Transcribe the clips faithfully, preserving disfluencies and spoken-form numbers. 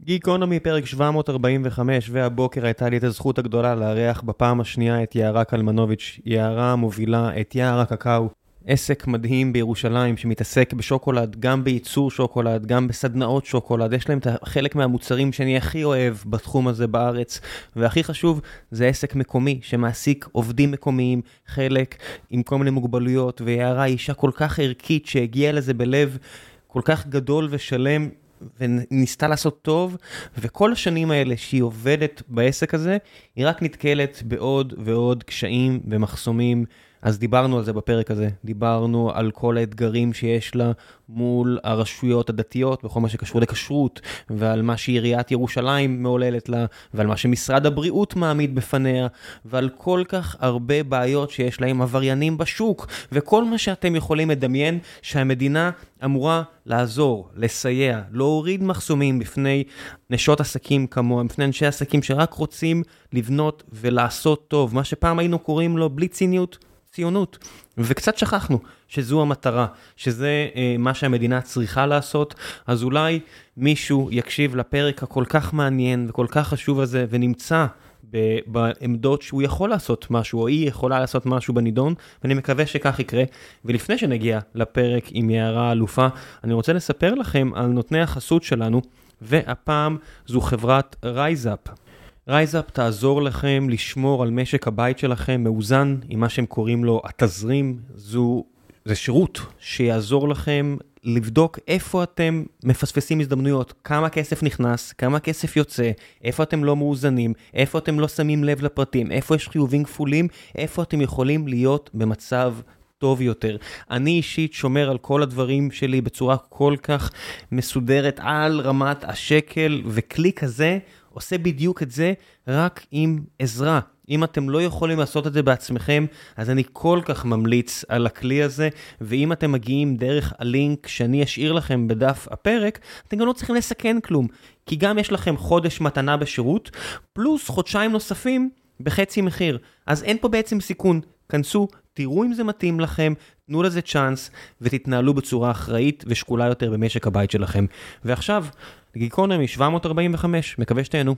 גיקונומי פרק שבע מאות ארבעים וחמש, והבוקר הייתה לי את הזכות הגדולה לארח בפעם השנייה את יערה קלמנוביץ'. יערה מובילה את יער הקקאו, עסק מדהים בירושלים שמתעסק בשוקולד, גם בייצור שוקולד, גם בסדנאות שוקולד. יש להם את חלק מהמוצרים שאני הכי אוהב בתחום הזה בארץ, והכי חשוב, זה עסק מקומי שמעסיק עובדים מקומיים, חלק עם כל מיני מוגבלויות, ויערה היא אישה כל כך ערכית שהגיעה לזה בלב כל כך גדול ושלם, וניסתה לעשות טוב, וכל השנים האלה שהיא עובדת בעסק הזה, היא רק נתקלת בעוד ועוד קשיים ומחסומים. אז דיברנו על זה בפרק הזה, דיברנו על כל האתגרים שיש לה מול הרשויות הדתיות, בכל מה שקשור לכשרות, ועל מה שעיריית ירושלים מעוללת לה, ועל מה שמשרד הבריאות מעמיד בפניה, ועל כל כך הרבה בעיות שיש להם עבריינים בשוק, וכל מה שאתם יכולים לדמיין שהמדינה אמורה לעזור, לסייע, להוריד מחסומים בפני נשות עסקים כמוהם, בפני אנשי עסקים שרק רוצים לבנות ולעשות טוב, מה שפעם היינו קוראים לו בלי ציניות, ציונות, וקצת שכחנו שזו המטרה, שזה אה, מה שהמדינה צריכה לעשות. אז אולי מישהו יקשיב לפרק הכל כך מעניין וכל כך חשוב הזה, ונמצא ב- בעמדות שהוא יכול לעשות משהו, או היא יכולה לעשות משהו בנידון, ואני מקווה שכך יקרה. ולפני שנגיע לפרק עם יערה אלופה, אני רוצה לספר לכם על נותני החסות שלנו, והפעם זו חברת רייזאפ. רייזאפ תעזור לכם לשמור על משק הבית שלכם מאוזן, עם מה שהם קוראים לו התזרים. זו, זה שירות שיעזור לכם לבדוק איפה אתם מפספסים הזדמנויות, כמה כסף נכנס, כמה כסף יוצא, איפה אתם לא מאוזנים, איפה אתם לא שמים לב לפרטים, איפה יש חיובים כפולים, איפה אתם יכולים להיות במצב טוב יותר. אני אישית שומר על כל הדברים שלי בצורה כל כך מסודרת על רמת השקל, וכלי כזה עושה בדיוק את זה, רק עם עזרה. אם אתם לא יכולים לעשות את זה בעצמכם, אז אני כל כך ממליץ על הכלי הזה, ואם אתם מגיעים דרך הלינק שאני אשאיר לכם בדף הפרק, אתם גם לא צריכים לסכן כלום, כי גם יש לכם חודש מתנה בשירות, פלוס חודשיים נוספים בחצי מחיר. אז אין פה בעצם סיכון. כנסו, תראו אם זה מתאים לכם, תנו לזה צ'אנס, ותתנהלו בצורה אחראית ושקולה יותר במשק הבית שלכם. ועכשיו, גיקונומי שבע מאות ארבעים וחמש, מקווה שתהנו.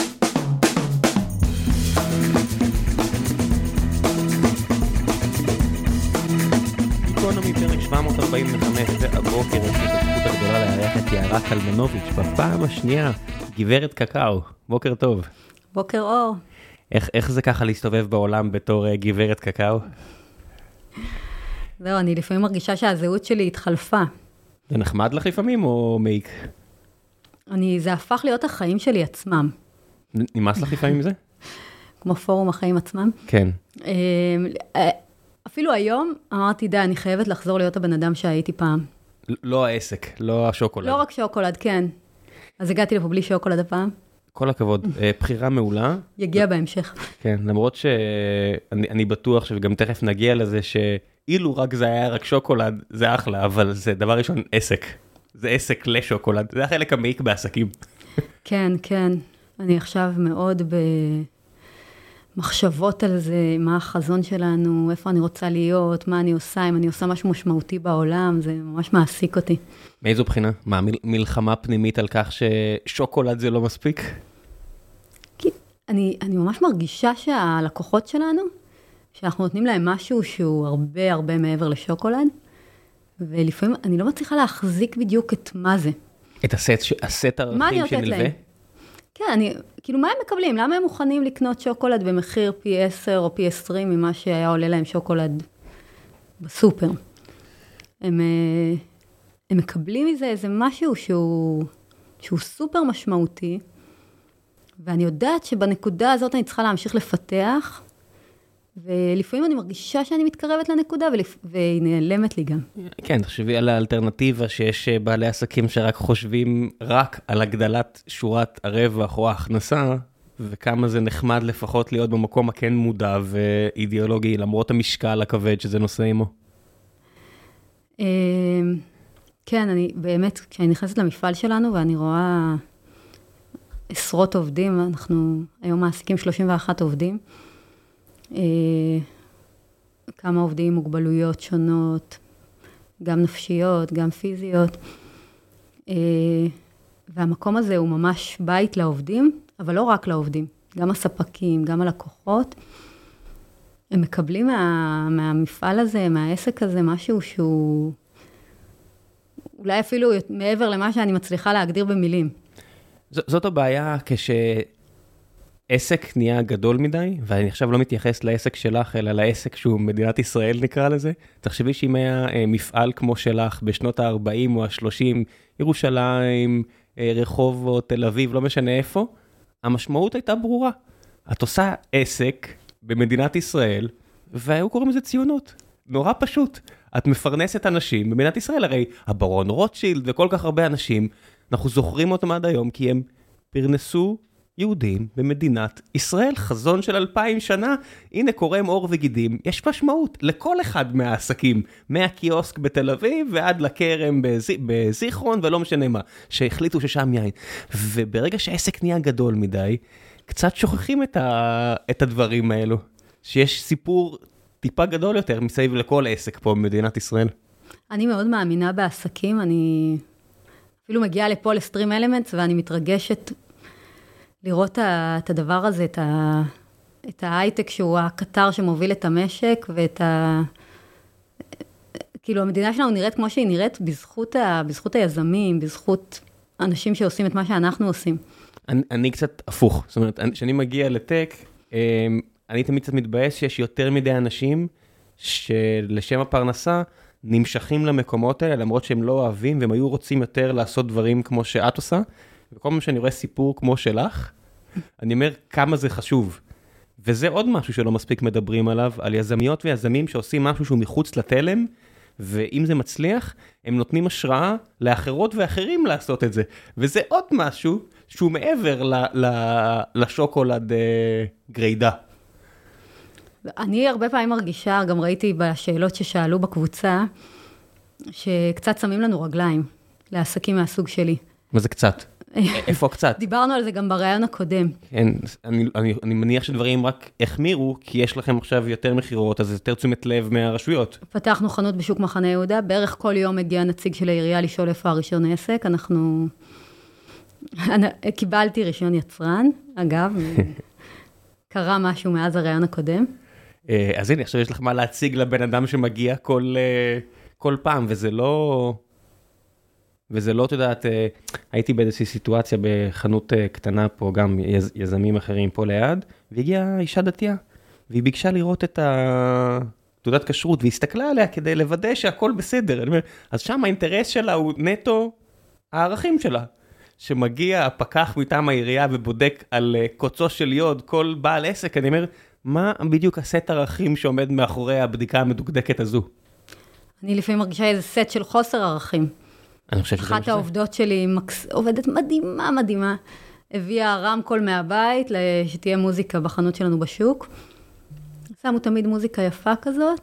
גיקונומי פרק שבע מאות ארבעים וחמש, והבוקר יש לי את הזכות הגדולה לארח את יערה קלמנוביץ' בפעם השנייה, גברת קקאו. בוקר טוב. בוקר אור. איך, איך זה ככה להסתובב בעולם בתור uh, גברת קקאו? זהו, אני לפעמים מרגישה שהזהות שלי התחלפה. זה נחמד לך לפעמים או מעיק? אני, זה הפך להיות החיים שלי עצמם. נמאס לך לפעמים זה? כמו פורום החיים עצמם. כן. אפילו היום אמרתי, די, אני חייבת לחזור להיות הבן אדם שהייתי פעם. לא העסק, לא השוקולד. לא רק שוקולד, כן. אז הגעתי לפה בלי שוקולד הפעם. כל הכבוד, בחירה מעולה. יגיע בהמשך. כן, למרות שאני אני בטוח שגם תכף נגיע לזה שאילו רק זה היה רק שוקולד, זה אחלה, אבל זה דבר ראשון עסק. זה עסק לשוקולד, זה החלק המעיק בעסקים. כן, כן. אני עכשיו מאוד במחשבות על זה, מה החזון שלנו, איפה אני רוצה להיות, מה אני עושה, אם אני עושה משהו משמעותי בעולם, זה ממש מעסיק אותי. מאיזו בחינה? מה, מלחמה פנימית על כך ששוקולד זה לא מספיק? כי אני, אני ממש מרגישה שהלקוחות שלנו, שאנחנו נותנים להם משהו שהוא הרבה הרבה מעבר לשוקולד, ולפעמים אני לא מצליחה להחזיק בדיוק את מה זה. את הסט, הסט הערכים שנלווה? כן, אני, כאילו מה הם מקבלים? למה הם מוכנים לקנות שוקולד במחיר פי עשר או פי עשרים ממה שהיה עולה להם שוקולד בסופר? הם, הם מקבלים מזה איזה משהו שהוא, שהוא סופר משמעותי, ואני יודעת שבנקודה הזאת אני צריכה להמשיך לפתח, ולפעמים אני מרגישה שאני מתקרבת לנקודה, והיא נעלמת לי גם. כן, תחשבי על האלטרנטיבה שיש בעלי עסקים שרק חושבים רק על הגדלת שורת הרווח או ההכנסה, וכמה זה נחמד לפחות להיות במקום הכן מודע ואידיאולוגי, למרות המשקל הכבד שזה נושא עמו. כן, אני באמת, כשאני נכנסת למפעל שלנו, ואני רואה עשרות עובדים, אנחנו היום מעסיקים שלושים ואחד עובדים, כמה עובדים עם מוגבלויות שונות, גם נפשיות, גם פיזיות. והמקום הזה הוא ממש בית לעובדים, אבל לא רק לעובדים, גם הספקים, גם הלקוחות. הם מקבלים מה, מהמפעל הזה, מהעסק הזה, משהו שהוא אולי אפילו מעבר למה שאני מצליחה להגדיר במילים. ז, זאת הבעיה כשעסק נהיה גדול מדי, ואני עכשיו לא מתייחס לעסק שלך, אלא לעסק שהוא מדינת ישראל נקרא לזה. תחשבי שאם היה מפעל כמו שלך בשנות ה-ארבעים או ה-שלושים, ירושלים, רחובות, תל אביב, לא משנה איפה, המשמעות הייתה ברורה. את עושה עסק במדינת ישראל, והיו קוראים לזה ציונות. נורא פשוט. את מפרנסת אנשים במדינת ישראל, הרי הברון רוטשילד וכל כך הרבה אנשים, אנחנו זוכרים אותם עד היום, כי הם פרנסו יהודים במדינת ישראל, חזון של אלפיים שנה, הנה קורם אור וגידים, יש משמעות לכל אחד מהעסקים, מהקיוסק בתל אביב ועד לקרם בזיכרון ולא משנה מה, שהחליטו ששם יין. וברגע שהעסק נהיה גדול מדי, קצת שוכחים את, ה... את הדברים האלו, שיש סיפור טיפה גדול יותר מסביב לכל עסק פה במדינת ישראל. אני מאוד מאמינה בעסקים, אני אפילו מגיעה לפה לסטרים אלמנטס, ואני מתרגשת לראות את הדבר הזה, את, ה... את ההייטק שהוא הקטר שמוביל את המשק, ואת ה... כאילו המדינה שלנו נראית כמו שהיא נראית בזכות, ה... בזכות היזמים, בזכות אנשים שעושים את מה שאנחנו עושים. אני, אני קצת הפוך, זאת אומרת, כשאני מגיע לטק, אני תמיד קצת מתבאס שיש יותר מדי אנשים שלשם הפרנסה נמשכים למקומות האלה, למרות שהם לא אוהבים, והם היו רוצים יותר לעשות דברים כמו שאת עושה, וכל פעם שאני רואה סיפור כמו שלך, אני אומר כמה זה חשוב. וזה עוד משהו שלא מספיק מדברים עליו, על יזמיות ויזמים שעושים משהו שהוא מחוץ לתלם, ואם זה מצליח, הם נותנים השראה לאחרות ואחרים לעשות את זה. וזה עוד משהו שהוא מעבר ל- ל- לשוקולד אה, גרידה. אני הרבה פעמים מרגישה, גם ראיתי בשאלות ששאלו בקבוצה, שקצת שמים לנו רגליים לעסקים מהסוג שלי. מה זה קצת? איפה קצת? דיברנו על זה גם ברעיון הקודם. כן, אני, אני, אני מניח שדברים רק החמירו, כי יש לכם עכשיו יותר מחירות, אז יותר תשומת לב מהרשויות. פתחנו חנות בשוק מחנה יהודה, בערך כל יום מגיע נציג של העירייה לשאול איפה הראשון עסק, אנחנו... קיבלתי רישיון יצרן, אגב, קרה משהו מאז הרעיון הקודם. אז הנה, עכשיו יש לך מה להציג לבן אדם שמגיע כל, כל פעם, וזה לא... וזה לא, תודעת, הייתי באיזושהי סיטואציה בחנות קטנה פה, גם יז, יזמים אחרים פה ליד, והגיעה אישה דתייה, והיא ביקשה לראות את תעודת כשרות, והיא הסתכלה עליה כדי לוודא שהכל בסדר. אני אומר, אז שם האינטרס שלה הוא נטו הערכים שלה, שמגיע הפקח מטעם העירייה ובודק על קוצו של יוד כל בעל עסק. אני אומר, מה בדיוק הסט ערכים שעומד מאחורי הבדיקה המדוקדקת הזו? אני לפעמים מרגישה איזה סט של חוסר ערכים. אני חושב שזה אחת העובדות שלי, מקס... עובדת מדהימה, מדהימה, הביאה רמקול מהבית, שתהיה מוזיקה בחנות שלנו בשוק. שמו תמיד מוזיקה יפה כזאת,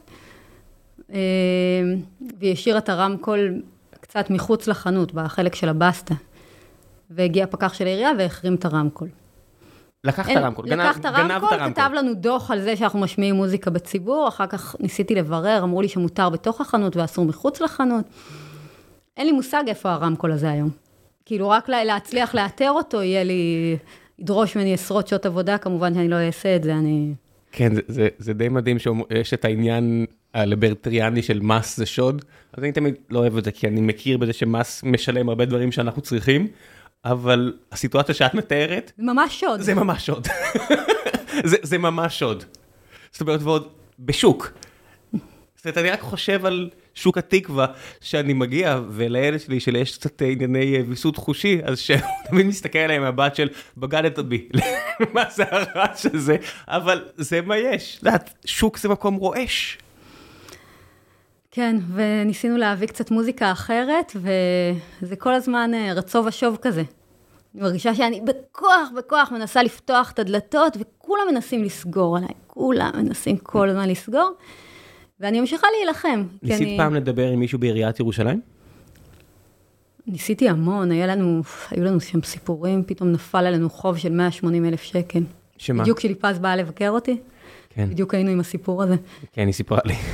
והיא השאירה את הרמקול קצת מחוץ לחנות, בחלק של הבסטה. והגיע פקח של העירייה והחרים את הרמקול. לקח את הרמקול, גנב, לקח את הרמקול, גנב את הרמקול. כתב לנו דוח על זה שאנחנו משמיעים מוזיקה בציבור, אחר כך ניסיתי לברר, אמרו לי שמותר בתוך החנות ואסור מחוץ לחנות. אין לי מושג איפה הרמקול הזה היום. כאילו רק להצליח לאתר אותו, יהיה לי, ידרוש ממני עשרות שעות עבודה, כמובן שאני לא אעשה את זה, אני... כן, זה, זה, זה די מדהים שיש את העניין הליברטריאני של מס זה שוד, אז אני תמיד לא אוהב את זה, כי אני מכיר בזה שמס משלם הרבה דברים שאנחנו צריכים, אבל הסיטואציה שאת מתארת... זה ממש שוד. זה ממש שוד. זה, זה ממש שוד. זאת אומרת, ועוד בשוק. זאת אומרת, אני רק חושב על שוק התקווה, שאני מגיע, ולילד שלי, שיש קצת ענייני ויסות חושי, אז שהוא תמיד מסתכל עליהם מהבת של, בגדת בי, מה זה הרעש הזה? אבל זה מה יש. שוק זה מקום רועש. כן, וניסינו להביא קצת מוזיקה אחרת, וזה כל הזמן רצוב ושוב כזה. אני מרגישה שאני בכוח, בכוח מנסה לפתוח את הדלתות, וכולם מנסים לסגור עליי, כולם מנסים כל הזמן לסגור, ואני ממשיכה להילחם. ניסית אני... פעם לדבר עם מישהו בעיריית ירושלים? ניסיתי המון, היה לנו, היו לנו שם סיפורים, פתאום נפל עלינו חוב של מאה ושמונים אלף שקל. שמה? בדיוק כשליפז באה לבקר אותי, כן. בדיוק היינו עם הסיפור הזה. כן, היא סיפרה לי.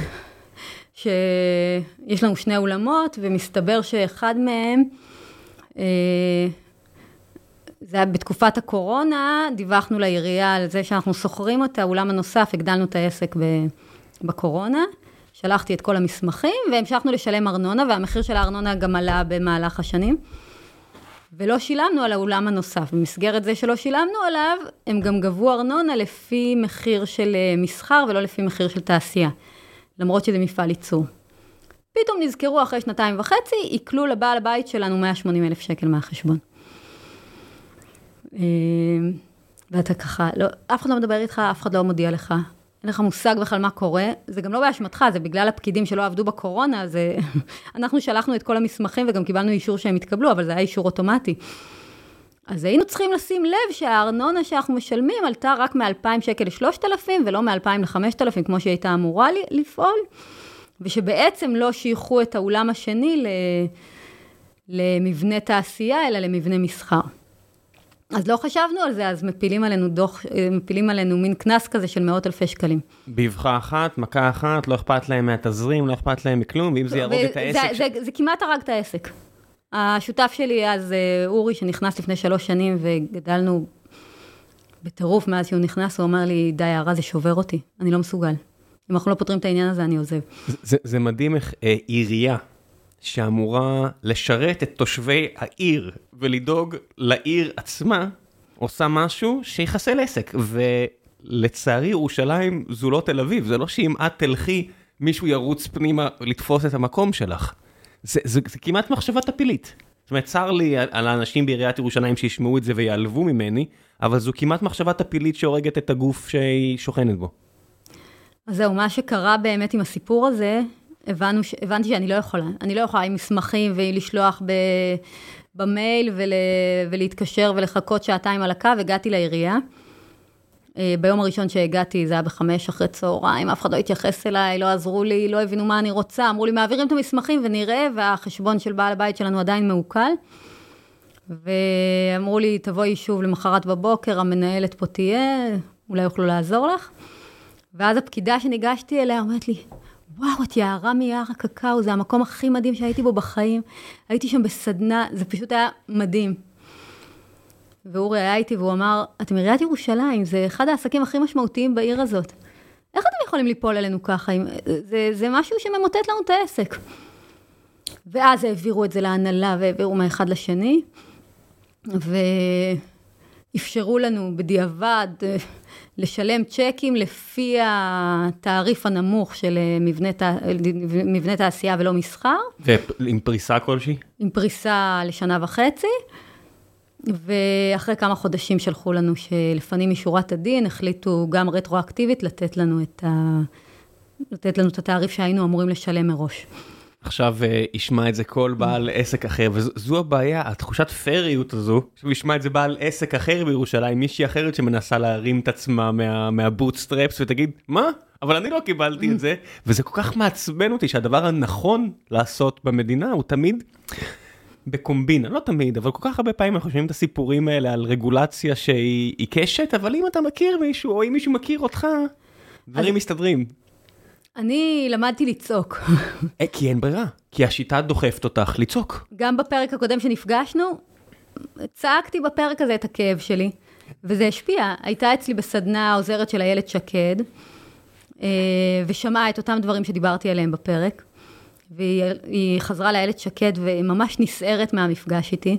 שיש לנו שני אולמות, ומסתבר שאחד מהם, אה, זה היה בתקופת הקורונה, דיווחנו לעירייה על זה שאנחנו סוחרים אותה, אולם הנוסף, הגדלנו את העסק בקורונה, שלחתי את כל המסמכים, והמשכנו לשלם ארנונה, והמחיר של הארנונה גם עלה במהלך השנים, ולא שילמנו על האולם הנוסף. במסגרת זה שלא שילמנו עליו, הם גם גבו ארנונה לפי מחיר של מסחר, ולא לפי מחיר של תעשייה, למרות שזה מפעל ייצור. פתאום נזכרו אחרי שנתיים וחצי, עיקלו לבעל הבית שלנו מאה ושמונים אלף שקל מהחשבון. ואתה ככה, לא, אף אחד לא מדבר איתך, אף אחד לא מודיע לך. אין לך מושג בכלל מה קורה. זה גם לא באשמתך, זה בגלל הפקידים שלא עבדו בקורונה. זה... אנחנו שלחנו את כל המסמכים וגם קיבלנו אישור שהם התקבלו, אבל זה היה אישור אוטומטי. אז היינו צריכים לשים לב שהארנונה שאנחנו משלמים עלתה רק מ-אלפיים שקל ל-שלושת אלפים, ולא מ-אלפיים ל-חמשת אלפים, כמו שהיא הייתה אמורה לפעול. ושבעצם לא שייכו את האולם השני למבנה תעשייה, אלא למבנה מסחר. אז לא חשבנו על זה, אז מפילים עלינו דוח, מפילים עלינו מין כנס כזה של מאות אלפי שקלים. באבחה אחת, מכה אחת, לא אכפת להם מהתזרים, לא אכפת להם מכלום, ואם זה ירוג את העסק... זה, זה, זה כמעט הרג את העסק. השותף שלי אז, אורי, שנכנס לפני שלוש שנים, וגדלנו בטירוף מאז שהוא נכנס, הוא אומר לי, די, הערה, זה שובר אותי, אני לא מסוגל. אם אנחנו לא פותרים את העניין הזה, אני עוזב. זה, זה מדהים איך אה, עירייה שאמורה לשרת את תושבי העיר ולדאוג לעיר עצמה, עושה משהו שיחסל עסק. ולצערי ירושלים זו לא תל אביב, זה לא שאם את תלכי, מישהו ירוץ פנימה לתפוס את המקום שלך. זה, זה, זה כמעט מחשבה טפילית. זאת אומרת, צר לי על האנשים בעיריית ירושלים שישמעו את זה ויעלבו ממני, אבל זו כמעט מחשבה טפילית שהורגת את הגוף שהיא שוכנת בו. אז זהו, מה שקרה באמת עם הסיפור הזה, הבנו, הבנתי שאני לא יכולה. אני לא יכולה עם מסמכים ולשלוח ב, במייל ול, ולהתקשר ולחכות שעתיים על הקו, הגעתי לעירייה. ביום הראשון שהגעתי, זה היה בחמש אחרי צהריים, אף אחד לא התייחס אליי, לא עזרו לי, לא הבינו מה אני רוצה, אמרו לי, מעבירים את המסמכים ונראה, והחשבון של בעל הבית שלנו עדיין מעוקל. ואמרו לי, תבואי שוב למחרת בבוקר, המנהלת פה תהיה, אולי יוכלו לעזור לך. ואז הפקידה שניגשתי אליה אומרת לי, וואו, את יערה מיער הקקאו, זה המקום הכי מדהים שהייתי בו בחיים. הייתי שם בסדנה, זה פשוט היה מדהים. ואורי היה איתי והוא אמר, אתם עיריית ירושלים, זה אחד העסקים הכי משמעותיים בעיר הזאת. איך אתם יכולים ליפול עלינו ככה? זה, זה משהו שממוטט לנו את העסק. ואז העבירו את זה להנהלה והעבירו מאחד לשני, ואפשרו לנו בדיעבד לשלם צ'קים לפי התעריף הנמוך של מבנה, מבנה תעשייה ולא מסחר. ועם פריסה כלשהי? עם פריסה לשנה וחצי. ואחרי כמה חודשים שלחו לנו שלפנים משורת הדין, החליטו גם רטרואקטיבית לתת לנו את, ה... לתת לנו את התעריף שהיינו אמורים לשלם מראש. עכשיו ישמע את זה כל בעל עסק אחר, וזו הבעיה, התחושת פריות הזו, שישמע את זה בעל עסק אחר בירושלים, מישהי אחרת שמנסה להרים את עצמה מה, מהבוטסטרפס, ותגיד, מה? אבל אני לא קיבלתי את זה, וזה כל כך מעצבן אותי שהדבר הנכון לעשות במדינה הוא תמיד בקומבינה, לא תמיד, אבל כל כך הרבה פעמים אנחנו חושבים את הסיפורים האלה על רגולציה שהיא קשת, אבל אם אתה מכיר מישהו, או אם מישהו מכיר אותך, דברים מסתדרים. אני למדתי לצעוק. כי אין ברירה, כי השיטה דוחפת אותך לצעוק. גם בפרק הקודם שנפגשנו, צעקתי בפרק הזה את הכאב שלי, וזה השפיע. הייתה אצלי בסדנה העוזרת של הילד שקד, ושמעה את אותם דברים שדיברתי עליהם בפרק, והיא חזרה לילד שקד וממש נסערת מהמפגש איתי,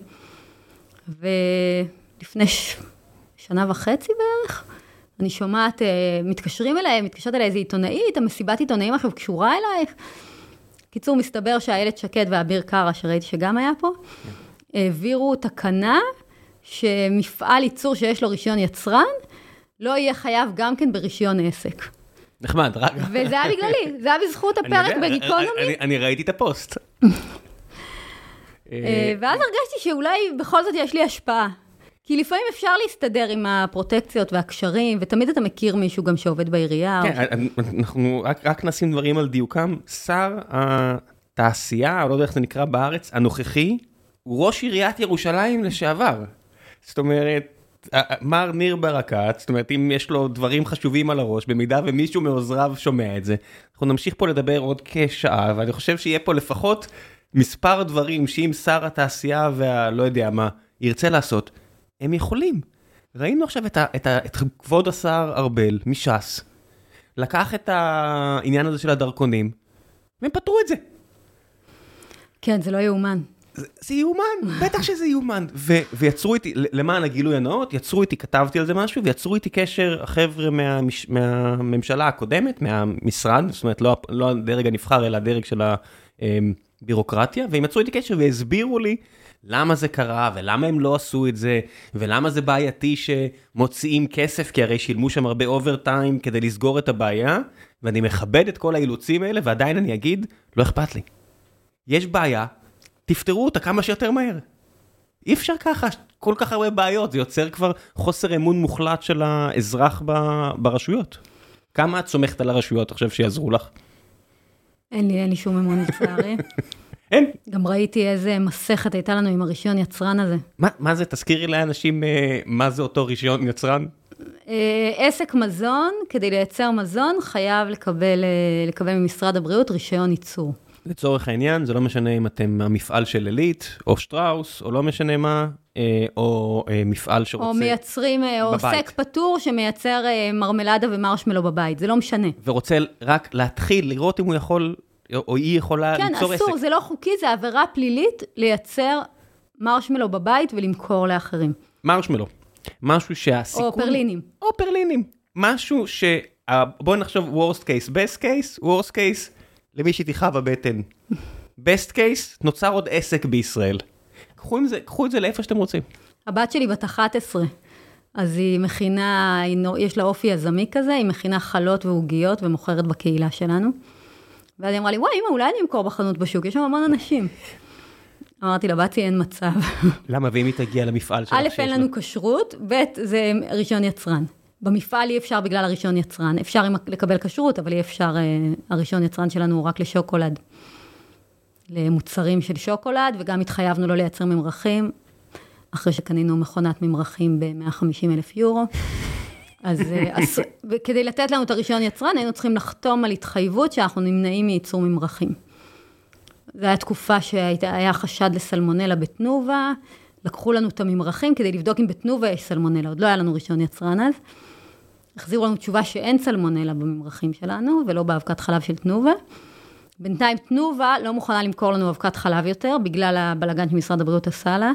ולפני ש... שנה וחצי בערך, אני שומעת, מתקשרים אליי, מתקשרת אליי איזו עיתונאית, המסיבת עיתונאים עכשיו קשורה אלייך. קיצור, מסתבר שהילד שקד ואביר קארה, שראיתי שגם היה פה, העבירו תקנה שמפעל ייצור שיש לו רישיון יצרן, לא יהיה חייב גם כן ברישיון עסק. נחמד, רק... וזה היה בגללי, זה היה בזכות הפרק בגיקונומי. אני ראיתי את הפוסט. ואז הרגשתי שאולי בכל זאת יש לי השפעה. כי לפעמים אפשר להסתדר עם הפרוטקציות והקשרים, ותמיד אתה מכיר מישהו גם שעובד בעירייה. כן, אנחנו רק נשים דברים על דיוקם. שר התעשייה, או לא יודע איך זה נקרא בארץ, הנוכחי, הוא ראש עיריית ירושלים לשעבר. זאת אומרת, מר ניר ברקת, זאת אומרת, אם יש לו דברים חשובים על הראש, במידה ומישהו מעוזריו שומע את זה, אנחנו נמשיך פה לדבר עוד כשעה, ואני חושב שיהיה פה לפחות מספר דברים, שאם שר התעשייה והלא יודע מה, ירצה לעשות, הם יכולים. ראינו עכשיו את, ה, את, ה, את כבוד השר ארבל מש"ס, לקח את העניין הזה של הדרכונים, והם פתרו את זה. כן, זה לא יאומן. זה, זה יאומן, בטח שזה יאומן. ו, ויצרו איתי, למען הגילוי הנאות, יצרו איתי, כתבתי על זה משהו, ויצרו איתי קשר החבר'ה מהמש, מהממשלה הקודמת, מהמשרד, זאת אומרת, לא, לא הדרג הנבחר, אלא הדרג של הבירוקרטיה, והם יצרו איתי קשר והסבירו לי למה זה קרה, ולמה הם לא עשו את זה, ולמה זה בעייתי שמוציאים כסף, כי הרי שילמו שם הרבה אוברטיים כדי לסגור את הבעיה, ואני מכבד את כל האילוצים האלה, ועדיין אני אגיד, לא אכפת לי. יש בעיה, תפתרו אותה כמה שיותר מהר. אי אפשר ככה, כל כך הרבה בעיות, זה יוצר כבר חוסר אמון מוחלט של האזרח ברשויות. כמה את סומכת על הרשויות, עכשיו שיעזרו לך? אין לי, אין לי שום אמון לצערי. אין. גם ראיתי איזה מסכת הייתה לנו עם הרישיון יצרן הזה. מה, מה זה? תזכירי לאנשים מה זה אותו רישיון יצרן? עסק מזון, כדי לייצר מזון, חייב לקבל, לקבל ממשרד הבריאות רישיון ייצור. לצורך העניין, זה לא משנה אם אתם המפעל של אלית, או שטראוס, או לא משנה מה, או מפעל שרוצה או מייצרים, או עוסק פטור שמייצר מרמלדה ומרשמלו בבית, זה לא משנה. ורוצה רק להתחיל, לראות אם הוא יכול, או היא יכולה כן, ליצור עסק. כן, אסור, זה לא חוקי, זה עבירה פלילית לייצר מרשמלו בבית ולמכור לאחרים. מרשמלו, משהו שהסיכון... או פרלינים. או פרלינים. משהו ש... בואו נחשוב worst case, best case, worst case, למי שתיחה בבטן. best case, נוצר עוד עסק בישראל. קחו, זה, קחו את זה לאיפה שאתם רוצים. הבת שלי בת אחת עשרה, אז היא מכינה, יש לה אופי יזמי כזה, היא מכינה חלות ועוגיות ומוכרת בקהילה שלנו. ואז היא אמרה לי, וואי, אמא, אולי אני אמכור בחנות בשוק, יש שם המון אנשים. אמרתי לה, בתי, אין מצב. למה? ואם היא תגיע למפעל שלך? א', אין לנו כשרות, ב', זה רישיון יצרן. במפעל אי אפשר בגלל הרישיון יצרן. אפשר לקבל כשרות, אבל אי אפשר, הרישיון יצרן שלנו הוא רק לשוקולד. למוצרים של שוקולד, וגם התחייבנו לא לייצר ממרחים, אחרי שקנינו מכונת ממרחים ב-מאה וחמישים אלף יורו. אז, אז כדי לתת לנו את הרישיון יצרן, היינו צריכים לחתום על התחייבות שאנחנו נמנעים מייצור ממרחים. זו הייתה תקופה שהיה חשד לסלמונלה בתנובה, לקחו לנו את הממרחים כדי לבדוק אם בתנובה יש סלמונלה, עוד לא היה לנו רישיון יצרן אז. החזירו לנו תשובה שאין סלמונלה בממרחים שלנו, ולא באבקת חלב של תנובה. בינתיים תנובה לא מוכנה למכור לנו אבקת חלב יותר, בגלל הבלגן שמשרד הבריאות עשה לה.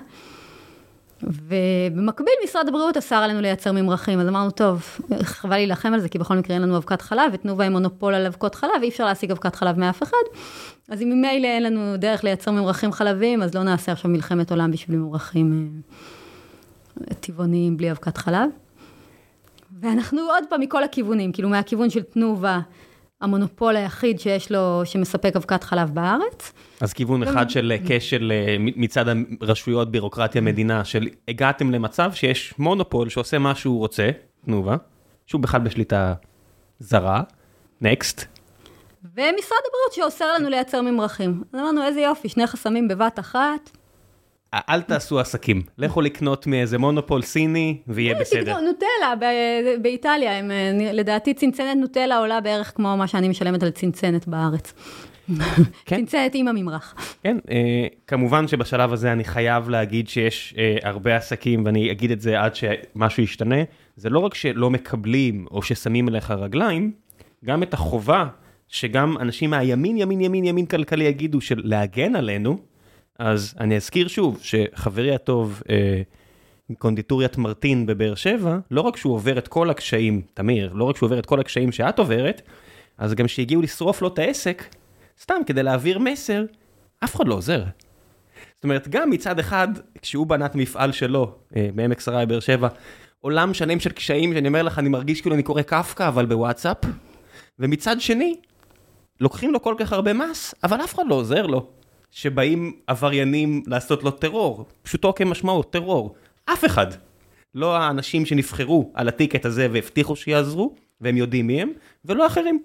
ובמקביל משרד הבריאות אסר עלינו לייצר ממרחים, אז אמרנו, טוב, חבל להילחם על זה, כי בכל מקרה אין לנו אבקת חלב, ותנובה היא מונופול על אבקות חלב, ואי אפשר להשיג אבקת חלב מאף אחד. אז אם ממילא אין לנו דרך לייצר ממרחים חלביים, אז לא נעשה עכשיו מלחמת עולם בשביל ממרחים טבעוניים בלי אבקת חלב. ואנחנו עוד פעם מכל הכיוונים, כאילו מהכיוון של תנובה, המונופול היחיד שיש לו, שמספק אבקת חלב בארץ. אז כיוון אחד של כשל מצד הרשויות, בירוקרטיה, מדינה, של הגעתם למצב שיש מונופול שעושה מה שהוא רוצה, תנובה, שהוא בכלל בשליטה זרה, נקסט. ומשרד הבריאות שאוסר לנו לייצר ממרחים. אז אמרנו, איזה יופי, שני חסמים בבת אחת. אל תעשו עסקים, לכו לקנות מאיזה מונופול סיני, ויהיה בסדר. נוטלה, באיטליה, לדעתי צנצנת נוטלה עולה בערך כמו מה שאני משלמת על צנצנת בארץ. צנצנת עם הממרח. כן, כמובן שבשלב הזה אני חייב להגיד שיש הרבה עסקים, ואני אגיד את זה עד שמשהו ישתנה, זה לא רק שלא מקבלים או ששמים עליך רגליים, גם את החובה שגם אנשים מהימין, ימין, ימין, ימין כלכלי יגידו של להגן עלינו, אז אני אזכיר שוב שחברי הטוב אה, מקונדיטוריית מרטין בבאר שבע, לא רק שהוא עובר את כל הקשיים, תמיר, לא רק שהוא עובר את כל הקשיים שאת עוברת, אז גם שהגיעו לשרוף לו את העסק, סתם כדי להעביר מסר, אף אחד לא עוזר. זאת אומרת, גם מצד אחד, כשהוא בנה את המפעל שלו, אה, בעמק שרה בבאר שבע, עולם שלם של קשיים, שאני אומר לך, אני מרגיש כאילו אני קורא קפקא, אבל בוואטסאפ, ומצד שני, לוקחים לו כל כך הרבה מס, אבל אף אחד לא עוזר לו. שבאים עבריינים לעשות לו טרור, פשוטו כמשמעות, טרור. אף אחד. לא האנשים שנבחרו על הטיקט הזה והבטיחו שיעזרו, והם יודעים מי הם, ולא אחרים.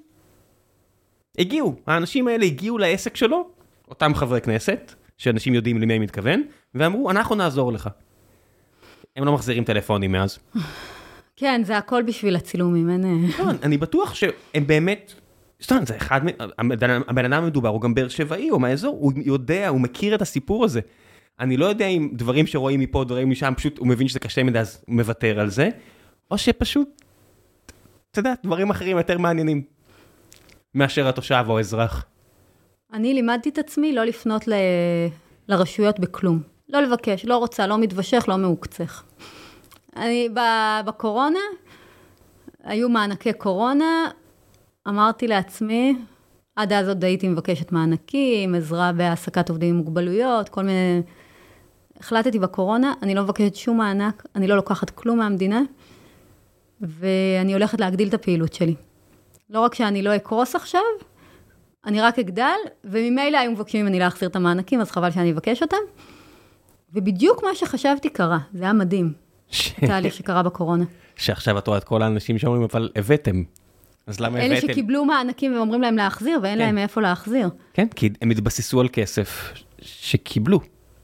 הגיעו, האנשים האלה הגיעו לעסק שלו, אותם חברי כנסת, שאנשים יודעים למי הם מתכוון, ואמרו, אנחנו נעזור לך. הם לא מחזירים טלפונים מאז. כן, זה הכל בשביל הצילומים, אין... אני בטוח שהם באמת... זאת אומרת, זה אחד, הבן אדם מדובר, הוא גם באר שבעי, או מהאזור, הוא יודע, הוא מכיר את הסיפור הזה. אני לא יודע אם דברים שרואים מפה, דברים משם, פשוט הוא מבין שזה קשה מדי, אז הוא מוותר על זה, או שפשוט, אתה יודע, דברים אחרים יותר מעניינים, מאשר התושב או האזרח. אני לימדתי את עצמי לא לפנות ל... לרשויות בכלום. לא לבקש, לא רוצה, לא מתוושך, לא מעוקצך. אני, בקורונה, היו מענקי קורונה, אמרתי לעצמי, עד אז עוד הייתי מבקשת מענקים, עזרה בהעסקת עובדים עם מוגבלויות, כל מיני... החלטתי בקורונה, אני לא מבקשת שום מענק, אני לא לוקחת כלום מהמדינה, ואני הולכת להגדיל את הפעילות שלי. לא רק שאני לא אקרוס עכשיו, אני רק אגדל, וממילא היו מבקשים ממני להחזיר את המענקים, אז חבל שאני אבקש אותם. ובדיוק מה שחשבתי קרה, זה היה מדהים, תהליך שקרה בקורונה. שעכשיו את רואה את כל האנשים שאומרים, אבל הבאתם. אז למה הבאתם? אלה שקיבלו מענקים ואומרים להם להחזיר, ואין להם מאיפה להחזיר. כן, כי הם התבססו על כסף שקיבלו.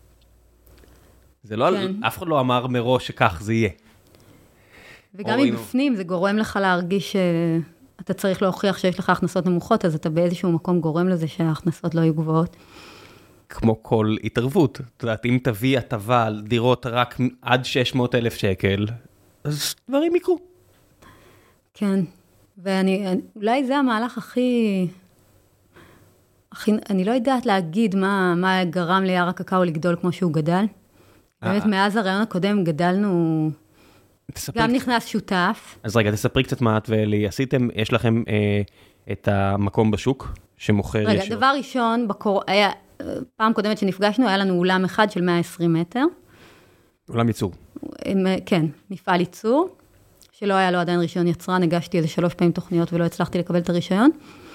זה לא, אף אחד לא אמר מראש שכך זה יהיה. וגם אם בפנים, זה גורם לך להרגיש שאתה צריך להוכיח שיש לך הכנסות נמוכות, אז אתה באיזשהו מקום גורם לזה שההכנסות לא יהיו גבוהות. כמו כל התערבות. את יודעת, אם תביא הטבה על דירות רק עד שש מאות אלף שקל, אז דברים יקרו. כן, ואני, אולי זה המהלך הכי, הכי, אני לא יודעת להגיד מה, מה גרם ליער הקקאו לגדול כמו שהוא גדל. באמת, מאז הרעיון הקודם גדלנו, גם נכנס שותף. אז רגע, תספרי קצת מה את ואלי עשיתם, יש לכם אה, את המקום בשוק שמוכר רגע, ישיר. דבר ראשון, בקור... היה, פעם קודמת שנפגשנו, היה לנו אולם אחד של מאה ועשרים מטר. אולם ייצור. כן, מפעל ייצור, שלא היה לו עדיין רישיון יצרן, הגשתי איזה שלוש פעמים תוכניות ולא הצלחתי לקבל את הרישיון.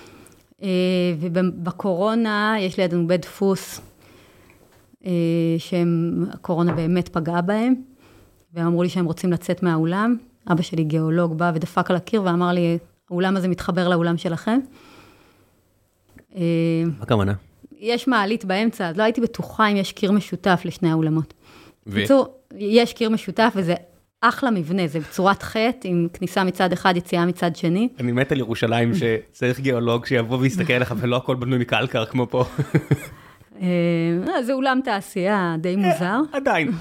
ובקורונה יש לידינו בית דפוס, שהקורונה באמת פגעה בהם, והם אמרו לי שהם רוצים לצאת מהאולם. אבא שלי גיאולוג בא ודפק על הקיר ואמר לי, האולם הזה מתחבר לאולם שלכם. מה הכוונה? יש מעלית באמצע, אז לא הייתי בטוחה אם יש קיר משותף לשני האולמות. בקיצור, יש קיר משותף וזה אחלה מבנה, זה בצורת חטא, עם כניסה מצד אחד, יציאה מצד שני. אני מת על ירושלים שצריך גיאולוג שיבוא ויסתכל לך, ולא הכל בנוי מקלקר כמו פה. זה אולם תעשייה די מוזר. עדיין.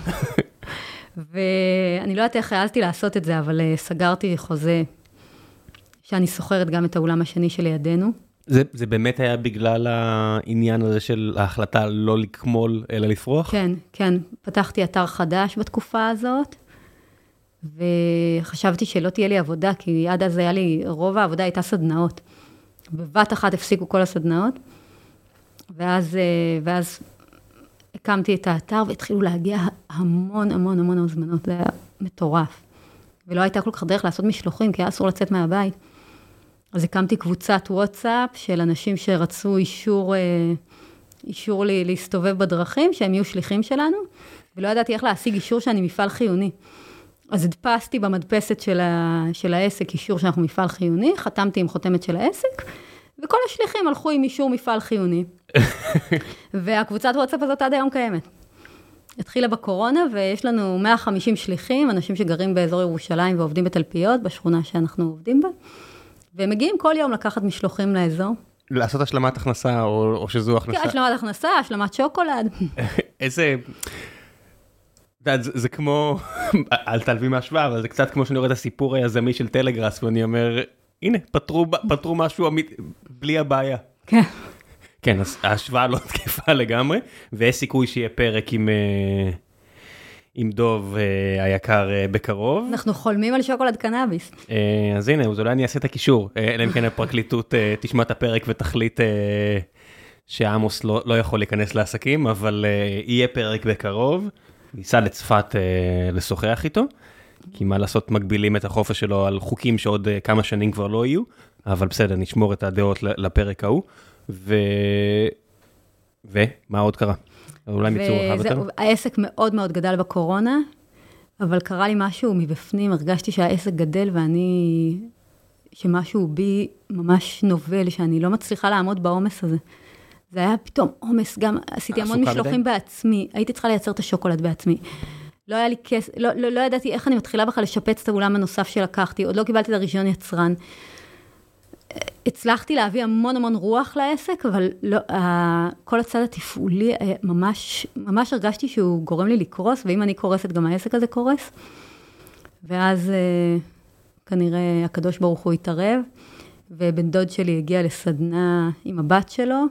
ואני לא יודעת איך העזתי לעשות את זה, אבל סגרתי חוזה שאני סוחרת גם את האולם השני שלידינו. זה, זה באמת היה בגלל העניין הזה של ההחלטה לא לקמול, אלא לפרוח? כן, כן. פתחתי אתר חדש בתקופה הזאת, וחשבתי שלא תהיה לי עבודה, כי עד אז היה לי, רוב העבודה הייתה סדנאות. בבת אחת הפסיקו כל הסדנאות, ואז, ואז הקמתי את האתר, והתחילו להגיע המון, המון, המון הזמנות, זה היה מטורף. ולא הייתה כל כך דרך לעשות משלוחים, כי היה אסור לצאת מהבית. אז הקמתי קבוצת וואטסאפ של אנשים שרצו אישור, אישור לי להסתובב בדרכים, שהם יהיו שליחים שלנו, ולא ידעתי איך להשיג אישור שאני מפעל חיוני. אז הדפסתי במדפסת של, ה, של העסק אישור שאנחנו מפעל חיוני, חתמתי עם חותמת של העסק, וכל השליחים הלכו עם אישור מפעל חיוני. והקבוצת וואטסאפ הזאת עד היום קיימת. התחילה בקורונה, ויש לנו מאה וחמישים שליחים, אנשים שגרים באזור ירושלים ועובדים בתלפיות, בשכונה שאנחנו עובדים בה, והם מגיעים כל יום לקחת משלוחים לאזור. לעשות השלמת הכנסה, או, או שזו הכנסה? כן, השלמת הכנסה, השלמת שוקולד. איזה... זה, זה כמו, אל תלוי מהשוואה, אבל זה קצת כמו שאני רואה את הסיפור היזמי של טלגראס, ואני אומר, הנה, פתרו, פתרו משהו אמית, בלי הבעיה. כן. כן, אז ההשוואה לא תקפה לגמרי, ויש סיכוי שיהיה פרק עם, עם דוב היקר בקרוב. אנחנו חולמים על שוקולד קנאביס. אז הנה, אז אולי אני אעשה את הקישור, אלא אם כן הפרקליטות תשמע את הפרק ותחליט שעמוס לא, לא יכול להיכנס לעסקים, אבל יהיה פרק בקרוב. ניסה לצפת אה, לשוחח איתו, כי מה לעשות, מגבילים את החופש שלו על חוקים שעוד אה, כמה שנים כבר לא יהיו, אבל בסדר, נשמור את הדעות לפרק ההוא, ו... ומה עוד קרה? אולי מיצור רחב יותר? העסק מאוד מאוד גדל בקורונה, אבל קרה לי משהו מבפנים, הרגשתי שהעסק גדל ואני, שמשהו בי ממש נובל, שאני לא מצליחה לעמוד בעומס הזה. זה היה פתאום עומס, גם עשיתי המון משלוחים בעצמי, הייתי צריכה לייצר את השוקולד בעצמי. לא היה לי כסף, לא, לא, לא ידעתי איך אני מתחילה בכלל לשפץ את האולם הנוסף שלקחתי, עוד לא קיבלתי את הרישיון יצרן. הצלחתי להביא המון המון רוח לעסק, אבל לא, כל הצד התפעולי, ממש, ממש הרגשתי שהוא גורם לי לקרוס, ואם אני קורסת, גם העסק הזה קורס. ואז כנראה הקדוש ברוך הוא התערב, ובן דוד שלי הגיע לסדנה עם הבת שלו,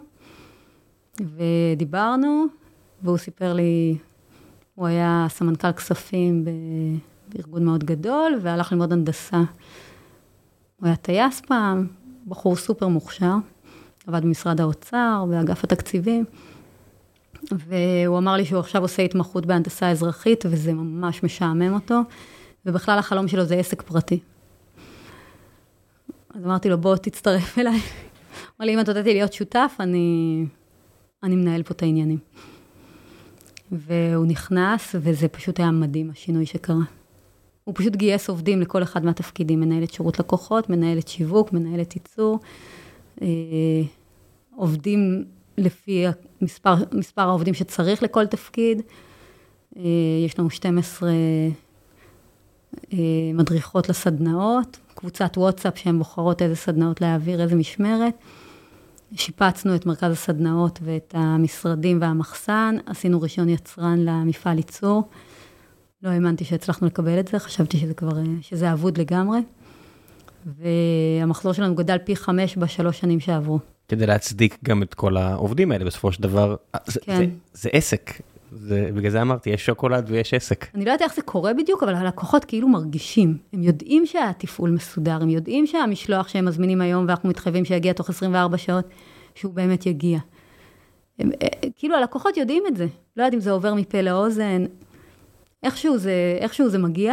ודיברנו, והוא סיפר לי, הוא היה סמנכ"ל כספים בארגון מאוד גדול, והלך ללמוד הנדסה. הוא היה טייס פעם, בחור סופר מוכשר, עבד במשרד האוצר, באגף התקציבים, והוא אמר לי שהוא עכשיו עושה התמחות בהנדסה אזרחית, וזה ממש משעמם אותו, ובכלל החלום שלו זה עסק פרטי. אז אמרתי לו, בוא תצטרף אליי. אמר לי, אם את נתתי להיות שותף, אני, אני מנהל פה את העניינים. והוא נכנס, וזה פשוט היה מדהים, השינוי שקרה. הוא פשוט גייס עובדים לכל אחד מהתפקידים, מנהלת שירות לקוחות, מנהלת שיווק, מנהלת ייצור, אה, עובדים לפי מספר, מספר העובדים שצריך לכל תפקיד. אה, יש לנו שתים עשרה אה, מדריכות לסדנאות, קבוצת וואטסאפ שהן בוחרות איזה סדנאות להעביר, איזה משמרת. שיפצנו את מרכז הסדנאות ואת המשרדים והמחסן, עשינו רישיון יצרן למפעל ייצור. לא האמנתי שהצלחנו לקבל את זה, חשבתי שזה כבר, שזה אבוד לגמרי. והמחזור שלנו גדל פי חמש בשלוש שנים שעברו. כדי להצדיק גם את כל העובדים האלה, בסופו של דבר, זה, כן. זה, זה עסק. זה, בגלל זה אמרתי, יש שוקולד ויש עסק. אני לא יודעת איך זה קורה בדיוק, אבל הלקוחות כאילו מרגישים. הם יודעים שהתפעול מסודר, הם יודעים שהמשלוח שהם מזמינים היום, ואנחנו מתחייבים שיגיע תוך עשרים וארבע שעות, שהוא באמת יגיע. הם, כאילו הלקוחות יודעים את זה. לא יודעת אם זה עובר מפה לאוזן. איכשהו זה, איכשהו זה מגיע.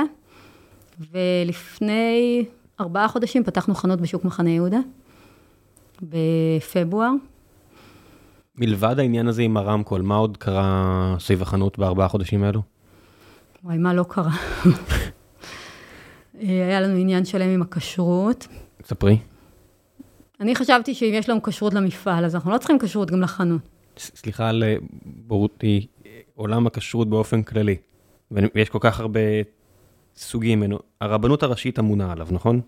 ולפני ארבעה חודשים פתחנו חנות בשוק מחנה יהודה, בפברואר. מלבד העניין הזה עם הרמקול, מה עוד קרה סביב החנות בארבעה חודשים האלו? וואי, מה לא קרה? היה לנו עניין שלם עם הכשרות. ספרי. אני חשבתי שאם יש לנו כשרות למפעל, אז אנחנו לא צריכים כשרות גם לחנות. סליחה על בורותי, עולם הכשרות באופן כללי, ויש כל כך הרבה סוגים ממנו. הרבנות הראשית אמונה עליו, נכון?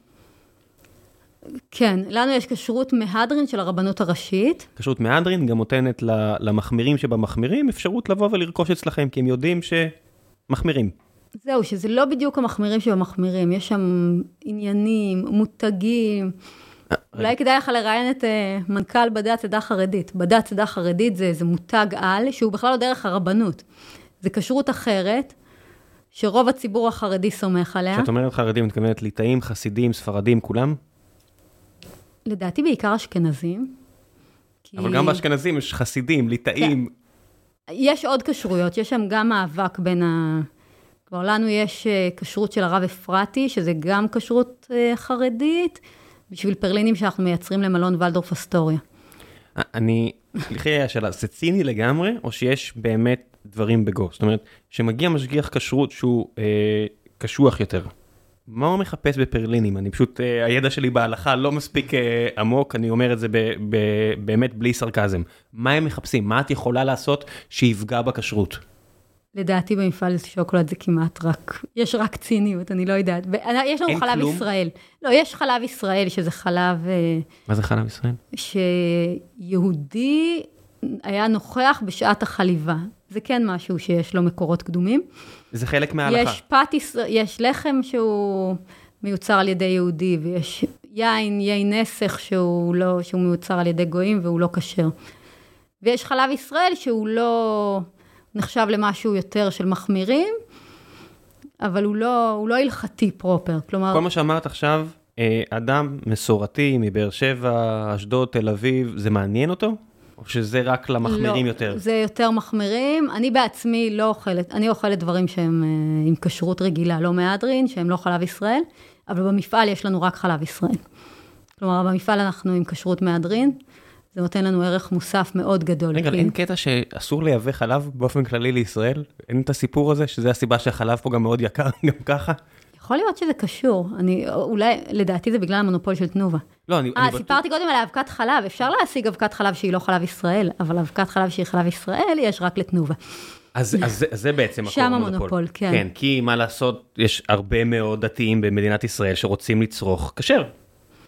כן, לנו יש כשרות מהדרין של הרבנות הראשית. כשרות מהדרין גם נותנת למחמירים שבמחמירים אפשרות לבוא ולרכוש אצלכם, כי הם יודעים שמחמירים. זהו, שזה לא בדיוק המחמירים שבמחמירים, יש שם עניינים, מותגים. אולי כדאי לך לראיין את מנכ"ל בד"ץ עדה חרדית. בד"ץ עדה חרדית זה איזה מותג על, שהוא בכלל לא דרך הרבנות. זה כשרות אחרת, שרוב הציבור החרדי סומך עליה. כשאת אומרת חרדים, מתכוונת ליטאים, חסידים, ספרדים, כולם? לדעתי בעיקר אשכנזים. אבל גם באשכנזים יש חסידים, ליטאים. יש עוד כשרויות, יש שם גם מאבק בין ה... כבר לנו יש כשרות של הרב אפרתי, שזה גם כשרות חרדית, בשביל פרלינים שאנחנו מייצרים למלון ולדורף אסטוריה. אני, סליחי השאלה, זה ציני לגמרי, או שיש באמת דברים בגו? זאת אומרת, שמגיע משגיח כשרות שהוא אה, קשוח יותר. מה הוא מחפש בפרלינים? אני פשוט, אה, הידע שלי בהלכה לא מספיק אה, עמוק, אני אומר את זה ב, ב, באמת בלי סרקזם. מה הם מחפשים? מה את יכולה לעשות שיפגע בכשרות? לדעתי במפעל שוקולד זה כמעט רק, יש רק ציניות, אני לא יודעת. יש לנו חלב כלום? ישראל. לא, יש חלב ישראל, שזה חלב... מה זה חלב ישראל? שיהודי היה נוכח בשעת החליבה. זה כן משהו שיש לו מקורות קדומים. זה חלק מההלכה. יש פת, יש לחם שהוא מיוצר על ידי יהודי, ויש יין, יין נסך שהוא, לא, שהוא מיוצר על ידי גויים, והוא לא כשר. ויש חלב ישראל שהוא לא... נחשב למשהו יותר של מחמירים, אבל הוא לא, הוא לא הלכתי פרופר. כלומר... כל מה שאמרת עכשיו, אדם מסורתי מבאר שבע, אשדוד, תל אביב, זה מעניין אותו? או שזה רק למחמירים לא, יותר? זה יותר מחמירים. אני בעצמי לא אוכלת, אני אוכלת דברים שהם עם כשרות רגילה, לא מהדרין, שהם לא חלב ישראל, אבל במפעל יש לנו רק חלב ישראל. כלומר, במפעל אנחנו עם כשרות מהדרין, זה נותן לנו ערך מוסף מאוד גדול. רגע, אין קטע שאסור לייבא חלב באופן כללי לישראל? אין את הסיפור הזה, שזה הסיבה שהחלב פה גם מאוד יקר, גם ככה? יכול להיות שזה קשור. אני, אולי, לדעתי זה בגלל המונופול של תנובה. לא, אני... אה, סיפרתי קודם על האבקת חלב. אפשר להשיג אבקת חלב שהיא לא חלב ישראל, אבל אבקת חלב שהיא חלב ישראל, יש רק לתנובה. אז, אז זה בעצם מקור שם המונופול, כן. כן, כי מה לעשות, יש הרבה מאוד דתיים במדינת ישראל שרוצים לצרוך כשר.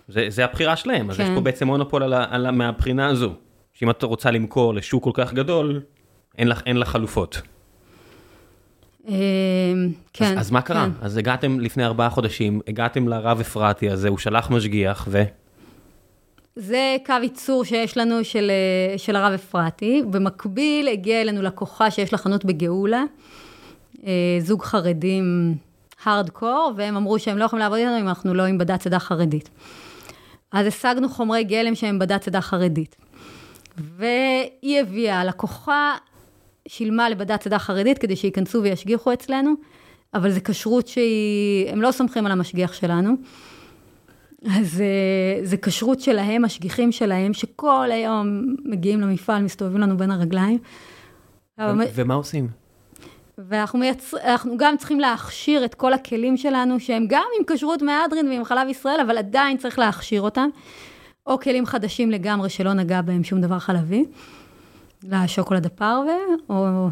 זה, זה הבחירה שלהם, אז כן. יש פה בעצם מונופול על, על, מהבחינה הזו. שאם את רוצה למכור לשוק כל כך גדול, אין לך, אין לך חלופות. כן. אז, אז מה קרה? כן. אז הגעתם לפני ארבעה חודשים, הגעתם לרב אפרתי הזה, הוא שלח משגיח, ו... זה קו ייצור שיש לנו של, של הרב אפרתי. במקביל הגיע אלינו לקוחה שיש לה חנות בגאולה, זוג חרדים הארדקור, והם אמרו שהם לא יכולים לעבוד איתנו אם אנחנו לא עם בדת צדה חרדית. אז השגנו חומרי גלם שהם בדת צדה חרדית. והיא הביאה, לקוחה שילמה לבדת צדה חרדית כדי שיכנסו וישגיחו אצלנו, אבל זה כשרות שהם לא סומכים על המשגיח שלנו. אז זה כשרות שלהם, השגיחים שלהם, שכל היום מגיעים למפעל, מסתובבים לנו בין הרגליים. ומה עושים? ואנחנו מייצר, אנחנו גם צריכים להכשיר את כל הכלים שלנו, שהם גם עם כשרות מהדרין ועם חלב ישראל, אבל עדיין צריך להכשיר אותם. או כלים חדשים לגמרי שלא נגע בהם שום דבר חלבי, לשוקולד הפרווה, או...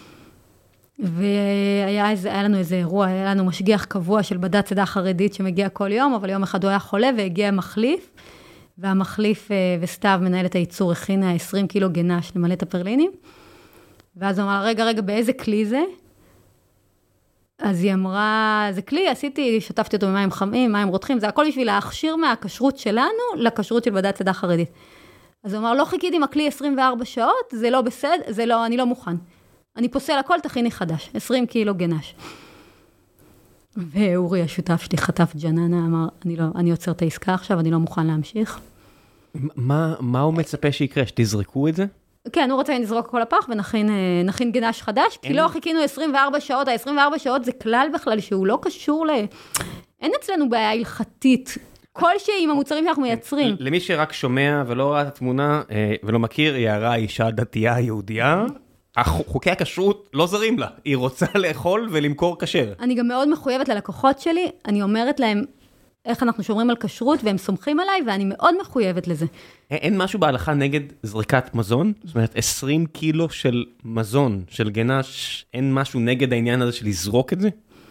והיה איזה, היה לנו איזה אירוע, היה לנו משגיח קבוע של בדת צדה חרדית שמגיע כל יום, אבל יום אחד הוא היה חולה והגיע מחליף, והמחליף וסתיו מנהלת הייצור הכינה עשרים קילו גנש למלא את הפרלינים, ואז הוא אמר, רגע, רגע, באיזה כלי זה? אז היא אמרה, זה כלי, עשיתי, שטפתי אותו במים חמים, מים רותחים, זה הכל בשביל להכשיר מהכשרות שלנו לכשרות של בדת צדה חרדית. אז הוא אמר, לא חיכיתי עם הכלי עשרים וארבע שעות, זה לא בסדר, זה לא, אני לא מוכן. אני פוסל הכל, תכיני חדש, עשרים קילו גנש. ואורי השותף שלי חטף ג'ננה, אמר, אני לא, אני יוצר את העסקה עכשיו, אני לא מוכן להמשיך. מה, מה הוא מצפה שיקרה? שתזרקו את זה? כן, הוא רוצה לזרוק כל הפח ונכין נכין גנש חדש, כי לא חיכינו עשרים וארבע שעות, ה-עשרים וארבע שעות זה כלל בכלל שהוא לא קשור ל... אין אצלנו בעיה הלכתית, כלשהי עם המוצרים שאנחנו מייצרים. למי שרק שומע ולא ראה את התמונה ולא מכיר, יערה אישה דתייה יהודייה, חוקי הכשרות לא זרים לה, היא רוצה לאכול ולמכור כשר. אני גם מאוד מחויבת ללקוחות שלי, אני אומרת להם איך אנחנו שומרים על כשרות, והם סומכים עליי, ואני מאוד מחויבת לזה. אין משהו בהלכה נגד זריקת מזון? זאת אומרת, עשרים קילו של מזון, של גנש, אין משהו נגד העניין הזה של לזרוק את זה?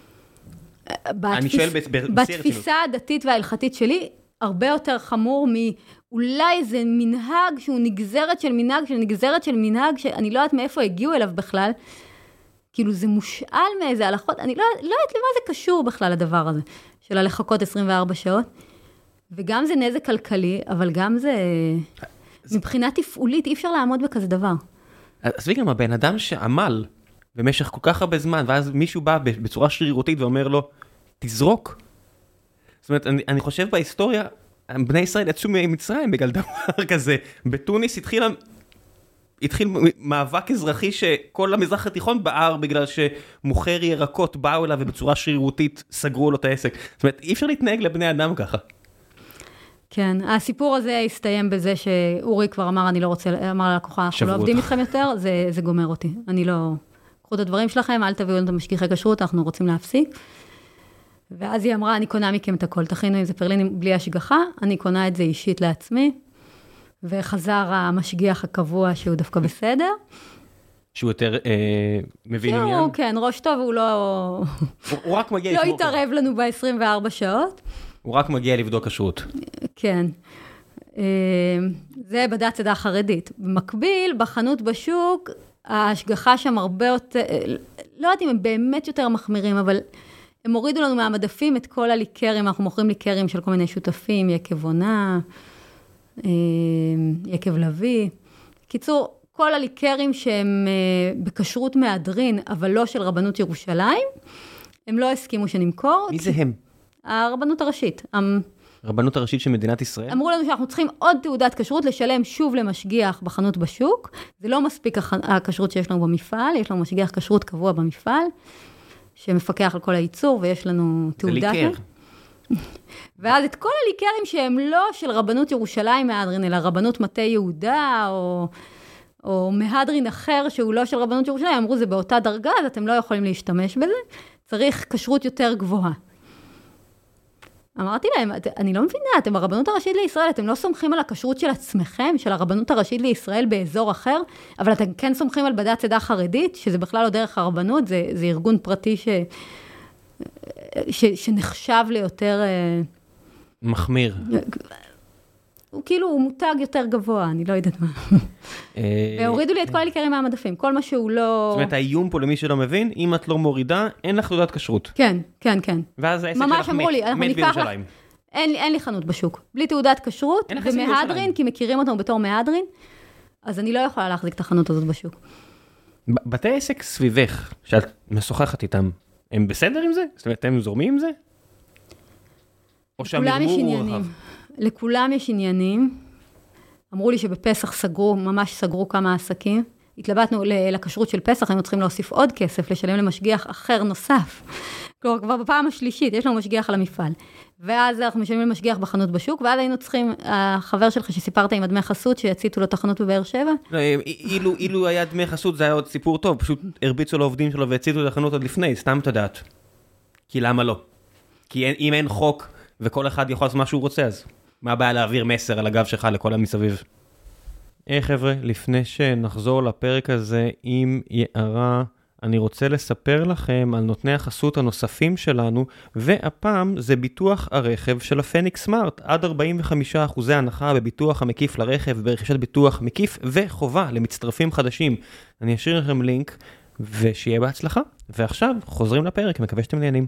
אני שואל בתפיסה הדתית וההלכתית שלי, הרבה יותר חמור מאולי זה מנהג שהוא נגזרת של מנהג, של נגזרת של מנהג, שאני לא יודעת מאיפה הגיעו אליו בכלל, כאילו זה מושאל מאיזה הלכות, אני לא, לא יודעת למה זה קשור בכלל לדבר הזה, של הלחכות עשרים וארבע שעות, וגם זה נזק כלכלי, אבל גם זה, מבחינה תפעולית, אי אפשר לעמוד בכזה דבר. אז וגם הבן אדם שעמל במשך כל כך הרבה זמן, ואז מישהו בא בצורה שרירותית ואומר לו, תזרוק. זאת אומרת, אני, אני חושב בהיסטוריה, בני ישראל יצאו ממצרים בגלל דבר כזה. בתוניס התחיל, התחיל מאבק אזרחי שכל המזרח התיכון בער בגלל שמוכר ירקות באו אליו ובצורה שרירותית סגרו לו את העסק. זאת אומרת, אי אפשר להתנהג לבני אדם ככה. כן, הסיפור הזה הסתיים בזה שאורי כבר אמר, אני לא רוצה, אמר ללקוחה, אנחנו לא עובדים איתכם יותר, זה, זה גומר אותי. אני לא, קחו את הדברים שלכם, אל תביאו את המשגיחי כשרות, אנחנו רוצים להפסיק. ואז היא אמרה, אני קונה מכם את הכל, תכינו אם זה פרלינים בלי השגחה, אני קונה את זה אישית לעצמי, וחזר המשגיח הקבוע שהוא דווקא בסדר. שהוא יותר אה, מבין עניין? כן, ראש טוב, הוא לא... הוא, הוא רק מגיע... לא יתערב לנו ב-עשרים וארבע שעות. הוא רק מגיע לבדוק כשרות. כן. זה בדת צדה חרדית. במקביל, בחנות בשוק, ההשגחה שם הרבה יותר... לא יודעת אם הם באמת יותר מחמירים, אבל... הם הורידו לנו מהמדפים את כל הליקרים, אנחנו מוכרים ליקרים של כל מיני שותפים, יקב עונה, יקב לוי. קיצור, כל הליקרים שהם בכשרות מהדרין, אבל לא של רבנות ירושלים, הם לא הסכימו שנמכור. מי זה הם? הרבנות הראשית. הרבנות הראשית של מדינת ישראל? אמרו לנו שאנחנו צריכים עוד תעודת כשרות, לשלם שוב למשגיח בחנות בשוק. זה לא מספיק הכשרות שיש לנו במפעל, יש לנו משגיח כשרות קבוע במפעל. שמפקח על כל הייצור, ויש לנו תעודה. זה ליקר. ואז את כל הליקרים שהם לא של רבנות ירושלים מהדרין, אלא רבנות מטה יהודה, או, או מהדרין אחר שהוא לא של רבנות ירושלים, אמרו, זה באותה דרגה, אז אתם לא יכולים להשתמש בזה, צריך כשרות יותר גבוהה. אמרתי להם, אני לא מבינה, אתם הרבנות הראשית לישראל, אתם לא סומכים על הכשרות של עצמכם, של הרבנות הראשית לישראל באזור אחר, אבל אתם כן סומכים על בדת צדה חרדית, שזה בכלל לא דרך הרבנות, זה, זה ארגון פרטי ש, ש, שנחשב ליותר... מחמיר. הוא כאילו, הוא מותג יותר גבוה, אני לא יודעת מה. והורידו לי את כל הליקרים מהמדפים, כל מה שהוא לא... זאת אומרת, האיום פה למי שלא מבין, אם את לא מורידה, אין לך תעודת כשרות. כן, כן, כן. ואז העסק ממש שלך אמרו לי, אנחנו מת ניקח לך- בירושלים. אין לי- אין לי חנות בשוק, בלי תעודת כשרות, אין לך עסק ומהדרין, בירושלים. כי מכירים אותנו בתור מהדרין, אז אני לא יכולה להחזיק את החנות הזאת בשוק. ב- בתי עסק סביבך, שאת משוחחת איתם, הם בסדר עם זה? זאת אומרת, הם זורמים עם זה? או לכולם יש שהמרמור הוא עניינים. רחב? לכולם יש עניינים. אמרו לי שבפסח סגרו, ממש סגרו כמה עסקים. התלבטנו ל- לכשרות של פסח, היינו צריכים להוסיף עוד כסף, לשלם למשגיח אחר נוסף. כלומר, כבר בפעם השלישית, יש לנו משגיח על המפעל. ואז אנחנו משלמים למשגיח בחנות בשוק, ואז היינו צריכים, החבר שלך שסיפרת עם הדמי חסות, שיציתו לו את החנות בבאר שבע, לא, אילו, אילו היה דמי חסות, זה היה עוד סיפור טוב, פשוט הרביצו לעובדים שלו והציתו את החנות עוד לפני, סתם את הדעת. כי למה לא? כי אין, אם אין חוק וכל אחד יכול לעשות מה שהוא רוצה, אז מה הבעיה להעביר מסר על הגב שלך לכל המסביב? היי חבר'ה, לפני שנחזור לפרק הזה עם יערה, אני רוצה לספר לכם על נותני החסות הנוספים שלנו, והפעם זה ביטוח הרכב של הפניקס סמארט, עד ארבעים וחמישה אחוזי הנחה בביטוח המקיף לרכב, ברכישת ביטוח מקיף וחובה למצטרפים חדשים. אני אשאיר לכם לינק, ושיהיה בהצלחה. ועכשיו חוזרים לפרק, מקווה שאתם נהנים.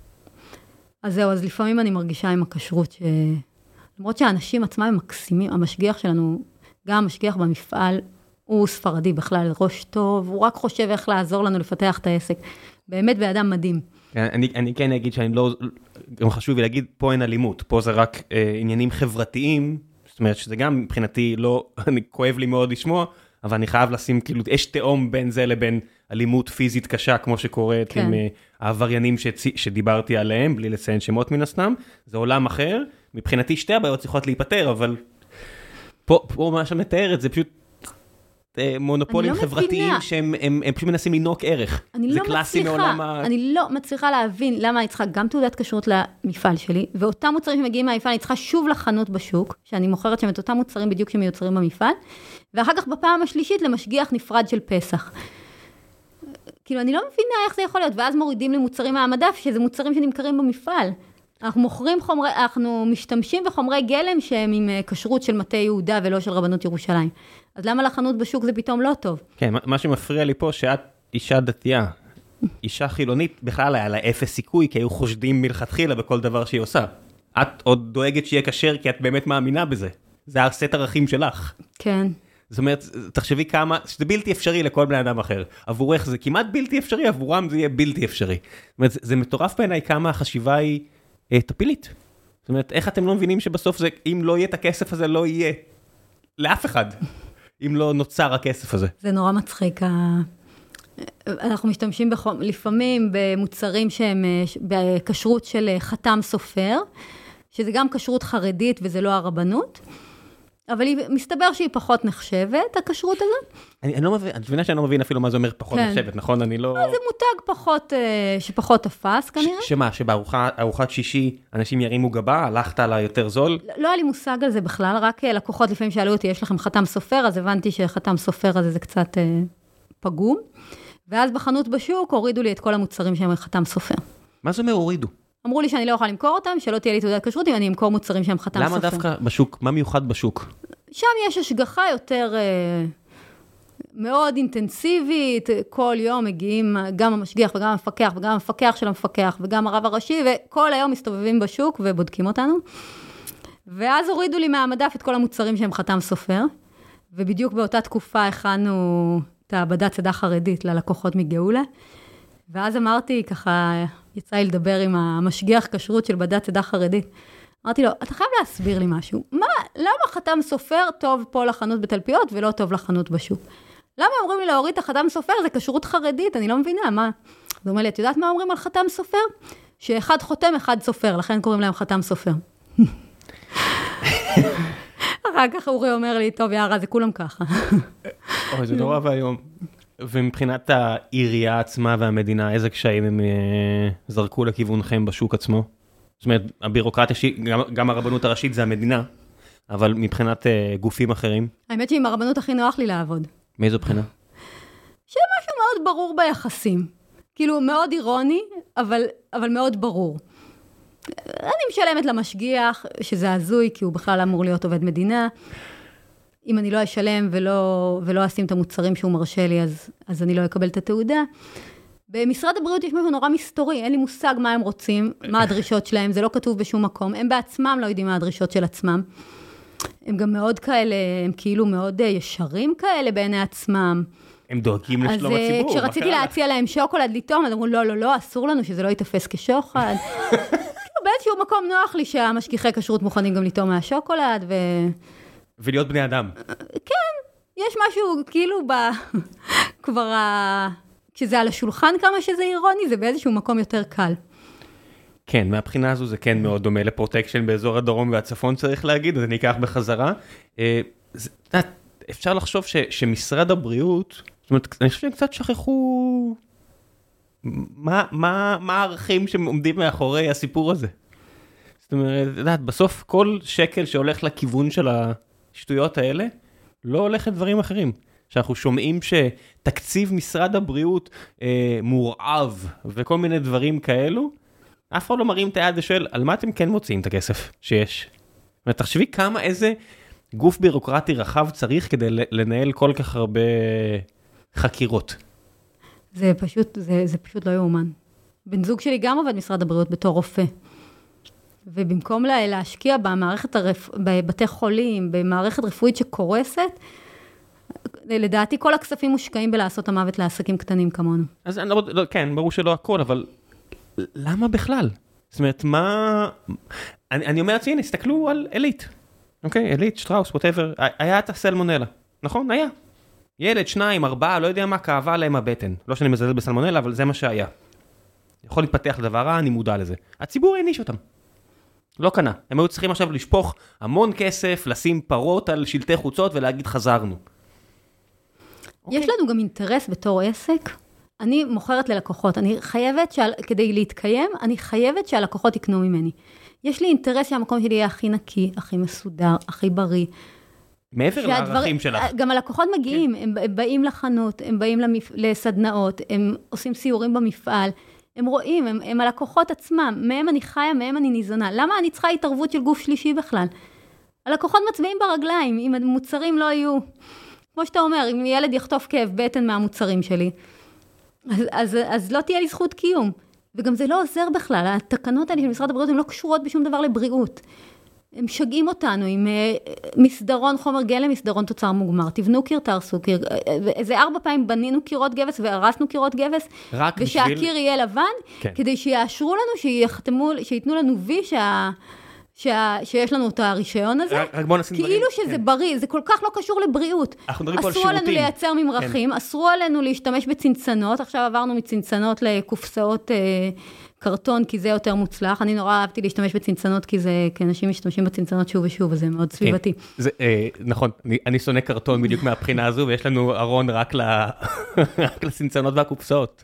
אז זהו, אז לפעמים אני מרגישה עם הכשרות, ש... למרות שהאנשים עצמם הם מקסימים, המשגיח שלנו, גם המשגיח במפעל, הוא ספרדי בכלל, ראש טוב, הוא רק חושב איך לעזור לנו לפתח את העסק. באמת באדם מדהים. אני, אני כן אגיד שאני לא, גם חשוב לי להגיד, פה אין אלימות, פה זה רק אה, עניינים חברתיים, זאת אומרת שזה גם מבחינתי לא, אני כואב לי מאוד לשמוע, אבל אני חייב לשים כאילו, יש תאום בין זה לבין אלימות פיזית קשה, כמו שקורית כן. עם אה, העבריינים שצ... שדיברתי עליהם, בלי לציין שמות מן הסתם, זה עולם אחר, מבחינתי שתי הבעיות צריכות להיפטר, אבל פה, פה מה שמתארת זה פשוט, מונופולים לא חברתיים מבינה. שהם הם, הם פשוט מנסים לנוק ערך. אני זה לא קלאסי מצליחה, מעולם ה... אני לא מצליחה להבין למה אני צריכה גם תעודת כשרות למפעל שלי, ואותם מוצרים שמגיעים מהמפעל, אני צריכה שוב לחנות בשוק, שאני מוכרת שם את אותם מוצרים בדיוק שמיוצרים במפעל, ואחר כך בפעם השלישית למשגיח נפרד של פסח. כאילו, אני לא מבינה איך זה יכול להיות, ואז מורידים לי מוצרים מהמדף, שזה מוצרים שנמכרים במפעל. אנחנו מוכרים חומרי, אנחנו משתמשים בחומרי גלם שהם עם כשרות של מטה יהודה ולא של רבנות ירושלים. אז למה לחנות בשוק זה פתאום לא טוב? כן, מה שמפריע לי פה שאת אישה דתייה, אישה חילונית, בכלל היה לה אפס סיכוי, כי היו חושדים מלכתחילה בכל דבר שהיא עושה. את עוד דואגת שיהיה כשר, כי את באמת מאמינה בזה. זה הסט ערכים שלך. כן. זאת אומרת, תחשבי כמה, שזה בלתי אפשרי לכל בני אדם אחר. עבורך זה כמעט בלתי אפשרי, עבורם זה יהיה בלתי אפשרי. זאת אומרת, זה מטורף בעיניי כמה החשיבה היא אה, טפילית. זאת אומרת, איך אתם לא מבינים שבסוף זה, אם לא יהיה את הכסף הזה, לא יהיה לאף אחד, אם לא נוצר הכסף הזה. זה נורא מצחיק. אנחנו משתמשים בחום, לפעמים במוצרים שהם בכשרות של חתם סופר, שזה גם כשרות חרדית וזה לא הרבנות, אבל היא, מסתבר שהיא פחות נחשבת, הכשרות הזאת. אני, אני לא מבין, אני מבינה שאני לא מבין אפילו מה זה אומר פחות כן. נחשבת, נכון? אני לא... זה מותג פחות, שפחות תפס כנראה. ש, שמה, שבארוחת שישי אנשים ירימו גבה, הלכת על היותר זול? לא, לא היה לי מושג על זה בכלל, רק לקוחות לפעמים שאלו אותי, יש לכם חתם סופר, אז הבנתי שחתם סופר הזה זה קצת אה, פגום. ואז בחנות בשוק הורידו לי את כל המוצרים שהם חתם סופר. מה זה אומר הורידו? אמרו לי שאני לא יכולה למכור אותם, שלא תהיה לי תעודת כשרות אם אני אמכור מוצרים שהם חתם סופר. למה דווקא בשוק? מה מיוחד בשוק? שם יש השגחה יותר אה, מאוד אינטנסיבית, כל יום מגיעים גם המשגיח וגם המפקח וגם המפקח של המפקח וגם הרב הראשי, וכל היום מסתובבים בשוק ובודקים אותנו. ואז הורידו לי מהמדף את כל המוצרים שהם חתם סופר, ובדיוק באותה תקופה הכנו את הבדת צדה חרדית ללקוחות מגאולה, ואז אמרתי ככה, יצא לי לדבר עם המשגיח כשרות של בדת צדה חרדית, אמרתי לו, אתה חייב להסביר לי משהו. מה, למה חתם סופר טוב פה לחנות בתלפיות ולא טוב לחנות בשוק? למה אומרים לי להוריד את החתם סופר? זה כשרות חרדית, אני לא מבינה, מה? זאת אומרת לי, את יודעת מה אומרים על חתם סופר? שאחד חותם, אחד סופר, לכן קוראים להם חתם סופר. אחר כך אורי אומר לי, טוב יערה, זה כולם ככה. אוי, זה נורא והיום. ומבחינת העירייה עצמה והמדינה, איזה קשיים הם זרקו לכיוונכם בשוק עצמו? זאת אומרת, הבירוקרטיה, גם, גם הרבנות הראשית זה המדינה, אבל מבחינת uh, גופים אחרים? האמת שעם הרבנות הכי נוח לי לעבוד. מאיזו בחינה? שמשהו מאוד ברור ביחסים. כאילו, מאוד אירוני, אבל, אבל מאוד ברור. אני משלמת למשגיח, שזה הזוי, כי הוא בכלל אמור להיות עובד מדינה. אם אני לא אשלם ולא, ולא אשים את המוצרים שהוא מרשה לי, אז, אז אני לא אקבל את התעודה. במשרד הבריאות יש משהו נורא מסתורי, אין לי מושג מה הם רוצים, מה הדרישות שלהם, זה לא כתוב בשום מקום. הם בעצמם לא יודעים מה הדרישות של עצמם. הם גם מאוד כאלה, הם כאילו מאוד ישרים כאלה בעיני עצמם. הם דואגים לשלום הציבור. אז כשרציתי להציע להם שוקולד לטעום, אז אמרו, לא, לא, לא, אסור לנו שזה לא יתפס כשוחד. באיזשהו מקום נוח לי שהמשגיחי כשרות מוכנים גם לטעום מהשוקולד, ו... ולהיות בני אדם. כן, יש משהו כאילו ב... כבר ה... כשזה על השולחן כמה שזה אירוני, זה באיזשהו מקום יותר קל. כן, מהבחינה הזו זה כן מאוד דומה לפרוטקשן באזור הדרום והצפון צריך להגיד, אז אני אקח בחזרה. אפשר לחשוב שמשרד הבריאות, זאת אומרת, אני חושב שהם קצת שכחו מה הערכים שעומדים מאחורי הסיפור הזה. זאת אומרת, יודעת, בסוף כל שקל שהולך לכיוון של השטויות האלה, לא הולך לדברים אחרים. שאנחנו שומעים שתקציב משרד הבריאות אה, מורעב וכל מיני דברים כאלו, אף אחד לא מרים את היד ושואל, על מה אתם כן מוציאים את הכסף שיש? זאת אומרת, תחשבי כמה איזה גוף בירוקרטי רחב צריך כדי לנהל כל כך הרבה חקירות. זה פשוט, זה, זה פשוט לא יאומן. בן זוג שלי גם עובד משרד הבריאות בתור רופא. ובמקום לה, להשקיע במערכת הרפ... בבתי חולים, במערכת רפואית שקורסת, לדעתי כל הכספים מושקעים בלעשות המוות לעסקים קטנים כמונו. אז אני לא, לא, כן, ברור שלא הכל, אבל למה בכלל? זאת אומרת, מה... אני, אני אומר לעצמי, הסתכלו על אלית. אוקיי, אלית, שטראוס, whatever. היה את הסלמונלה. נכון? היה. ילד, שניים, ארבעה, לא יודע מה, כאבה להם הבטן. לא שאני מזלזל בסלמונלה, אבל זה מה שהיה. יכול להתפתח לדבר רע, אני מודע לזה. הציבור העניש אותם. לא קנה. הם היו צריכים עכשיו לשפוך המון כסף, לשים פרות על שלטי חוצות ולהגיד חזרנו. יש לנו גם אינטרס בתור עסק. אני מוכרת ללקוחות. אני חייבת, שעל, כדי להתקיים, אני חייבת שהלקוחות יקנו ממני. יש לי אינטרס שהמקום שלי יהיה הכי נקי, הכי מסודר, הכי בריא. מעבר לערכים שלך. גם הלקוחות מגיעים, הם, הם באים לחנות, הם באים למפ... לסדנאות, הם עושים סיורים במפעל, הם רואים, הם, הם הלקוחות עצמם, מהם אני חיה, מהם אני ניזונה. למה אני צריכה התערבות של גוף שלישי בכלל? הלקוחות מצביעים ברגליים, אם המוצרים לא יהיו... כמו שאתה אומר, אם ילד יחטוף כאב בטן מהמוצרים שלי, אז, אז, אז לא תהיה לי זכות קיום. וגם זה לא עוזר בכלל. התקנות האלה של משרד הבריאות הן לא קשורות בשום דבר לבריאות. הם שגעים אותנו עם מסדרון חומר גלם, מסדרון תוצר מוגמר. תבנו קיר, תרסו קיר. איזה ארבע פעמים בנינו קירות גבס והרסנו קירות גבס, ושהקיר בשביל... יהיה לבן, כן. כדי שיאשרו לנו, שיחתמו, שיתנו לנו וי שה... שה... שיש לנו את הרישיון הזה, כאילו שזה כן. בריא, זה כל כך לא קשור לבריאות. אסרו עלינו לייצר ממרחים, כן. אסרו עלינו להשתמש בצנצנות, עכשיו עברנו מצנצנות לקופסאות אה, קרטון, כי זה יותר מוצלח. אני נורא אהבתי להשתמש בצנצנות, כי זה, כי אנשים משתמשים בצנצנות שוב ושוב, וזה מאוד סביבתי. כן. זה, אה, נכון, אני, אני שונא קרטון בדיוק מהבחינה הזו, ויש לנו ארון רק, ל... רק לצנצנות והקופסאות.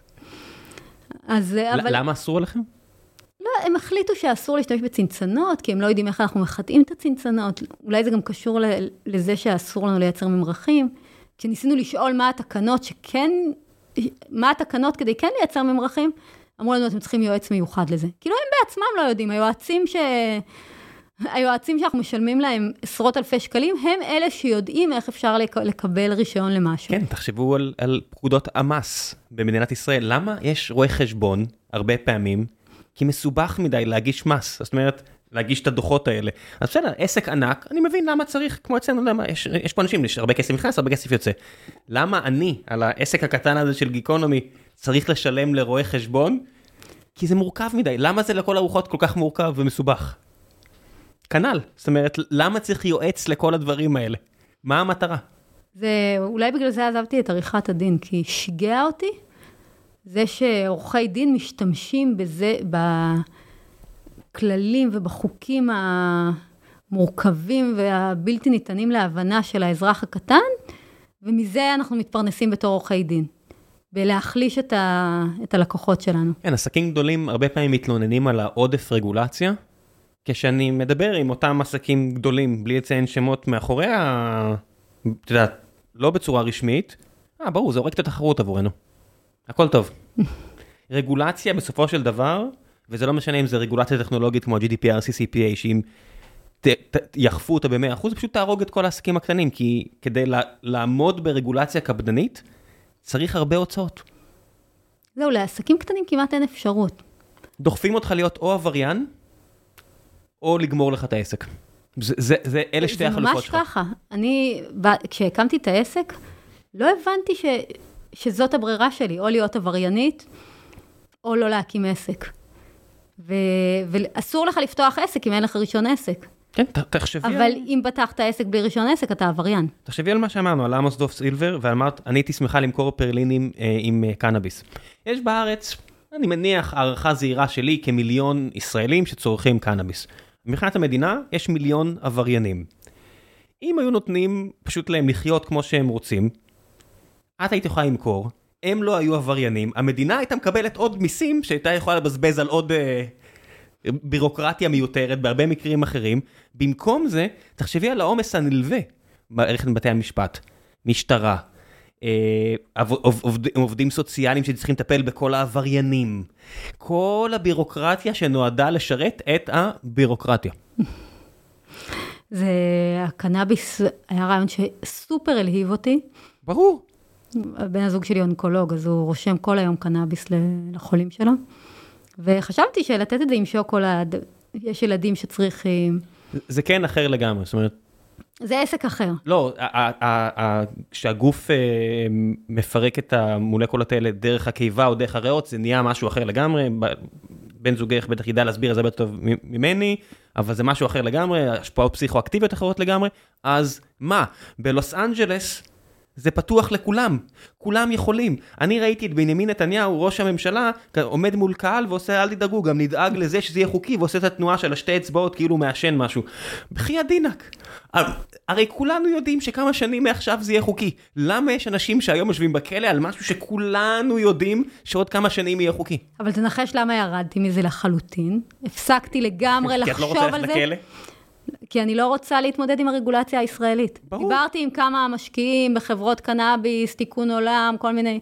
אז, אבל... למה אסרו עליכם? לא, הם החליטו שאסור להשתמש בצנצנות, כי הם לא יודעים איך אנחנו מחטאים את הצנצנות. אולי זה גם קשור לזה שאסור לנו לייצר ממרחים. כשניסינו לשאול מה התקנות שכן, מה התקנות כדי כן לייצר ממרחים, אמרו לנו, אתם צריכים יועץ מיוחד לזה. כאילו הם בעצמם לא יודעים, היועצים ש... היועצים שאנחנו משלמים להם עשרות אלפי שקלים, הם אלה שיודעים איך אפשר לקבל רישיון למשהו. כן, תחשבו על, על פקודות המס במדינת ישראל. למה יש רואה חשבון הרבה פעמים כי מסובך מדי להגיש מס, זאת אומרת, להגיש את הדוחות האלה. אז בסדר, עסק ענק, אני מבין למה צריך, כמו אצלנו, למה, יש, יש פה אנשים, יש הרבה כסף נכנס, הרבה כסף יוצא. למה אני, על העסק הקטן הזה של גיקונומי, צריך לשלם לרואה חשבון? כי זה מורכב מדי. למה זה לכל הרוחות כל כך מורכב ומסובך? כנ"ל. זאת אומרת, למה צריך יועץ לכל הדברים האלה? מה המטרה? זה, אולי בגלל זה עזבתי את עריכת הדין, כי שיגע אותי, זה שעורכי דין משתמשים בזה, בכללים ובחוקים המורכבים והבלתי ניתנים להבנה של האזרח הקטן, ומזה אנחנו מתפרנסים בתור עורכי דין, בלהחליש את, ה... את הלקוחות שלנו. כן, עסקים גדולים הרבה פעמים מתלוננים על העודף רגולציה, כשאני מדבר עם אותם עסקים גדולים, בלי לציין שמות מאחורי ה... אתה יודע, לא בצורה רשמית, אה, ברור, זה הורג את התחרות עבורנו. הכל טוב. רגולציה בסופו של דבר וזה לא משנה אם זה רגולציה טכנולוגית כמו ה-ג'י די פי אר, סי סי פי איי, שאם יחפו אותה ב-מאה אחוז, פשוט תהרוג את כל העסקים הקטנים, כי כדי לעמוד ברגולציה קפדנית, צריך הרבה הוצאות. זהו, לעסקים קטנים כמעט אין אפשרות. דוחפים אותך להיות או עבריין, או לגמור לך את העסק. זה, זה, זה אלה שתי החלופות שלך. זה ממש ככה. אני, כשהקמתי את העסק, לא הבנתי ש, שזאת הברירה שלי, או להיות עבריינית, או לא להקים עסק. ו, ואסור לך לפתוח עסק אם אין לך רישיון עסק. כן, תחשבי אבל על... אם פתחת עסק בלי רישיון עסק, אתה עבריין. תחשבי על מה שאמרנו, על עמוס דוב סילבר, ואמרת, אני הייתי שמחה למכור פרלינים אה, עם אה, קנאביס. יש בארץ, אני מניח, הערכה זהירה שלי, כמיליון ישראלים שצורכים קנאביס. מבחינת המדינה, יש מיליון עבריינים. אם היו נותנים פשוט להם לחיות כמו שהם רוצים, את היית יכולה למכור, הם לא היו עבריינים, המדינה הייתה מקבלת עוד מיסים, שהייתה יכולה לבזבז על עוד... אה, בירוקרטיה מיותרת בהרבה מקרים אחרים. במקום זה, תחשבי על העומס הנלווה מערכת בתי המשפט, משטרה, עובדים סוציאליים שצריכים לטפל בכל העבריינים, כל הבירוקרטיה שנועדה לשרת את הבירוקרטיה. זה, הקנאביס היה רעיון שסופר הלהיב אותי. ברור. בן הזוג שלי אונקולוג, אז הוא רושם כל היום קנאביס לחולים שלו. וחשבתי שלתת את זה עם שוקולד, יש ילדים שצריכים... זה כן אחר לגמרי, זאת אומרת... זה עסק אחר. לא, כשהגוף מפרק את המולקולות האלה דרך הקיבה או דרך הריאות, זה נהיה משהו אחר לגמרי, בן זוגך בטח ידע להסביר את זה הרבה טוב ממני, אבל זה משהו אחר לגמרי, השפעות פסיכואקטיביות אחרות לגמרי, אז מה? בלוס אנג'לס... זה פתוח לכולם, כולם יכולים. אני ראיתי את בנימין נתניהו, ראש הממשלה, עומד מול קהל ועושה, אל תדאגו, גם נדאג לזה שזה יהיה חוקי, ועושה את התנועה של השתי אצבעות כאילו הוא מעשן משהו. בכי הדינק. הרי כולנו יודעים שכמה שנים מעכשיו זה יהיה חוקי. למה יש אנשים שהיום יושבים בכלא על משהו שכולנו יודעים שעוד כמה שנים יהיה חוקי? אבל תנחש למה ירדתי מזה לחלוטין. הפסקתי לגמרי לחשוב על זה. כי את לא רוצה ללכת לכלא? כי אני לא רוצה להתמודד עם הרגולציה הישראלית. ברור. דיברתי עם כמה משקיעים בחברות קנאביס, תיקון עולם, כל מיני,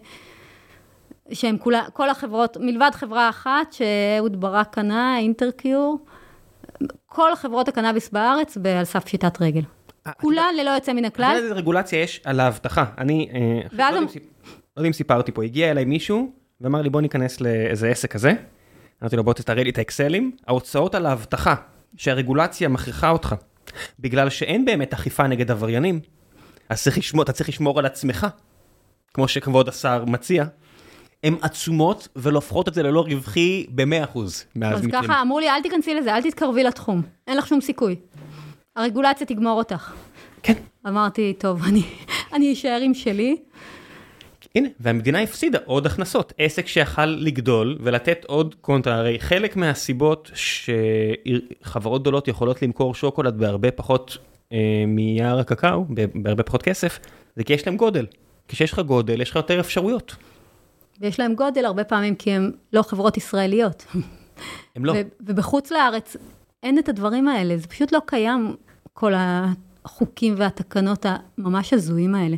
שהם כולה, כל החברות, מלבד חברה אחת, שאהוד ברק קנה, אינטרקיור, כל חברות הקנאביס בארץ, על סף פשיטת רגל. כולן ללא יוצא מן הכלל. איזה רגולציה יש על ההבטחה? אני, לא יודע אם סיפרתי פה, הגיע אליי מישהו, ואמר לי, בוא ניכנס לאיזה עסק כזה, אמרתי לו, בוא תתראה לי את האקסלים, ההוצאות על ההבטחה, שהרגולציה מכריחה אותך, בגלל שאין באמת אכיפה נגד עבריינים, אז צריך לשמור, אתה צריך לשמור על עצמך, כמו שכבוד השר מציע, הן עצומות ולהופכות את זה ללא רווחי ב-מאה אחוז. אז ככה אמרו לי, אל תיכנסי לזה, אל תתקרבי לתחום, אין לך שום סיכוי. הרגולציה תגמור אותך. כן. אמרתי, טוב, אני, אני אשאר עם שלי. הנה, והמדינה הפסידה עוד הכנסות. עסק שיכל לגדול ולתת עוד קונטרה. הרי חלק מהסיבות שחברות גדולות יכולות למכור שוקולד בהרבה פחות אה, מיער הקקאו, בהרבה פחות כסף, זה כי יש להם גודל. כשיש לך גודל, יש לך יותר אפשרויות. ויש להם גודל הרבה פעמים כי הם לא חברות ישראליות. הם לא. ו- ובחוץ לארץ אין את הדברים האלה. זה פשוט לא קיים כל החוקים והתקנות הממש הזויים האלה.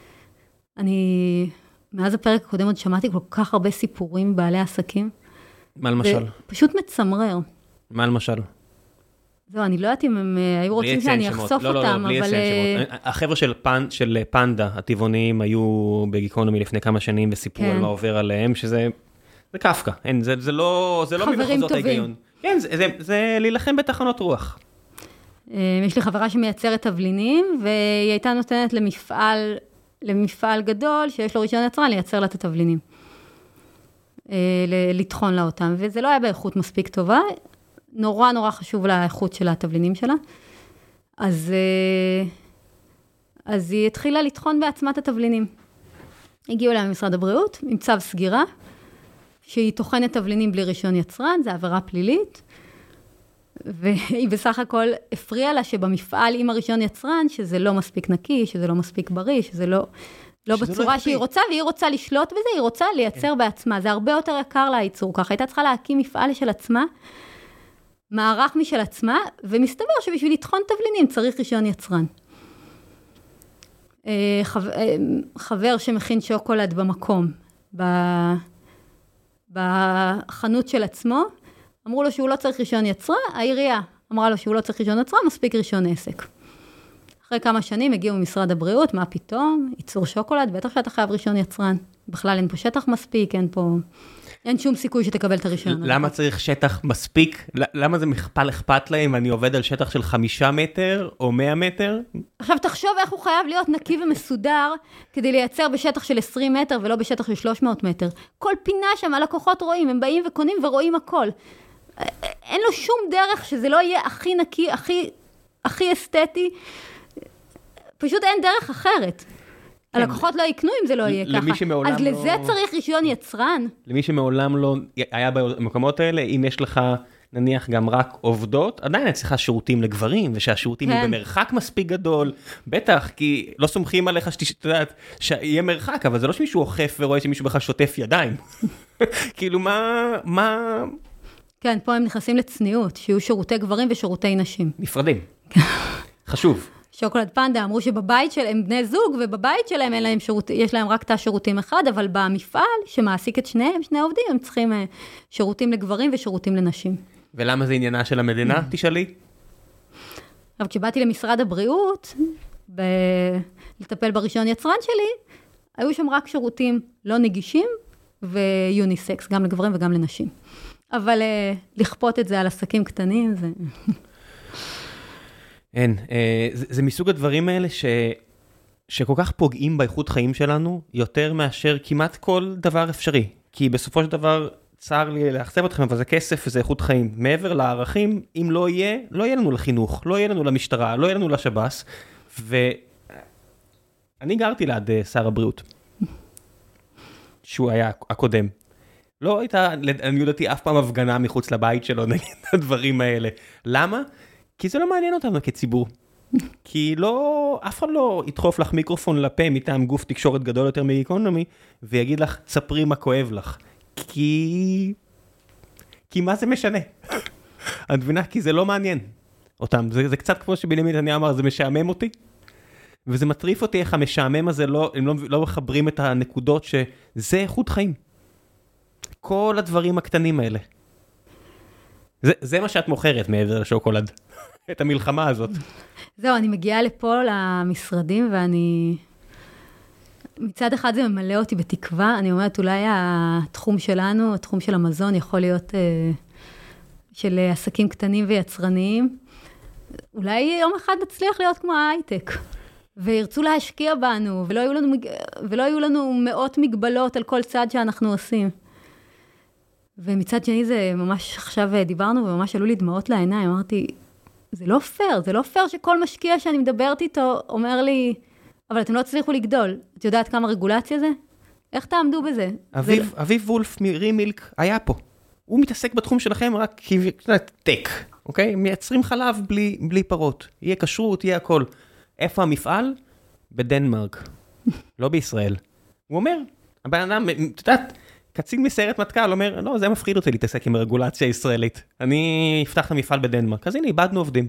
אני, מאז הפרק הקודם עוד שמעתי כל כך הרבה סיפורים בעלי עסקים. מה למשל? פשוט מצמרר. מה למשל? זהו, אני לא יודעת אם הם היו רוצים שאני אחשוף אותם, אבל... לא, לא, בלי אציין שמות. החבר'ה של, פנ... של פנדה, הטבעוניים, היו בגיקונומי לפני כמה שנים, וסיפרו על מה עובר עליהם, שזה... זה קפקא. אין, זה, זה לא, זה לא ממחוזות ההיגיון. כן, זה, זה, זה להילחם בתחנות רוח. יש לי חברה שמייצרת תבלינים, והיא הייתה נותנת למפעל... למפעל גדול שיש לו רישיון יצרן, לייצר לה את התבלינים. לטחון לה אותם, וזה לא היה באיכות מספיק טובה, נורא נורא חשוב לאיכות של התבלינים שלה. אז, אז היא התחילה לטחון בעצמה את התבלינים. הגיעו אליה ממשרד הבריאות, עם צו סגירה, שהיא טוחנת תבלינים בלי רישיון יצרן, זה עבירה פלילית, והיא בסך הכל הפריעה לה שבמפעל עם הרישיון יצרן, שזה לא מספיק נקי, שזה לא מספיק בריא, שזה לא, לא בצורה שהיא רוצה, והיא רוצה לשלוט בזה, היא רוצה לייצר בעצמה. זה הרבה יותר יקר לה הייצור ככה. הייתה צריכה להקים מפעל של עצמה, מערך משל עצמה, ומסתבר שבשביל לטחון תבלינים צריך רישיון יצרן. חבר שמכין שוקולד במקום, בחנות של עצמו, אמרו לו שהוא לא צריך רישיון יצרן, העירייה אמרה לו שהוא לא צריך רישיון יצרן, מספיק רישיון עסק. אחרי כמה שנים הגיעו ממשרד הבריאות, מה פתאום? ייצור שוקולד, בטח שאתה חייב רישיון יצרן. בכלל אין פה שטח מספיק, אין פה... אין שום סיכוי שתקבל את הרישיון. למה צריך שטח מספיק? למה זה מכפל אכפת להם? אני עובד על שטח של חמישה מטר או מאה מטר? עכשיו תחשוב איך הוא חייב להיות נקי ומסודר כדי לייצר בשטח של עשרים מטר ולא בשטח של שלוש מאות מטר. כל פינה שם הלקוחות רואים, הם באים וקונים ורואים הכל. אין לו שום דרך שזה לא יהיה הכי נקי, הכי, הכי אסתטי. פשוט אין דרך אחרת. הלקוחות לא יקנו אם זה לא יהיה ככה. אז לזה צריך רישיון יצרן. למי שמעולם לא היה במקומות האלה, אם יש לך נניח גם רק עובדות, עדיין אני צריכה שירותים לגברים, ושהשירותים יהיו במרחק מספיק גדול, בטח, כי לא סומכים עליך שתדעת שיהיה מרחק, אבל זה לא שמישהו אוכף ורואה שמישהו בכלל שוטף ידיים. כאילו מה, מה... כן, פה הם נכנסים לצניעות, שיהיו שירותי גברים ושירותי נשים. נפרדים. חשוב. שוקולד פנדה אמרו שבבית שלהם בני זוג, ובבית שלהם אין להם שירות, יש להם רק תא שירותים אחד, אבל במפעל שמעסיק את שניהם, שני עובדים, הם צריכים שירותים לגברים ושירותים לנשים. ולמה זה עניינה של המדינה, תשאלי? אבל כשבאתי למשרד הבריאות, ב... לטפל ברישיון יצרן שלי, היו שם רק שירותים לא נגישים, ויוניסקס, גם לגברים וגם לנשים. אבל לכפות את זה על עסקים קטנים, זה... אין, זה, זה מסוג הדברים האלה ש, שכל כך פוגעים באיכות חיים שלנו, יותר מאשר כמעט כל דבר אפשרי. כי בסופו של דבר, צער לי להחצב אתכם, אבל זה כסף וזה איכות חיים. מעבר לערכים, אם לא יהיה, לא יהיה לנו לחינוך, לא יהיה לנו למשטרה, לא יהיה לנו לשב"ס. ואני גרתי ליד שר הבריאות, שהוא היה הקודם. לא הייתה, אני יודעתי, אף פעם הפגנה מחוץ לבית שלו נגד הדברים האלה. למה? כי זה לא מעניין אותנו כציבור. כי לא, אף אחד לא ידחוף לך מיקרופון לפה מטעם גוף תקשורת גדול יותר מאיקונומי, ויגיד לך, צפרי מה כואב לך. כי... כי מה זה משנה? את מבינה? כי זה לא מעניין אותם. זה, זה קצת כמו שבנימין נתניהו אמר, זה משעמם אותי. וזה מטריף אותי איך המשעמם הזה, לא, הם לא, לא מחברים את הנקודות שזה איכות חיים. כל הדברים הקטנים האלה. זה, זה מה שאת מוכרת מעבר לשוקולד. את המלחמה הזאת. זהו, אני מגיעה לפה למשרדים, ואני... מצד אחד זה ממלא אותי בתקווה, אני אומרת, אולי התחום שלנו, התחום של המזון, יכול להיות אה, של עסקים קטנים ויצרניים. אולי יום אחד נצליח להיות כמו ההייטק, וירצו להשקיע בנו, ולא יהיו לנו, ולא יהיו לנו מאות מגבלות על כל צעד שאנחנו עושים. ומצד שני זה ממש, עכשיו דיברנו, וממש עלו לי דמעות לעיניים, אמרתי, זה לא פייר, זה לא פייר שכל משקיע שאני מדברת איתו אומר לי, אבל אתם לא תצליחו לגדול. את יודעת כמה רגולציה זה? איך תעמדו בזה? אביב, זה... אביב וולף מרימילק היה פה. הוא מתעסק בתחום שלכם רק טק, אוקיי? מייצרים חלב בלי, בלי פרות. יהיה כשרות, יהיה הכל. איפה המפעל? בדנמרק. לא בישראל. הוא אומר, הבן אדם, את יודעת, קצין מסיירת מטכ"ל אומר, לא, זה מפחיד אותי להתעסק עם הרגולציה הישראלית. אני אפתח את המפעל בדנמרק. אז הנה, איבדנו עובדים.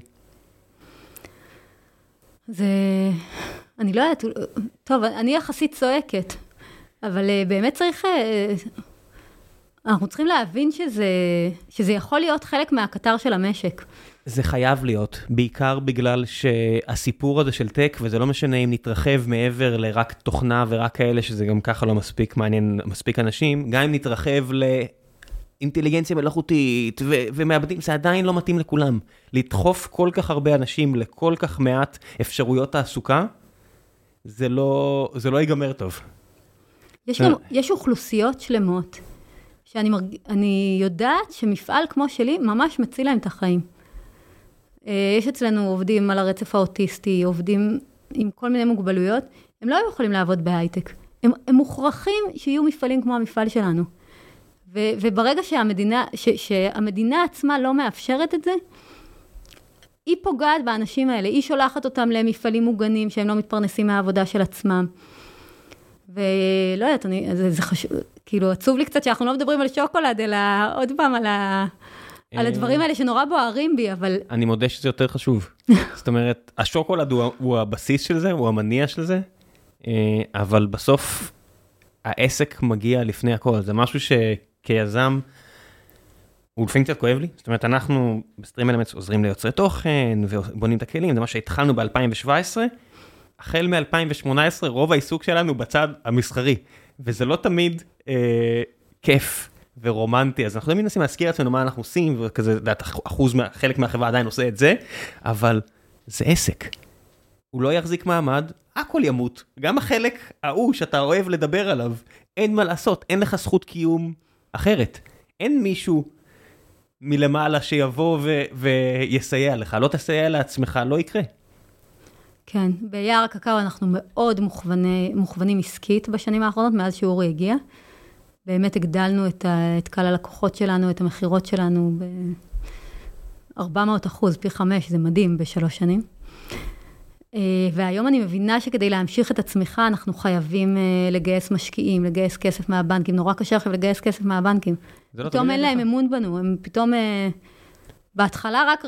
זה... אני לא יודעת, טוב, אני יחסית צועקת, אבל באמת צריך... אנחנו צריכים להבין שזה, שזה יכול להיות חלק מהקטר של המשק. זה חייב להיות, בעיקר בגלל שהסיפור הזה של טק, וזה לא משנה אם נתרחב מעבר לרק תוכנה ורק כאלה, שזה גם ככה לא מספיק מעניין, מספיק אנשים, גם אם נתרחב לאינטליגנציה מלאכותית ו- ומאבדים, זה עדיין לא מתאים לכולם. לדחוף כל כך הרבה אנשים לכל כך מעט אפשרויות תעסוקה, זה לא, זה לא ייגמר טוב. יש גם, יש אוכלוסיות שלמות, שאני מרג... אני יודעת שמפעל כמו שלי ממש מציל להם את החיים. יש אצלנו עובדים על הרצף האוטיסטי, עובדים עם כל מיני מוגבלויות, הם לא יכולים לעבוד בהייטק. הם, הם מוכרחים שיהיו מפעלים כמו המפעל שלנו. ו, וברגע שהמדינה, ש, שהמדינה עצמה לא מאפשרת את זה, היא פוגעת באנשים האלה, היא שולחת אותם למפעלים מוגנים שהם לא מתפרנסים מהעבודה של עצמם. ולא יודעת, אני, זה, זה חשוב, כאילו עצוב לי קצת שאנחנו לא מדברים על שוקולד, אלא עוד פעם על, ה, על הדברים האלה שנורא בוערים בי, אבל... אני מודה שזה יותר חשוב. זאת אומרת, השוקולד הוא, הוא הבסיס של זה, הוא המניע של זה, אבל בסוף העסק מגיע לפני הכל. זה משהו שכיזם, הוא לפעמים קצת כואב לי, זאת אומרת, אנחנו בסטרים אלמנטס עוזרים ליוצרי תוכן, ובונים את הכלים, זה מה שהתחלנו ב-אלפיים שבע עשרה, החל מ-אלפיים שמונה עשרה, רוב העיסוק שלנו בצד המסחרי, וזה לא תמיד אה, כיף ורומנטי, אז אנחנו תמיד מנסים להזכיר עצמנו מה אנחנו עושים, וכזה, דעת, אחוז, מה, חלק מהחברה עדיין עושה את זה, אבל זה עסק. הוא לא יחזיק מעמד, הכל ימות, גם החלק ההוא שאתה אוהב לדבר עליו, אין מה לעשות, אין לך זכות קיום אחרת, אין מישהו מלמעלה שיבוא ו- ויסייע לך, לא תסייע לעצמך, לא יקרה. כן, ביער הקקאו אנחנו מאוד מוכווני, מוכוונים עסקית בשנים האחרונות, מאז שאורי הגיע. באמת הגדלנו את, ה, את קהל הלקוחות שלנו, את המחירות שלנו ב-ארבע מאות אחוז, פי חמש, זה מדהים בשלוש שנים. והיום אני מבינה שכדי להמשיך את הצמיחה, אנחנו חייבים לגייס משקיעים, לגייס כסף מהבנקים. נורא קשה עכשיו לגייס כסף מהבנקים. פתאום אין להם אמון בנו. הם פתאום, בהתחלה רק,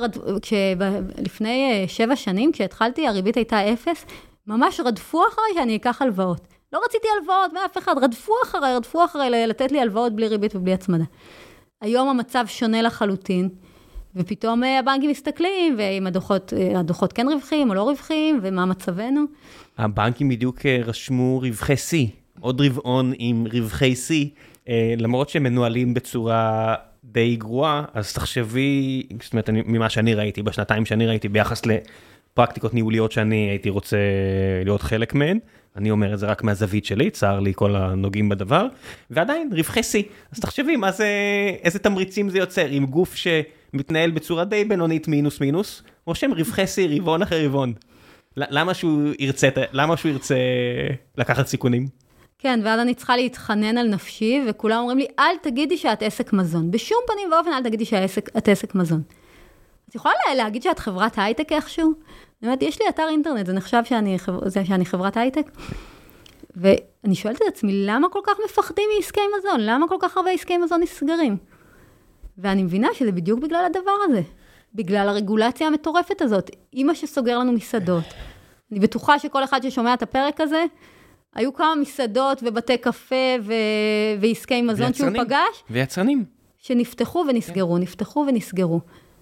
לפני שבע שנים, כשהתחלתי, הריבית הייתה אפס, ממש רדפו אחריי שאני אקח הלוואות. לא רציתי הלוואות מאף אחד, רדפו אחריי, רדפו אחריי לתת לי הלוואות בלי ריבית ובלי הצמדה. היום המצב שונה לחלוטין. ופתאום הבנקים מסתכלים, ואם הדוחות, הדוחות כן רווחים או לא רווחים, ומה מצבנו. הבנקים בדיוק רשמו רווחי C, עוד רבעון עם רווחי C, למרות שהם מנוהלים בצורה די גרועה, אז תחשבי, זאת אומרת, ממה שאני ראיתי, בשנתיים שאני ראיתי, ביחס לפרקטיקות ניהוליות שאני הייתי רוצה להיות חלק מהן, אני אומר את זה רק מהזווית שלי, צער לי כל הנוגעים בדבר, ועדיין רווחי C, אז תחשבי מה זה, איזה תמריצים זה יוצר, עם גוף ש... מתנהל בצורה די בינונית מינוס מינוס, או שהם רווחי C רבעון אחרי רבעון. למה שהוא ירצה, למה שהוא ירצה לקחת סיכונים? כן, ואז אני צריכה להתחנן על נפשי, וכולם אומרים לי, אל תגידי שאת עסק מזון. בשום פנים ואופן אל תגידי שאת עסק מזון. את יכולה להגיד שאת חברת הייטק איכשהו? אני אומרת, יש לי אתר אינטרנט, זה נחשב שאני, שאני חברת הייטק. ואני שואלת את עצמי, למה כל כך מפחדים מעסקי מזון? למה כל כך הרבה עסקי מזון נסגרים? ואני מבינה שזה בדיוק בגלל הדבר הזה. בגלל הרגולציה המטורפת הזאת. אמא שסוגר לנו מסעדות. אני בטוחה שכל אחד ששומע את הפרק הזה, היו כמה מסעדות ובתי קפה ו... ועסקי מזון שהוא פגש. ויצרנים. שנפתחו ונסגרו, נפתחו ונסגרו.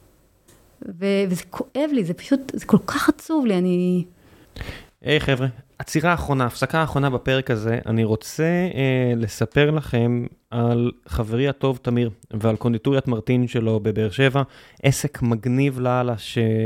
ו... וזה כואב לי, זה פשוט, זה כל כך עצוב לי, אני... היי hey, חבר'ה, עצירה האחרונה, הפסקה האחרונה בפרק הזה, אני רוצה אה, לספר לכם על חברי הטוב תמיר, ועל קונדיטוריית מרטין שלו בבאר שבע, עסק מגניב לאללה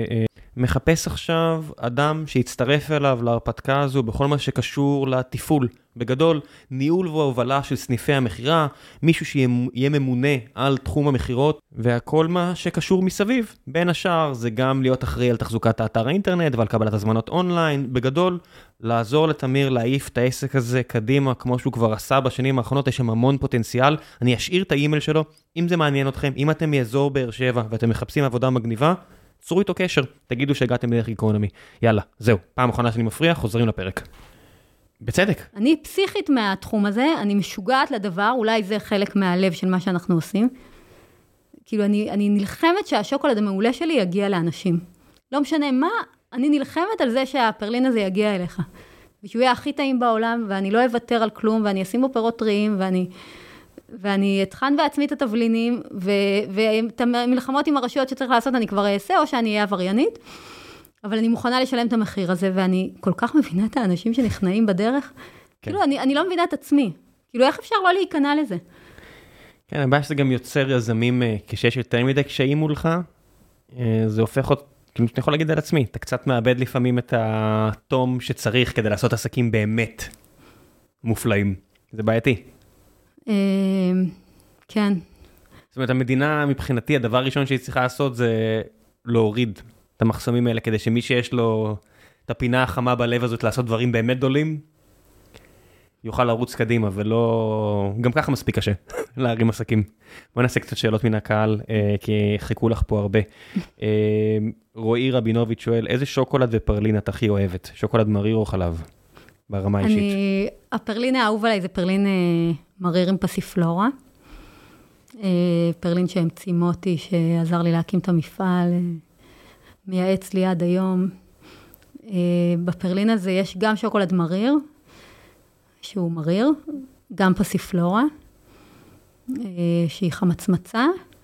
שמחפש עכשיו אדם שיצטרף אליו להרפתקה הזו בכל מה שקשור לתפעול. בגדול, ניהול והובלה של סניפי המחירה, מישהו שיהיה ממונה על תחום המחירות, והכל מה שקשור מסביב. בין השאר זה גם להיות אחראי על תחזוקת האתר האינטרנט ועל קבלת הזמנות אונליין. בגדול, לעזור לתמיר להעיף את העסק הזה קדימה, כמו שהוא כבר עשה בשנים האחרונות, יש שם המון פוטנציאל. אני אשאיר את האימייל שלו, אם זה מעניין אתכם, אם אתם מאזור באר שבע ואתם מחפשים עבודה מגניבה, צרו איתו קשר, תגידו שהגעתם לדרך גיקונומי. יאללה, זהו, פעם אחרונה שאני מפריע, חוזרים לפרק. בצדק. אני פסיכית מהתחום הזה, אני משוגעת לדבר, אולי זה חלק מהלב של מה שאנחנו עושים. כאילו, אני, אני נלחמת שהשוקולד המעולה שלי יגיע לאנשים. לא משנה מה, אני נלחמת על זה שהפרלין הזה יגיע אליך. ושהוא יהיה הכי טעים בעולם, ואני לא אוותר על כלום, ואני אשים בו פירות טריים, ואני, ואני אתחן בעצמי את התבלינים, ו, ואת המלחמות עם הרשויות שצריך לעשות, אני כבר אעשה, או שאני אהיה עבריינית. אבל אני מוכנה לשלם את המחיר הזה, ואני כל כך מבינה את האנשים שנכנעים בדרך. כן. כאילו, אני, אני לא מבינה את עצמי. כאילו, איך אפשר לא להיכנע לזה? כן, הבעיה שזה גם יוצר יזמים, כשיש יותר מדי קשיים מולך, זה הופך עוד, כאילו, אני יכול להגיד על עצמי, אתה קצת מאבד לפעמים את התום שצריך כדי לעשות עסקים באמת מופלאים. זה בעייתי. כן. זאת אומרת, המדינה מבחינתי, הדבר הראשון שהיא צריכה לעשות זה להוריד את המחסמים האלה, כדי שמי שיש לו את הפינה החמה בלב הזאת לעשות דברים באמת גדולים, יוכל לרוץ קדימה, ולא... גם ככה מספיק קשה להרים עסקים. בוא נעשה קצת שאלות מן הקהל, כי חיכו לך פה הרבה. רועי רבינוביץ' שואל, איזה שוקולד ופרלין את הכי אוהבת? שוקולד מריר או חלב? ברמה האישית. אני... הפרלין האהוב עליי זה פרלין מריר עם פסיפלורה. פרלין שהמציא מוטי, שעזר לי להקים את המפעל, מייעץ לי עד היום. בפרלין הזה יש גם שוקולד מריר, שהוא מריר, גם פסיפלורה, שהיא חמצמצה,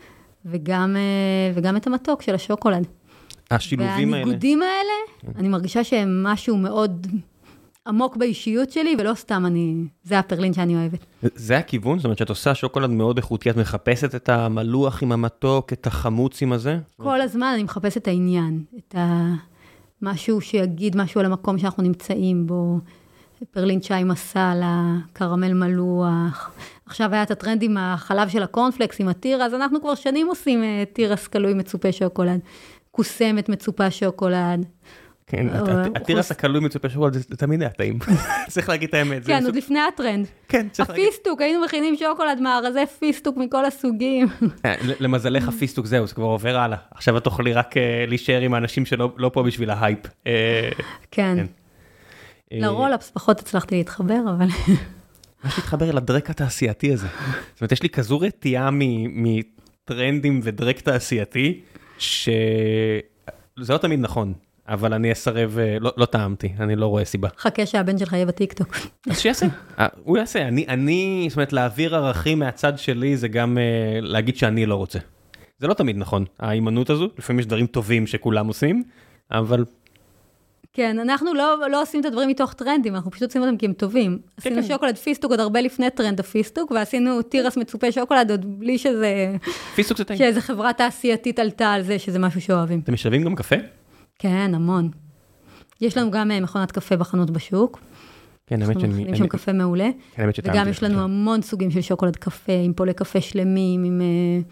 וגם, וגם את המתוק של השוקולד. השילובים האלה. והניגודים האלה, אני מרגישה שהם משהו מאוד עמוק באישיות שלי, ולא סתם אני, זה הפרלין שאני אוהבת. זה הכיוון? זאת אומרת שאת עושה שוקולד מאוד איכותי, את מחפשת את המלוח עם המתוק, את החמוץ עם הזה? כל הזמן אני מחפשת את העניין, את משהו שיגיד משהו על המקום שאנחנו נמצאים בו, פרלין צ'אי מסאלה, קרמל מלוח. עכשיו היה את הטרנד עם החלב של הקורנפלקס, עם הטירה, אז אנחנו כבר שנים עושים טירס קלוי מצופה שוקולד, קוסמת מצופה שוקולד. כן, הטירס הקלוי מצופה שוקולד, זה תמיד היה טעים. צריך להגיד את האמת. כן, עוד לפני הטרנד. כן, צריך להגיד. הפיסטוק, היינו מכינים שוקולד מארזי פיסטוק מכל הסוגים. למזלך הפיסטוק זהו, זה כבר עובר הלאה. עכשיו את תוכלי רק להישאר עם האנשים שלא פה בשביל ההייפ. כן. לרולאפס פחות הצלחתי להתחבר, אבל... ממש להתחבר לדרק התעשייתי הזה. זאת אומרת, יש לי כזו רתיעה מטרנדים ודרק תעשייתי, שזה לא תמיד נכון, אבל אני אסרב, לא טעמתי, אני לא רואה סיבה. חכה שהבן שלך יהיה בטיקטוק. אז שיעשה, הוא יעשה. אני, זאת אומרת, להעביר ערכים מהצד שלי, זה גם להגיד שאני לא רוצה. זה לא תמיד נכון, האימנות הזו, לפעמים יש דברים טובים שכולם עושים, אבל... כן, אנחנו לא, לא עושים את הדברים מתוך טרנדים, אנחנו פשוט עושים אותם כי הם טובים. עשינו כן. שוקולד פיסטוק עוד הרבה לפני טרנד הפיסטוק, ועשינו טירס מצופה שוקולד עוד בלי שזה... פיסטוק זה טעים. שאיזו חברה תעשייתית עלתה על זה, שזה משהו שאוהבים. אתם משלבים גם קפה? כן, המון. יש לנו גם מכונת קפה בחנות בשוק. כן, האמת שאני... אנחנו מכינים שם קפה מעולה. כן, האמת שטעמתי. וגם יש לנו המון סוגים של שוקולד קפה, עם פולי קפה שלמים, עם...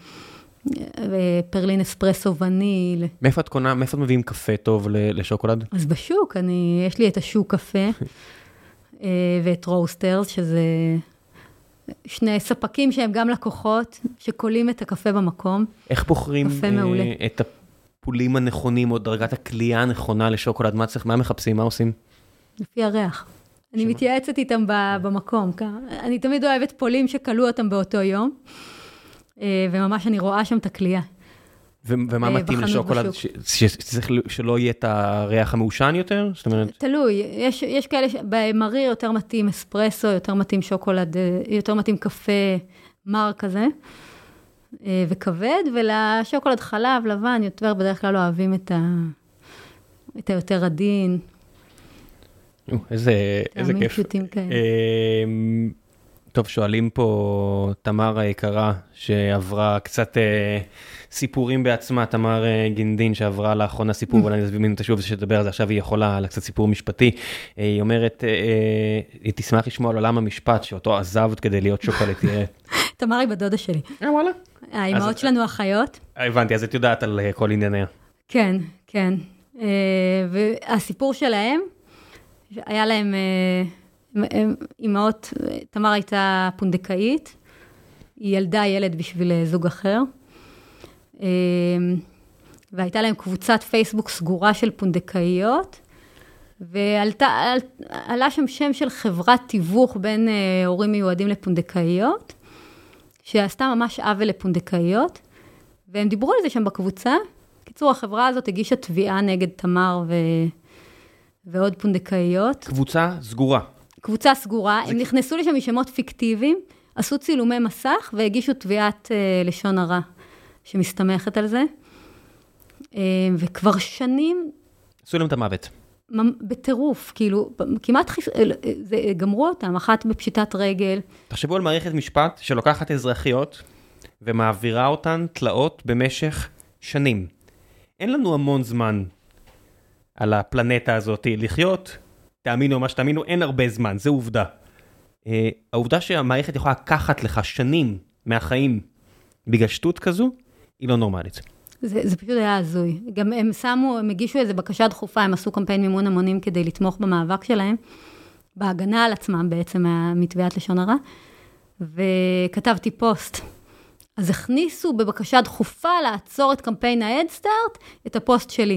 ופרלין אספרסו וניל. מאיפה את קונה, מאיפה את מביאים קפה טוב לשוקולד? אז בשוק, אני, יש לי את השוק קפה, ואת רוסטרס, שזה שני ספקים שהם גם לקוחות, שקולים את הקפה במקום. איך בוחרים את הפולים הנכונים, או דרגת הקלייה הנכונה לשוקולד? מה צריך, מה מחפשים, מה עושים? לפי הריח. אני מתייעצת איתם במקום. אני תמיד אוהבת פולים שקלו אותם באותו יום. וממש אני רואה שם את הקלייה. ומה מתאים לשוקולד? שצריך שלא יהיה את הריח המעושן יותר? זאת אומרת... תלוי, יש, יש כאלה, במריר יותר מתאים אספרסו, יותר מתאים שוקולד, יותר מתאים קפה מר כזה, וכבד, ולשוקולד חלב, לבן, יותר בדרך כלל לא אוהבים את ה... את היותר עדין. איזה, איזה כיף. פשוטים כאלה. טוב, שואלים פה תמר היקרה, שעברה קצת אה, סיפורים בעצמה, תמר אה, גינדין, שעברה לאחרונה סיפור, אבל אני אזמין אותה שוב שתדבר על זה, עכשיו היא יכולה על קצת סיפור משפטי. אה, היא אומרת, אה, אה, היא תשמח לשמוע על עולם המשפט, שאותו עזבת כדי להיות שוקולטייה. תמר היא בדודה שלי. אה, וואלה. האימהות שלנו אחיות. הבנתי, אז את יודעת על כל ענייניה. כן, כן. אה, והסיפור שלהם, היה להם... אה, אמהות, תמר הייתה פונדקאית, היא ילדה ילד בשביל זוג אחר, והייתה להם קבוצת פייסבוק סגורה של פונדקאיות, ועלה שם שם של חברת תיווך בין הורים מיועדים לפונדקאיות, שעשתה ממש עוול לפונדקאיות, והם דיברו על זה שם בקבוצה. קיצור, החברה הזאת הגישה תביעה נגד תמר ו... ועוד פונדקאיות. קבוצה סגורה. קבוצה סגורה, הם נכנסו לשם משמות פיקטיביים, עשו צילומי מסך והגישו תביעת לשון הרע שמסתמכת על זה. וכבר שנים... עשו להם את המוות. בטירוף, כאילו, כמעט גמרו אותם, אחת בפשיטת רגל. תחשבו על מערכת משפט שלוקחת אזרחיות ומעבירה אותן תלאות במשך שנים. אין לנו המון זמן על הפלנטה הזאת לחיות, תאמינו מה שתאמינו, אין הרבה זמן, זה עובדה. אה, העובדה שהמערכת יכולה לקחת לך שנים מהחיים בגלל שטות כזו, היא לא נורמלית. זה, זה פשוט היה הזוי. גם הם שמו, הם הגישו איזו בקשה דחופה, הם עשו קמפיין מימון המונים כדי לתמוך במאבק שלהם, בהגנה על עצמם בעצם מתביעת לשון הרע, וכתבתי פוסט. אז הכניסו בבקשה דחופה לעצור את קמפיין ה-Head Start, את הפוסט שלי.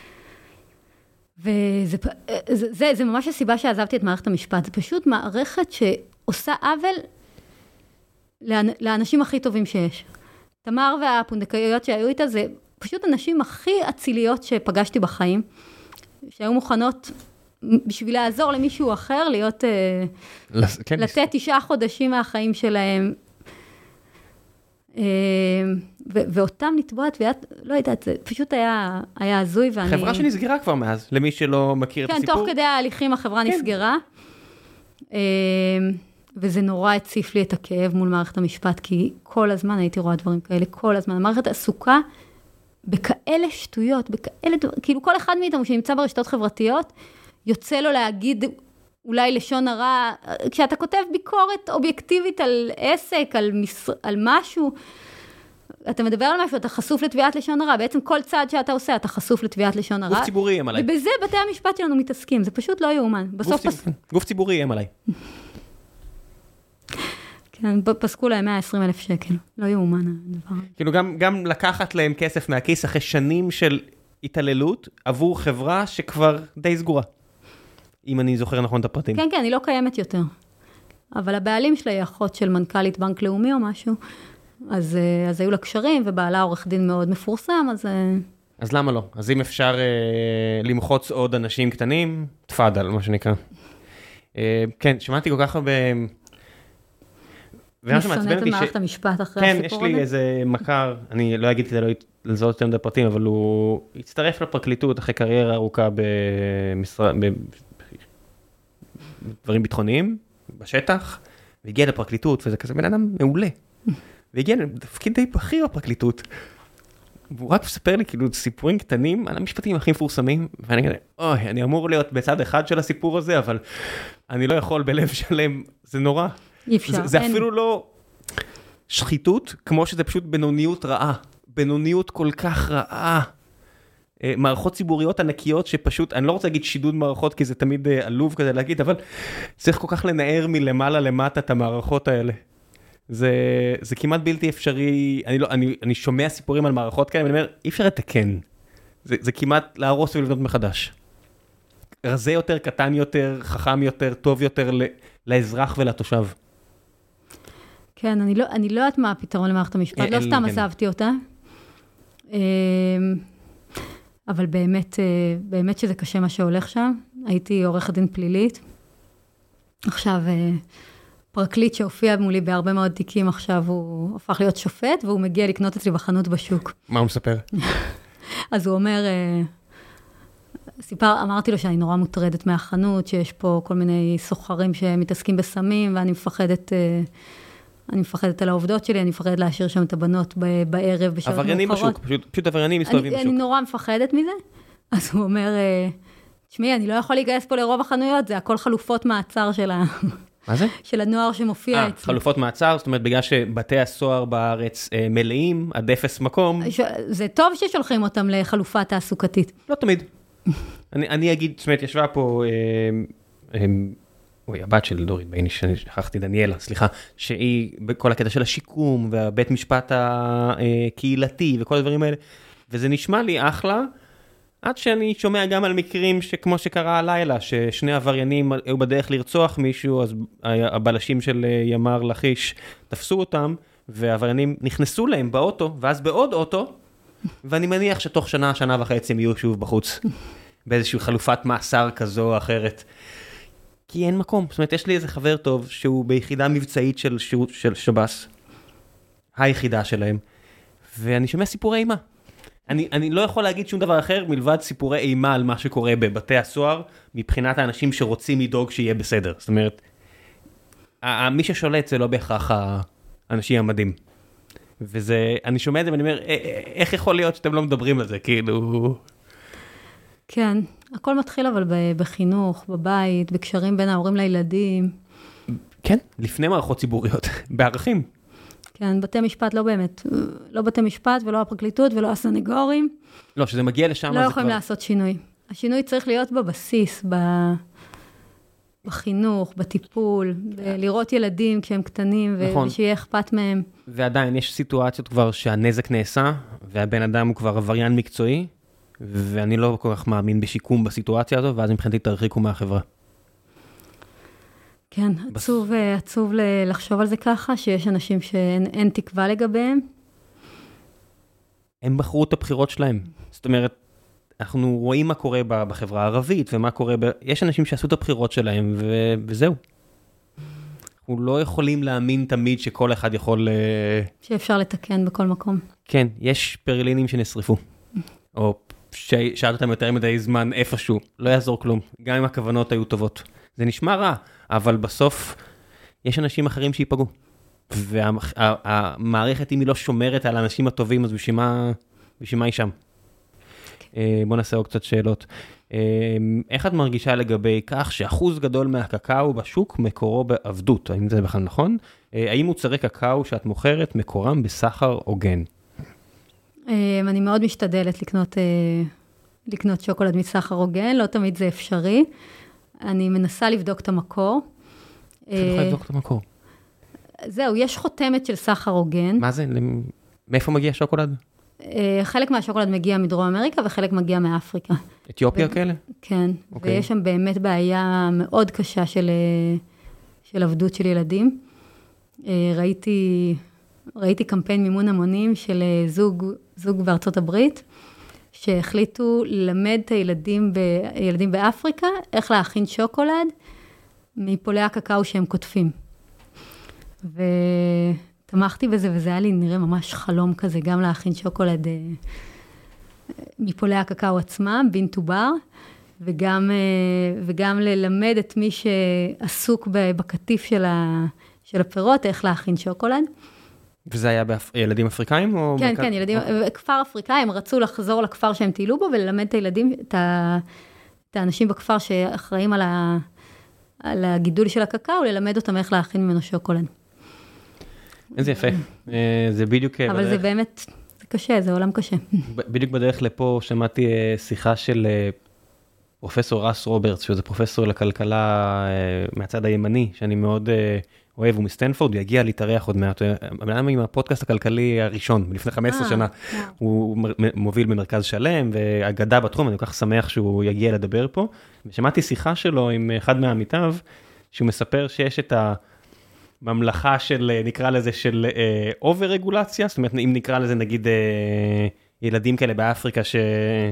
וזה זה, זה, זה ממש הסיבה שעזבתי את מערכת המשפט. זה פשוט מערכת שעושה עוול לאנשים הכי טובים שיש. תמר והפונדקאיות שהיו איתה, זה פשוט אנשים הכי אציליות שפגשתי בחיים, שהיו מוכנות בשביל לעזור למישהו אחר, להיות, לתת תשעה חודשים מהחיים שלהם. ואותם לתבוע תביעת, לא יודעת, זה פשוט היה הזוי, ואני... חברה שנסגרה כבר מאז, למי שלא מכיר את הסיפור. כן, תוך כדי ההליכים החברה נסגרה, וזה נורא הציף לי את הכאב מול מערכת המשפט, כי כל הזמן הייתי רואה דברים כאלה, כל הזמן. המערכת עסוקה בכאלה שטויות, בכאלה, כאילו כל אחד מאיתנו שנמצא ברשתות חברתיות, יוצא לו להגיד אולי לשון הרע, כשאתה כותב ביקורת אובייקטיבית על עסק, על, מש... על משהו, אתה מדבר על משהו, אתה חשוף לתביעת לשון הרע, בעצם כל צעד שאתה עושה, אתה חשוף לתביעת לשון הרע. גוף ציבורי הם עליי. ובזה בתי המשפט שלנו מתעסקים, זה פשוט לא יאומן. גוף, ציב... פס... גוף ציבורי הם עליי. כן, פסקו להם מאה ועשרים אלף שקל, לא יאומן הדבר. כאילו גם, גם לקחת להם כסף מהכיס אחרי שנים של התעללות, עבור חברה שכבר די סגורה. אם אני זוכר נכון את הפרטים. כן, כן, אני לא קיימת יותר. אבל הבעלים שלה היא אחות של מנכ"לית בנק לאומי או משהו, אז, אז היו לה קשרים, ובעלה עורך דין מאוד מפורסם, אז... אז למה לא? אז אם אפשר אה, למחוץ עוד אנשים קטנים, תפאדל, מה שנקרא. אה, כן, שמעתי כל כך הרבה... אני שונאת את מערכת המשפט אחרי הסיפור הזה. כן, יש לי איזה מכר, אני לא אגיד את זה, לא לזהות יותר מדי פרטים, אבל הוא הצטרף לפרקליטות אחרי קריירה ארוכה במשרד... דברים ביטחוניים, בשטח, והגיע לפרקליטות, וזה כזה בן אדם מעולה. והגיע לתפקיד די בכיר בפרקליטות. והוא רק מספר לי כאילו סיפורים קטנים על המשפטים הכי מפורסמים, ואני כזה, אוי, אני אמור להיות בצד אחד של הסיפור הזה, אבל אני לא יכול בלב שלם, זה נורא. אי אפשר. זה, זה אפילו לא שחיתות, כמו שזה פשוט בינוניות רעה. בינוניות כל כך רעה. מערכות ציבוריות ענקיות שפשוט, אני לא רוצה להגיד שידוד מערכות, כי זה תמיד עלוב כזה להגיד, אבל צריך כל כך לנער מלמעלה למטה את המערכות האלה. זה, זה כמעט בלתי אפשרי, אני, לא, אני, אני שומע סיפורים על מערכות כאלה, ואני אומר, אי אפשר לתקן. זה, זה כמעט להרוס ולבנות מחדש. רזה יותר, קטן יותר, חכם יותר, טוב יותר לאזרח ולתושב. כן, אני לא, אני לא יודעת מה הפתרון למערכת המשפט, לא סתם עזבתי אותה. אבל באמת, באמת שזה קשה מה שהולך שם. הייתי עורכת דין פלילית. עכשיו, פרקליט שהופיע מולי בהרבה מאוד תיקים, עכשיו הוא הפך להיות שופט, והוא מגיע לקנות אצלי בחנות בשוק. מה הוא מספר? אז הוא אומר, סיפר, אמרתי לו שאני נורא מוטרדת מהחנות, שיש פה כל מיני סוחרים שמתעסקים בסמים, ואני מפחדת... אני מפחדת על העובדות שלי, אני מפחדת להשאיר שם את הבנות בערב, בשעות מאוחרות. עבריינים בשוק, פשוט, פשוט עבריינים מסתובבים בשוק. אני נורא מפחדת מזה. אז הוא אומר, תשמעי, אני לא יכול להיגייס פה לרוב החנויות, זה הכל חלופות מעצר של ה... מה זה? של הנוער שמופיע אצלי. חלופות מעצר, זאת אומרת, בגלל שבתי הסוהר בארץ מלאים, עד אפס מקום. זה טוב ששולחים אותם לחלופה תעסוקתית. לא תמיד. אני, אני אגיד, זאת אומרת, ישבה פה... אוי, הבת של דורית בייני, שכחתי, דניאלה, סליחה, שהיא בכל הקטע של השיקום, והבית משפט הקהילתי, וכל הדברים האלה, וזה נשמע לי אחלה, עד שאני שומע גם על מקרים שכמו שקרה הלילה, ששני עבריינים היו בדרך לרצוח מישהו, אז הבלשים של ימר לחיש תפסו אותם, והעבריינים נכנסו להם באוטו, ואז בעוד אוטו, ואני מניח שתוך שנה, שנה וחצי הם יהיו שוב בחוץ, באיזושהי חלופת מאסר כזו או אחרת. כי אין מקום. זאת אומרת, יש לי איזה חבר טוב שהוא ביחידה מבצעית של, של שב"ס, היחידה שלהם, ואני שומע סיפורי אימה. אני, אני לא יכול להגיד שום דבר אחר מלבד סיפורי אימה על מה שקורה בבתי הסוהר, מבחינת האנשים שרוצים לדאוג שיהיה בסדר. זאת אומרת, מי ששולט זה לא בהכרח האנשים המדהים. וזה, אני שומע את זה ואני אומר, איך יכול להיות שאתם לא מדברים על זה? כאילו... כן, הכל מתחיל אבל בחינוך, בבית, בקשרים בין ההורים לילדים. כן, לפני מערכות ציבוריות, בערכים. כן, בתי משפט לא באמת, לא בתי משפט ולא הפרקליטות ולא הסנגורים. לא, שזה מגיע לשם. לא יכולים כבר... לעשות שינוי. השינוי צריך להיות בבסיס, ב... בחינוך, בטיפול, לראות ילדים כשהם קטנים נכון. ושיהיה אכפת מהם. ועדיין יש סיטואציות כבר שהנזק נעשה, והבן אדם הוא כבר עבריין מקצועי, ואני לא כל כך מאמין בשיקום בסיטואציה הזו, ואז מבחינתי תרחיקו מהחברה. כן, עצוב, עצוב לחשוב על זה ככה, שיש אנשים שאין תקווה לגביהם. הם בחרו את הבחירות שלהם. זאת אומרת, אנחנו רואים מה קורה בחברה הערבית, ומה קורה ב... יש אנשים שעשו את הבחירות שלהם, ו... וזהו. אנחנו לא יכולים להאמין תמיד שכל אחד יכול... שאפשר לתקן בכל מקום. כן, יש פרלינים שנשרפו. או שאלת אותם יותר מדי זמן איפשהו. לא יעזור כלום. גם אם הכוונות היו טובות. זה נשמע רע, אבל בסוף יש אנשים אחרים שיפגעו. והמערכת, אם היא לא שומרת על האנשים הטובים, אז בשביל מה היא שם? בוא נעשה עוד קצת שאלות. איך את מרגישה לגבי כך שאחוז גדול מהקקאו בשוק מקורו בעבדות? האם זה בכלל נכון? האם מוצרי קקאו שאת מוכרת מקורם בסחר הוגן? אני מאוד משתדלת לקנות, לקנות שוקולד מסחר הוגן, לא תמיד זה אפשרי. אני מנסה לבדוק את המקור. אתה יכול לבדוק את המקור? זהו, יש חותמת של סחר הוגן. מה זה? מאיפה מגיע שוקולד? חלק מהשוקולד מגיע מדרום אמריקה וחלק מגיע מאפריקה. אתיופיה כאלה? כן, ויש שם באמת בעיה מאוד קשה של, של עבדות של ילדים. ראיתי, ראיתי קמפיין מימון המונים של זוג, זוג בארצות הברית, שהחליטו ללמד את הילדים, ב, ילדים באפריקה איך להכין שוקולד מפולי הקקאו שהם כותפים. ותמכתי בזה, וזה היה לי נראה ממש חלום כזה, גם להכין שוקולד מפולי הקקאו עצמם, בין טובר, וגם, וגם ללמד את מי שעסוק בקטיף של, ה, של הפירות, איך להכין שוקולד. וזה היה בילדים אפריקאים? או כן, בק... כן, ילדים, כפר אפריקאי, הם רצו לחזור לכפר שהם טיילו בו, וללמד את הילדים, את, ה, את האנשים בכפר שאחראים על, ה, על הגידול של הקקאו, ללמד אותם איך להכין ממנו שוקולד. איזה יפה, זה בדיוק... אבל בדרך... זה באמת, זה קשה, זה עולם קשה. בדיוק בדרך לפה שמעתי שיחה של פרופסור רס רוברטס, שזה פרופסור לכלכלה מהצד הימני, שאני מאוד אוהב, הוא מסטנפורד, הוא יגיע להתארח עוד מעט, אמנם עם הפודקאסט הכלכלי הראשון, לפני חמש עשרה שנה, הוא מוביל במרכז שלם, ואגדה בתחום, אני כל כך שמח שהוא יגיע לדבר פה, ושמעתי שיחה שלו עם אחד מהעמיתיו, שהוא מספר שיש את ה... ממלכה של, נקרא לזה, של אובר רגולציה, זאת אומרת, אם נקרא לזה, נגיד, אה, ילדים כאלה באפריקה ש...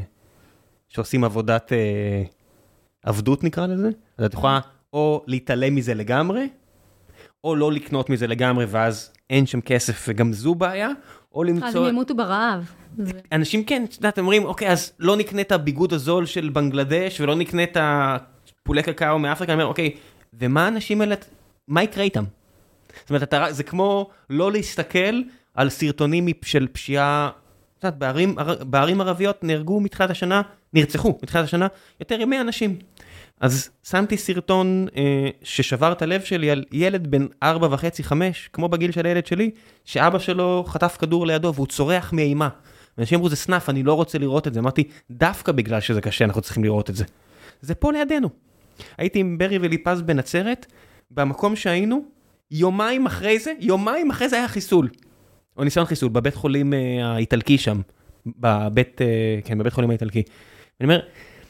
שעושים עבודת אה, עבדות, נקרא לזה, אז את יכולה או להתעלם מזה לגמרי, או לא לקנות מזה לגמרי, ואז אין שם כסף, וגם זו בעיה, או למצוא... אז הם ימותו ברעב. אנשים כן, אתם אומרים, אוקיי, אז לא נקנה את הביגוד הזול של בנגלדש, ולא נקנה את הפולי קקאו מאפריקה, אני אומר, אוקיי, ומה האנשים האלה, מה יקרה איתם? זאת אומרת, אתה, זה כמו לא להסתכל על סרטונים של פשיעה, זאת אומרת, בערים, בערים ערביות נהרגו מתחילת השנה, נרצחו מתחילת השנה, יותר מאה אנשים. אז שמתי סרטון אה, ששבר את הלב שלי על ילד בן ארבע וחצי, חמש, כמו בגיל של הילד שלי, שאבא שלו חטף כדור לידו, והוא צורח מאימה. ואנשים אמרו, זה סנף, אני לא רוצה לראות את זה. אמרתי, דווקא בגלל שזה קשה, אנחנו צריכים לראות את זה. זה פה לידינו. הייתי עם ברי וליפז בנצרת, במקום שהיינו, יומיים אחרי זה, יומיים אחרי זה היה חיסול. או ניסיון חיסול, בבית חולים האיטלקי שם. בבית, כן, בבית חולים האיטלקי. אני אומר,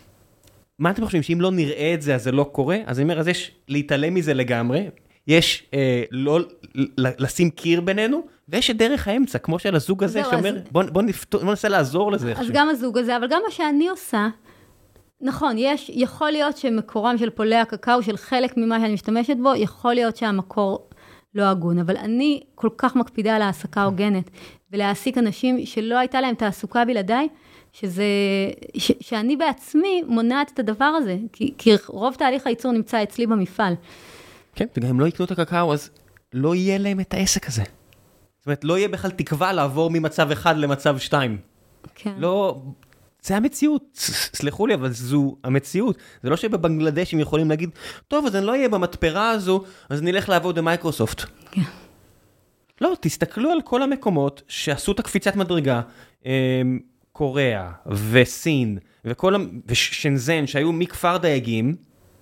מה אתם חושבים, שאם לא נראה את זה, אז זה לא קורה? אז אני אומר, אז יש להתעלם מזה לגמרי, יש אה, לא לשים קיר בינינו, ויש את דרך האמצע, כמו של הזוג הזה, שאומר, אז... בוא, בוא, נפת... בוא ננסה לעזור לזה. אז עכשיו. גם הזוג הזה, אבל גם מה שאני עושה, נכון, יש, יכול להיות שמקורם של פולי הקקאו, של חלק ממה שאני משתמשת בו, יכול להיות שהמקור לא הגון, אבל אני כל כך מקפידה על העסקה הוגנת, ולהעסיק אנשים שלא הייתה להם תעסוקה בלעדיי, שזה, ש, שאני בעצמי מונעת את הדבר הזה, כי, כי רוב תהליך הייצור נמצא אצלי במפעל. כן, וגם אם לא יקנו את הקקאו, אז לא יהיה להם את העסק הזה. זאת אומרת, לא יהיה בכלל תקווה לעבור ממצב אחד למצב שתיים. כן. לא... זה המציאות, סלחו לי, אבל זו המציאות. זה לא שבבנגלדש הם יכולים להגיד, טוב, אז אני לא אהיה במתפרה הזו, אז נלך לעבוד במייקרוסופט. כן. לא, תסתכלו על כל המקומות שעשו את הקפיצת מדרגה, קוריאה וסין, וכל, ושנזן, שהיו מכפר דייגים,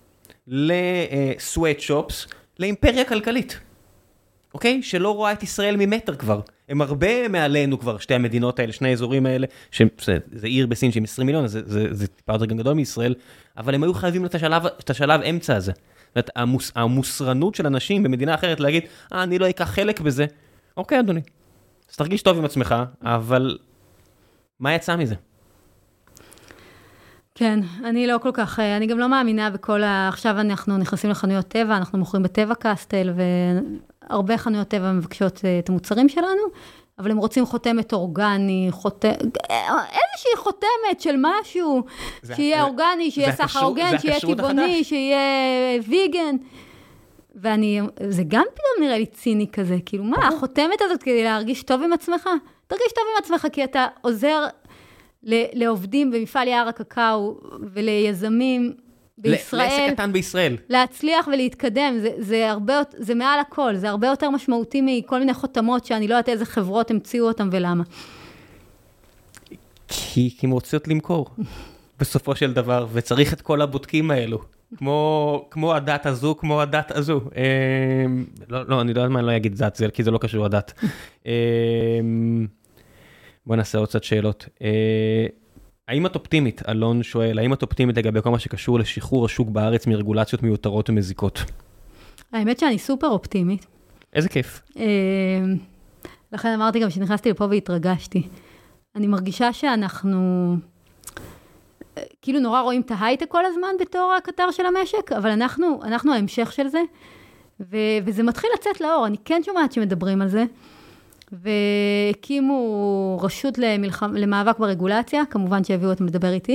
לסווייטשופס, לאימפריה כלכלית. אוקיי? שלא רואה את ישראל ממטר כבר. הם הרבה מעלינו כבר, שתי המדינות האלה, שני האזורים האלה, שזה עיר בסין שהם עשרים מיליון, זה, זה, זה טיפה יותר גדול מישראל, אבל הם היו חייבים את השלב, את השלב אמצע הזה. זאת אומרת, המוס, המוסרנות של אנשים במדינה אחרת להגיד, אה, אני לא אקח חלק בזה. אוקיי, אדוני. אז תרגיש טוב עם עצמך, אבל מה יצא מזה? כן, אני לא כל כך, אני גם לא מאמינה בכל ה... עכשיו אנחנו נכנסים לחנויות טבע, אנחנו מוכרים בטבע קסטל, והרבה חנויות טבע מבקשות את המוצרים שלנו, אבל הם רוצים חותמת אורגני, חותם... איזושהי חותמת של משהו, שיהיה אורגני, שיהיה סחר הוגן, שיהיה טבעוני, שיהיה ויגן. ואני, זה גם פתאום נראה לי ציני כזה, כאילו מה, החותמת הזאת כדי להרגיש טוב עם עצמך? תרגיש טוב עם עצמך, כי אתה עוזר לעובדים במפעל יער הקקאו וליזמים בישראל. לעסק קטן בישראל. להצליח ולהתקדם, זה, זה הרבה, זה מעל הכל, זה הרבה יותר משמעותי מכל מיני חותמות שאני לא יודעת איזה חברות המציאו אותם ולמה. כי, כי הם רוצות למכור, בסופו של דבר, וצריך את כל הבודקים האלו. כמו, כמו הדת הזו, כמו הדת הזו. אה, לא, לא, אני לא יודע מה אני לא אגיד דת, כי זה לא קשור הדת. אה, בוא נעשה עוד קצת שאלות. אה, האם את אופטימית, אלון שואל, האם את אופטימית לגבי כל מה שקשור לשחרור השוק בארץ מרגולציות מיותרות ומזיקות? האמת שאני סופר אופטימית. איזה כיף. אה, לכן אמרתי גם שנכנסתי לפה והתרגשתי. אני מרגישה שאנחנו... כאילו נורא רואים את ההייטק כל הזמן בתור הקטר של המשק, אבל אנחנו, אנחנו ההמשך של זה, ו, וזה מתחיל לצאת לאור. אני כן שומעת שמדברים על זה, והקימו רשות למלחמ, למאבק ברגולציה, כמובן שהביאו אותם לדבר איתי,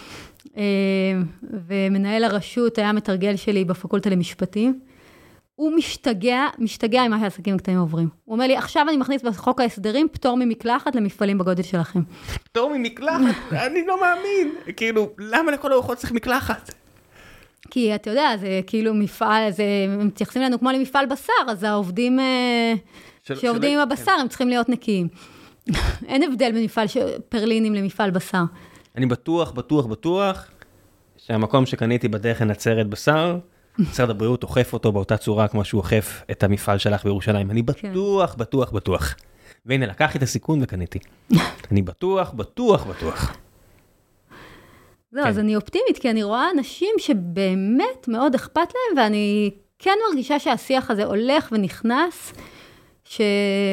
ומנהל הרשות היה מתרגל שלי בפקולטה למשפטים, הוא משתגע, משתגע עם מה שהעסקים הקטנים עוברים. הוא אומר לי, עכשיו אני מכניס בחוק ההסדרים פטור ממקלחת למפעלים בגודל שלכם. פטור ממקלחת? אני לא מאמין. כאילו, למה לכל הרוחות צריך מקלחת? כי אתה יודע, זה כאילו מפעל, זה, הם מתייחסים לנו כמו למפעל בשר, אז העובדים של, שעובדים של... עם הבשר, כן. הם צריכים להיות נקיים. אין הבדל בין מפעל פרלינים למפעל בשר. אני בטוח, בטוח, בטוח, שהמקום שקניתי בדרך לנצרת בשר, משרד הבריאות אוכף אותו באותה צורה כמו שהוא אוכף את המפעל שלך בירושלים. אני בטוח, בטוח, בטוח. והנה, לקחתי את הסיכון וקניתי. אני בטוח, בטוח, בטוח. זהו, אז אני אופטימית, כי אני רואה אנשים שבאמת מאוד אכפת להם, ואני כן מרגישה שהשיח הזה הולך ונכנס, ש...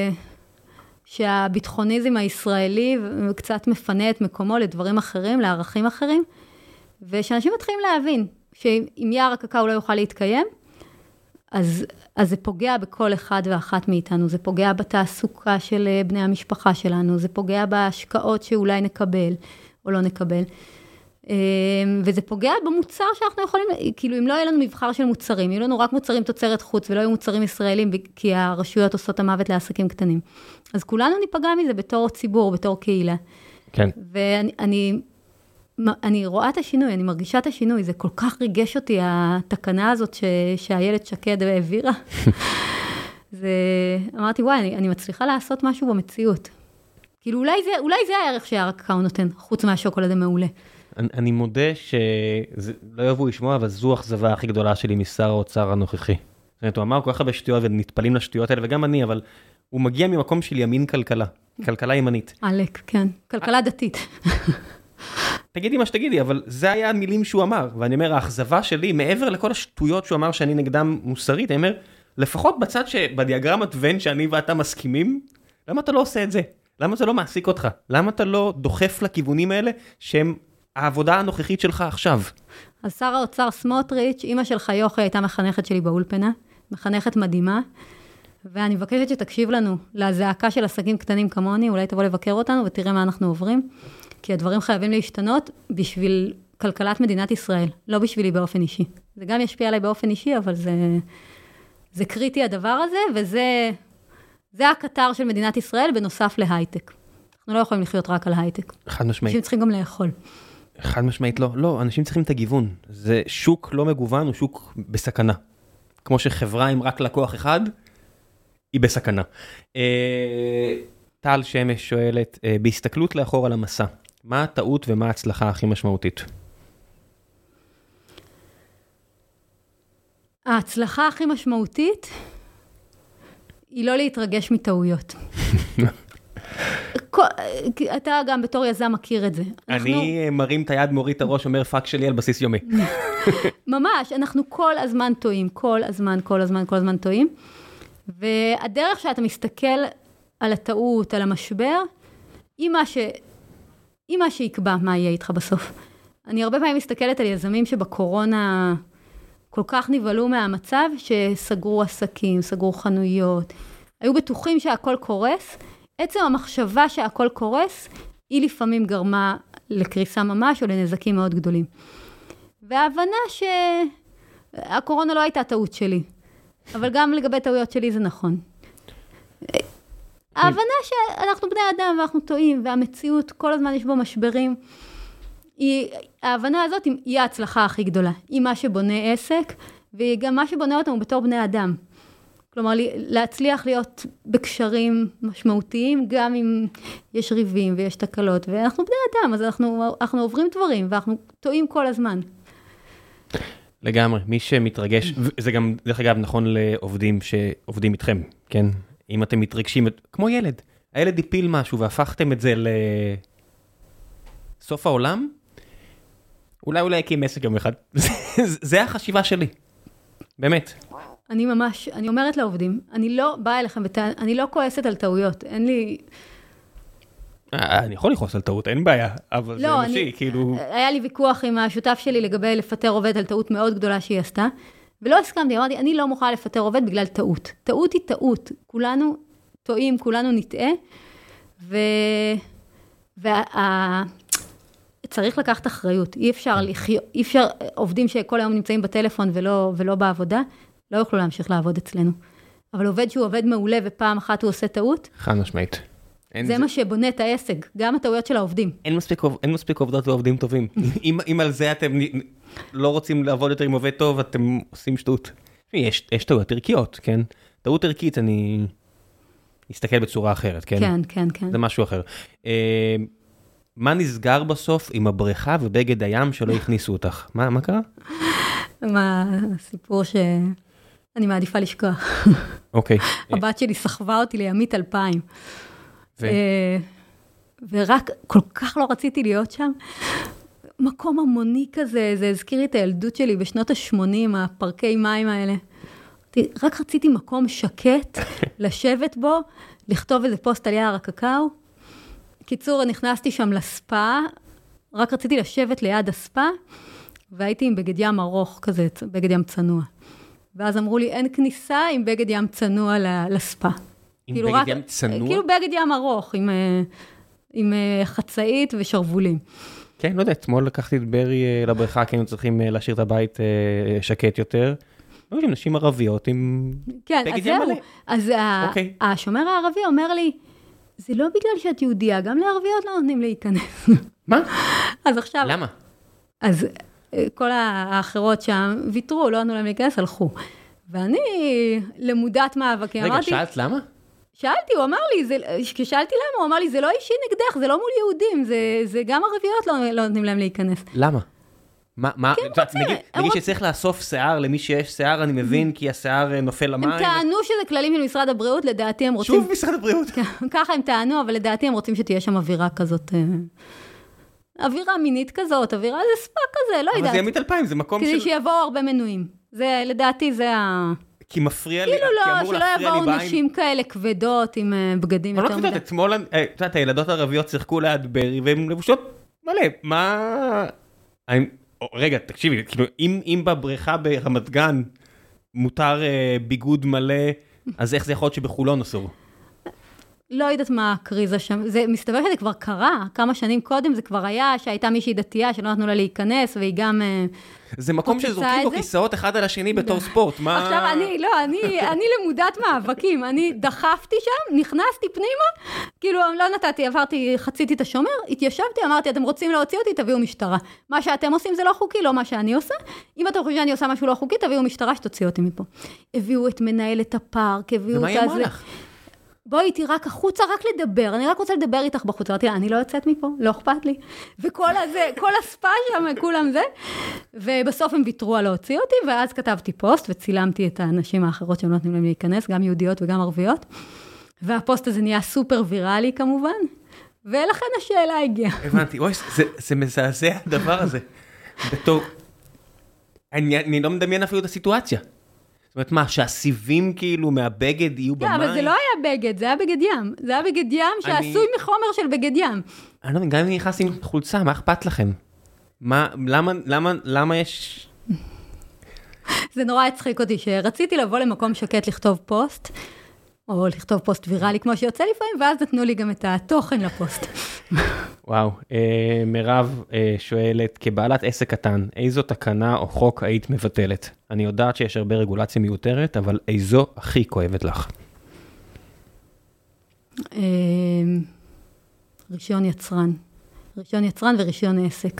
שהביטחוניזם הישראלי קצת מפנה את מקומו לדברים אחרים, לערכים אחרים, ושאנשים מתחילים להבין, שאם יער הקקאו לא יוכל להתקיים, אז, אז זה פוגע בכל אחד ואחת מאיתנו, זה פוגע בתעסוקה של בני המשפחה שלנו, זה פוגע בהשקעות שאולי נקבל או לא נקבל, וזה פוגע במוצר שאנחנו יכולים, כאילו אם לא יהיה לנו מבחר של מוצרים, יהיו לנו רק מוצרים תוצרת חוץ, ולא יהיו מוצרים ישראלים, כי הרשויות עושות המוות לעסקים קטנים. אז כולנו ניפגע מזה בתור ציבור, בתור קהילה. כן. ואני... אני, אני רואה את השינוי, אני מרגישה את השינוי, זה כל כך ריגש אותי, התקנה הזאת ש, שהילד שקד העבירה. זה, אמרתי, וואי, אני, אני מצליחה לעשות משהו במציאות. כאילו, אולי זה, אולי זה הערך שיער הקקאו נותן, חוץ מהשוקולד המעולה. אני, אני מודה שלא יאהבו לשמוע, אבל זו אכזבה הכי גדולה שלי משר האוצר הנוכחי. זאת אומרת, הוא אמר כל כך הרבה שטויות ונתפלים לשטויות האלה, וגם אני, אבל הוא מגיע ממקום של ימין כלכלה, כלכלה ימנית. עלק, כן, כלכלה דתית. תגידי מה שתגידי, אבל זה היה המילים שהוא אמר, ואני אומר, האכזבה שלי, מעבר לכל השטויות שהוא אמר שאני נגדם מוסרית, אני אומר, לפחות בצד שבדיאגרמת ון שאני ואתה מסכימים, למה אתה לא עושה את זה? למה זה לא מעסיק אותך? למה אתה לא דוחף לכיוונים האלה שהם העבודה הנוכחית שלך עכשיו? אז שר האוצר סמוטריץ', אמא שלך יוכי הייתה מחנכת שלי באולפנה, מחנכת מדהימה, ואני מבקשת שתקשיב לנו לזעקה של עסקים קטנים כמוני, אולי תבוא לבקר אותנו ותראה מה אנחנו עוברים. כי הדברים חייבים להשתנות בשביל כלכלת מדינת ישראל, לא בשבילי באופן אישי. זה גם ישפיע עליי באופן אישי, אבל זה, זה קריטי הדבר הזה, וזה זה הקטר של מדינת ישראל בנוסף להייטק. אנחנו לא יכולים לחיות רק על הייטק. חד משמעית. אנשים צריכים גם לאכול. חד משמעית לא. לא, אנשים צריכים את הגיוון. זה שוק לא מגוון, הוא שוק בסכנה. כמו שחברה עם רק לקוח אחד, היא בסכנה. טל שמש שואלת, בהסתכלות לאחור על המסע, מה הטעות ומה ההצלחה הכי משמעותית? ההצלחה הכי משמעותית היא לא להתרגש מטעויות. אתה גם בתור יזם מכיר את זה. אני מרים את היד, מוריד את הראש, אומר פאק שלי על בסיס יומי. ממש, אנחנו כל הזמן טועים, כל הזמן, כל הזמן, כל הזמן טועים. והדרך שאתה מסתכל על הטעות, על המשבר, היא מה ש... היא מה שיקבע מה יהיה איתך בסוף. אני הרבה פעמים מסתכלת על יזמים שבקורונה כל כך נבהלו מהמצב, שסגרו עסקים, סגרו חנויות, היו בטוחים שהכל קורס. עצם המחשבה שהכל קורס, היא לפעמים גרמה לקריסה ממש או לנזקים מאוד גדולים. וההבנה שהקורונה לא הייתה טעות שלי, אבל גם לגבי טעויות שלי זה נכון. ההבנה שאנחנו בני אדם ואנחנו טועים, והמציאות כל הזמן יש בו משברים, היא, ההבנה הזאת היא ההצלחה הכי גדולה. היא מה שבונה עסק, והיא גם מה שבונה אותנו בתור בני אדם. כלומר, להצליח להיות בקשרים משמעותיים, גם אם יש ריבים ויש תקלות, ואנחנו בני אדם, אז אנחנו, אנחנו עוברים דברים, ואנחנו טועים כל הזמן. לגמרי, מי שמתרגש, זה גם, דרך אגב, נכון לעובדים שעובדים איתכם, כן? אם אתם מתרגשים, כמו ילד, הילד הפיל משהו והפכתם את זה לסוף העולם, אולי אולי הקים עסק יום אחד. זה החשיבה שלי, באמת. אני ממש, אני אומרת לעובדים, אני לא באה אליכם, אני לא כועסת על טעויות, אין לי... אני יכול לכעוס על טעות, אין בעיה, אבל זה אנושי, כאילו... היה לי ויכוח עם השותף שלי לגבי לפטר עובד על טעות מאוד גדולה שהיא עשתה, ולא הסכמתי, אמרתי, אני לא מוכנה לפטר עובד בגלל טעות. טעות היא טעות, כולנו טועים, כולנו נטעה, ו... וה... צריך לקחת אחריות, אי אפשר לחיות, אי אפשר, עובדים שכל היום נמצאים בטלפון ולא, ולא בעבודה, לא יוכלו להמשיך לעבוד אצלנו. אבל עובד שהוא עובד מעולה ופעם אחת הוא עושה טעות, חד משמעית. זה, זה מה שבונה את העסק, גם הטעויות של העובדים. אין מספיק, אין מספיק עובדות ועובדים טובים. אם, אם על זה אתם לא רוצים לעבוד יותר עם עובד טוב, אתם עושים שטות. יש, יש טעויות ערכיות, כן? טעות ערכית, אני אסתכל בצורה אחרת, כן? כן, כן, כן. זה משהו אחר. מה נסגר בסוף עם הבריכה ובגד הים שלא הכניסו אותך? מה, מה קרה? מה, סיפור שאני מעדיפה לשכוח. אוקיי. הבת שלי סחבה אותי לימית אלפיים. ו... ורק כל כך לא רציתי להיות שם. מקום המוני כזה, זה הזכיר את הילדות שלי בשנות ה-שמונים, הפרקי מים האלה. רק רציתי מקום שקט, לשבת בו, לכתוב איזה פוסט על יער הקקאו. קיצור, נכנסתי שם לספה, רק רציתי לשבת ליד הספה, והייתי עם בגד ים ארוך כזה, בגד ים צנוע. ואז אמרו לי, אין כניסה עם בגד ים צנוע לספה. עם בגד רק, ים צנוע? כאילו בגד ים ארוך, עם, עם חצאית ושרבולים. כן, לא יודע, אתמול לקחתי את ברי לבריכה, כי היינו צריכים להשאיר את הבית שקט יותר. לא יודעים, נשים ערביות עם כן, בגד ים מלא. אז אוקיי. השומר הערבי אומר לי, זה לא בגלל שאת יהודיה, גם לערביות לא נותנים להיכנס. מה? אז עכשיו... למה? אז כל האחרות שם ויתרו, לא נתנו להם להיכנס, הלכו. ואני למודת מאבקים, רגע, אמרתי... רגע, שאלת למה? שאלתי, הוא אמר לי, זה, כששאלתי למה, הוא אמר לי, זה לא אישי נגדך, זה לא מול יהודים, זה, זה גם ערביות לא, לא נותנים להם להיכנס. למה? מה, מה, כן, זאת, רוצים, נגיד, נגיד רוצ... שצריך לאסוף שיער למי שיש שיער, אני מבין, כי השיער נופל למים. הם טענו שזה כללים של משרד הבריאות, לדעתי הם רוצים... שוב משרד הבריאות. ככה הם טענו, אבל לדעתי הם רוצים שתהיה שם אווירה כזאת, אווירה מינית כזאת, אווירה זה ספה כזה, לא יודעת. אבל זה ימית אלפיים, זה מקום של... כדי של... שיבואו הרבה מנויים. זה, לדעתי זה ה... כי מפריע לי, כאילו כי לא, אמור שלא להפריע לי בעין. יבואו נשים כאלה כבדות עם בגדים יותר מדי. לא כבדות, אתמול, את יודעת, הילדות הערביות שיחקו ליד ברי, והן לבושות מלא, מה... אני... רגע, תקשיבי, כאילו, אם, אם בבריכה ברמת גן מותר אה, ביגוד מלא, אז איך זה יכול להיות שבחולון אסור? לא יודעת מה הקריזה שם, זה מסתבר שזה כבר קרה, כמה שנים קודם זה כבר היה, שהייתה מישהי דתייה שלא נתנו לה להיכנס, והיא גם... זה מקום שזורקים בו כיסאות אחד על השני בתור ספורט, מה... עכשיו אני, לא, אני, אני למודת מאבקים, אני דחפתי שם, נכנסתי פנימה, כאילו לא נתתי, עברתי, חציתי את השומר, התיישבתי, אמרתי, אתם רוצים להוציא אותי, תביאו משטרה. מה שאתם עושים זה לא חוקי, לא מה שאני עושה. אם אתם חושבים שאני עושה משהו לא חוקי, תביאו משטרה שתוציא אותי מפה. הביאו את מנהלת הפארק, הביאו ומה היא אמרה לך? בואי איתי רק החוצה, רק לדבר, אני רק רוצה לדבר איתך בחוצה, אמרתי לה, אני לא יוצאת מפה, לא אכפת לי, וכל הזה, כל הספה שם, כולם זה, ובסוף הם ויתרו על להוציא אותי, ואז כתבתי פוסט, וצילמתי את האנשים האחרות שהם לא נותנים להם להיכנס, גם יהודיות וגם ערביות, והפוסט הזה נהיה סופר ויראלי כמובן, ולכן השאלה הגיעה. הבנתי, אוי, זה, זה מזעזע הדבר הזה, בתור, אני, אני לא מדמיין אפילו את הסיטואציה. זאת אומרת, מה, שהסיבים כאילו מהבגד יהיו במים? כן, אבל זה לא היה בגד, זה היה בגד ים. זה היה בגד ים שעשוי מחומר של בגד ים. אני לא מבין, גם אם נכנס עם חולצה, מה אכפת לכם? מה, למה, למה, למה יש... זה נורא הצחיק אותי, שרציתי לבוא למקום שקט לכתוב פוסט, או לכתוב פוסט ויראלי כמו שיוצא לפעמים, ואז נתנו לי גם את התוכן לפוסט. וואו, אה, מירב אה, שואלת, כבעלת עסק קטן, איזו תקנה או חוק היית מבטלת? אני יודעת שיש הרבה רגולציה מיותרת, אבל איזו הכי כואבת לך? אה, רישיון יצרן. רישיון יצרן ורישיון עסק.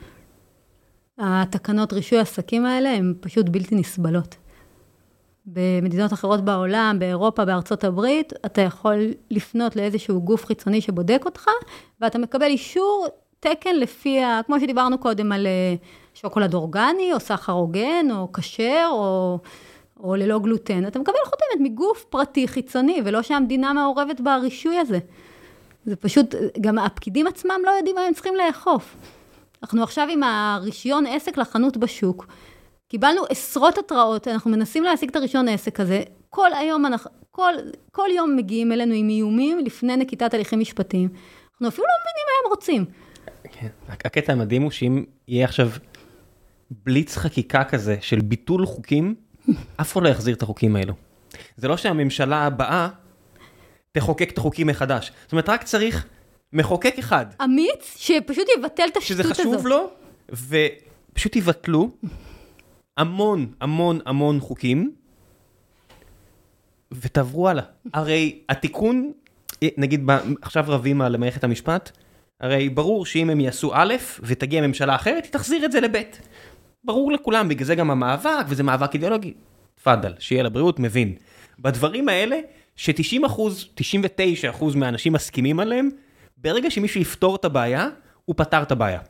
התקנות רישוי העסקים האלה הן פשוט בלתי נסבלות. במדינות אחרות בעולם, באירופה, בארצות הברית, אתה יכול לפנות לאיזשהו גוף חיצוני שבודק אותך, ואתה מקבל אישור תקן לפי, כמו שדיברנו קודם על שוקולד אורגני, או סחר הוגן, או כשר, או, או ללא גלוטן. אתה מקבל חותמת מגוף פרטי חיצוני, ולא שהמדינה מעורבת ברישוי הזה. זה פשוט, גם הפקידים עצמם לא יודעים מה הם צריכים לאכוף. אנחנו עכשיו עם הרישיון עסק לחנות בשוק, קיבלנו עשרות התראות, אנחנו מנסים להשיג את הרישיון העסק הזה, כל היום, אנחנו, כל, כל יום מגיעים אלינו עם איומים לפני נקיטת הליכים משפטיים. אנחנו אפילו לא מבינים מה הם רוצים. כן. הקטע המדהים הוא שאם יהיה עכשיו בליץ חקיקה כזה של ביטול חוקים, אף אחד לא יחזיר את החוקים האלו. זה לא שהממשלה הבאה תחוקק את החוקים מחדש. זאת אומרת, רק צריך מחוקק אחד. אמיץ, שפשוט יבטל את השטות הזאת. שזה חשוב לו, ופשוט יבטלו המון, המון, המון חוקים, ותעברו הלאה. הרי התיקון, נגיד, עכשיו רבים על מערכת המשפט, הרי ברור שאם הם יעשו א' ותגיע ממשלה אחרת, היא תחזיר את זה לב'. ברור לכולם, בגלל זה גם המאבק, וזה מאבק אידיאולוגי. תפדל, שיהיה לבריאות, מבין. בדברים האלה, ש-תשעים אחוז, תשעים ותשע אחוז מהאנשים מסכימים עליהם, ברגע שמישהו יפתור את הבעיה, הוא פתר את הבעיה.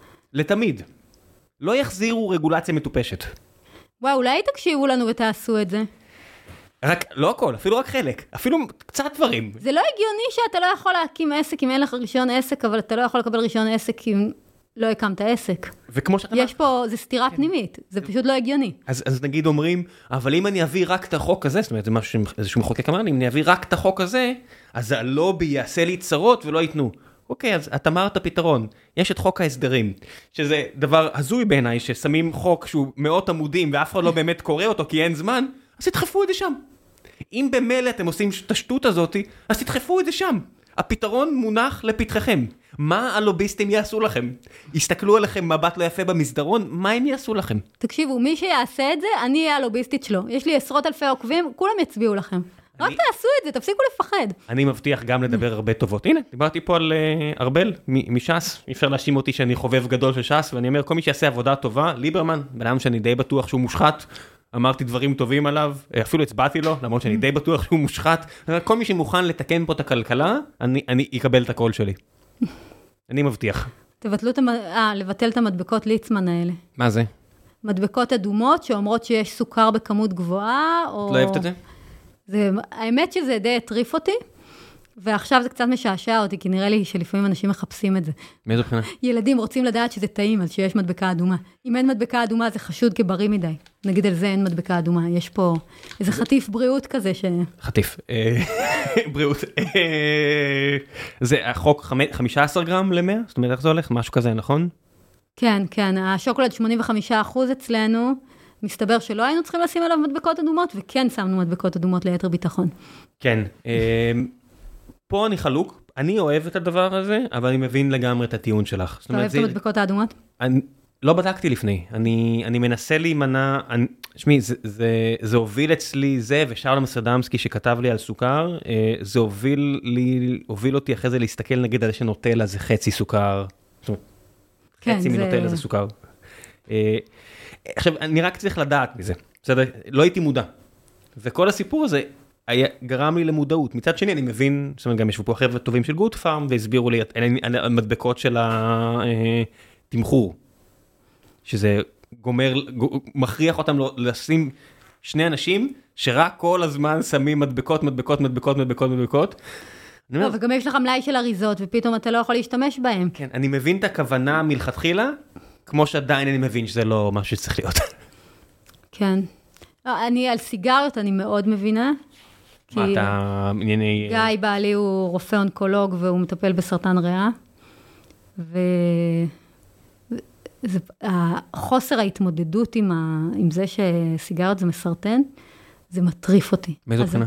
לתמיד. לא יחזירו רגולציה מטופשת. וואו, אולי תקשיבו לנו ותעשו את זה. רק, לא הכל, אפילו רק חלק. אפילו קצת דברים. זה לא הגיוני שאתה לא יכול להקים עסק אם אין לך רישיון עסק, אבל אתה לא יכול לקבל רישיון עסק אם לא הקמת עסק. וכמו שאתה... יש פה, זה סתירה פנימית. זה פשוט לא הגיוני. אז, אז נגיד אומרים, אבל אם אני אביא רק את החוק הזה, זאת אומרת, זה משהו, איזשהו מחוקק אמר לי, אם אני אביא רק את החוק הזה, אז הלובי יעשה לי צרות ולא ייתנו. אוקיי, אז את אמרת פתרון. יש את חוק ההסדרים, שזה דבר הזוי בעיניי, ששמים חוק שהוא מאות עמודים, ואף אחד לא באמת קורא אותו כי אין זמן, אז תדחפו את זה שם. אם במילא אתם עושים את השטות הזאת, אז תדחפו את זה שם. הפתרון מונח לפתחכם. מה הלוביסטים יעשו לכם? יסתכלו עליכם מבט לא יפה במסדרון, מה הם יעשו לכם? תקשיבו, מי שיעשה את זה, אני אהיה הלוביסטית שלו. יש לי עשרות אלפי עוקבים, כולם יצביעו לכם. רק תעשו את זה, תפסיקו לפחד. אני מבטיח גם לדבר הרבה טובות. הנה, דיברתי פה על ארבל, מש"ס. אי אפשר להאשים אותי שאני חובב גדול של ש"ס, ואני אומר, כל מי שיעשה עבודה טובה, ליברמן, בן אדם שאני די בטוח שהוא מושחת, אמרתי דברים טובים עליו, אפילו הצבעתי לו, למרות שאני די בטוח שהוא מושחת. כל מי שמוכן לתקן פה את הכלכלה, אני, אני אקבל את הקול שלי. אני מבטיח. תבטלו את המ... אה, לבטל את המדבקות ליצמן האלה. מה זה? מדבקות אדומות שאומרות שיש סוכר בכמות גבוהה, או... את לא אוהבת את זה? זה... האמת שזה די הטריף אותי, ועכשיו זה קצת משעשע אותי, כי נראה לי שלפעמים אנשים מחפשים את זה. מאיזו בחינה? ילדים רוצים לדעת שזה טעים, אז שיש מדבקה אדומה. אם אין מדבקה אדומה, זה חשוד כבריא מדי. נגיד על זה אין מדבקה אדומה. יש פה איזה חטיף בריאות כזה ש... חטיף. בריאות. זה החוק חמישה עשר גרם למאה? זאת אומרת, איך זה הולך? משהו כזה, נכון? כן, כן. השוקולד שמונים וחמישה אחוז אצלנו, מסתבר שלא היינו צריכים לשים עליו מדבקות אדומות, וכן שמנו מדבקות אדומות ליתר ביטחון. כן. פה אני חלוק, אני אוהב את הדבר הזה, אבל אני מבין לגמרי את הטיעון שלך. אתה אוהב את המדבקות האדומות? אני לא בדקתי לפני, אני, אני מנסה להימנע, שמי, זה, זה, זה הוביל אצלי זה, ושאול אמסטרדמסקי שכתב לי על סוכר, זה הוביל לי, הוביל אותי אחרי זה להסתכל נגיד על שנוטלה זה חצי סוכר, כן, חצי זה... מנוטלה זה סוכר. עכשיו, אני רק צריך לדעת מזה, בסדר? לא הייתי מודע. וכל הסיפור הזה, היה, גרם לי למודעות. מצד שני, אני מבין, זאת אומרת, גם ישבו פה חבר'ה טובים של גוד פארם, והסבירו לי על המדבקות של התמחור, שזה גומר, מכריח אותם לשים שני אנשים, שרק כל הזמן שמים מדבקות, מדבקות, מדבקות, מדבקות, מדבקות. לא, וגם יש לך מלאי של אריזות, ופתאום אתה לא יכול להשתמש בהם. כן, אני מבין את הכוונה מלכתחילה, כמו שעדיין אני מבין שזה לא משהו שצריך להיות. כן. אני על סיגריות, אני מאוד מבינה. מה אתה... גיא בעלי הוא רופא אונקולוג, והוא מטפל בסרטן ריאה. זה, החוסר ההתמודדות עם, ה, עם זה שסיגריות זה מסרטן, זה מטריף אותי. מאיזו בחינה?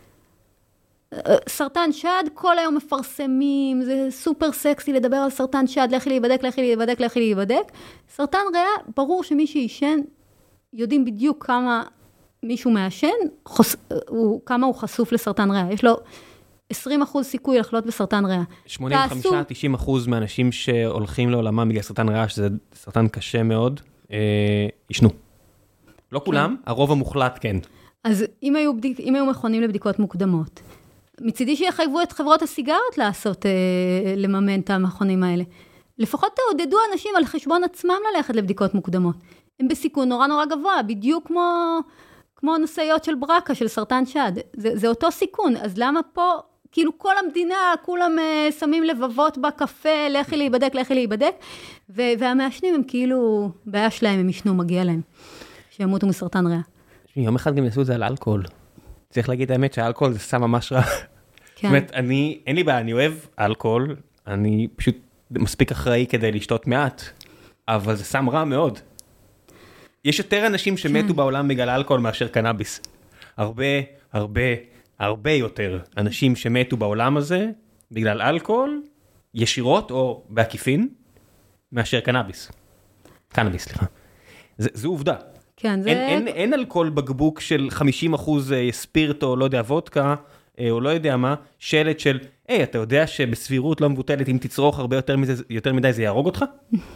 סרטן שד, כל היום מפרסמים, זה סופר סקסי לדבר על סרטן שד, לכי להיבדק, לכי להיבדק, לכי להיבדק. סרטן ריאה, ברור שמי שישן, יודעים בדיוק כמה מישהו מעשן, חוס, הוא, כמה הוא חשוף לסרטן ריאה. יש לו עשרים אחוז סיכוי לחלות בסרטן ריאה. שמונים וחמש עד תשעים אחוז מהאנשים שהולכים לעולמם בגלל סרטן ריאה, שזה סרטן קשה מאוד, אה, ישנו. לא כן. כולם, הרוב המוחלט כן. אז אם היו, בדיק, אם היו מכונים לבדיקות מוקדמות, מצידי שיחייבו את חברות הסיגרות לעשות, אה, לממן את המכונים האלה. לפחות תעודדו אנשים על חשבון עצמם ללכת לבדיקות מוקדמות. הם בסיכון נורא נורא גבוה, בדיוק כמו, כמו נושאיות של ברקה, של סרטן שד. זה, זה אותו סיכון, אז למה פה, כאילו כל המדינה, כולם uh, שמים לבבות בקפה, לכי להיבדק, לכי להיבדק, ו- והמעשנים הם כאילו, בעיה שלהם, הם ישנו, מגיע להם, שימותו מסרטן ריאה. יום אחד גם יעשו את זה על אלכוהול. צריך להגיד האמת שהאלכוהול זה סם ממש רע. זאת אומרת, אני, אין לי בעיה, אני אוהב אלכוהול, אני פשוט מספיק אחראי כדי לשתות מעט, אבל זה סם רע מאוד. יש יותר אנשים שמתו בעולם בגלל אלכוהול מאשר קנאביס. הרבה, הרבה, הרבה יותר אנשים שמתו בעולם הזה בגלל אלכוהול, ישירות או בעקיפין, מאשר קנאביס. קנאביס, סליחה. זה, זו עובדה. כן, זה... אין, אין, אין על כל בקבוק של חמישים אחוז ספירט או לא יודע, וודקה, או לא יודע מה, שלט של, היי, אתה יודע שבסבירות לא מבוטלת, אם תצרוך הרבה יותר, מזה, יותר מדי, זה יהרוג אותך?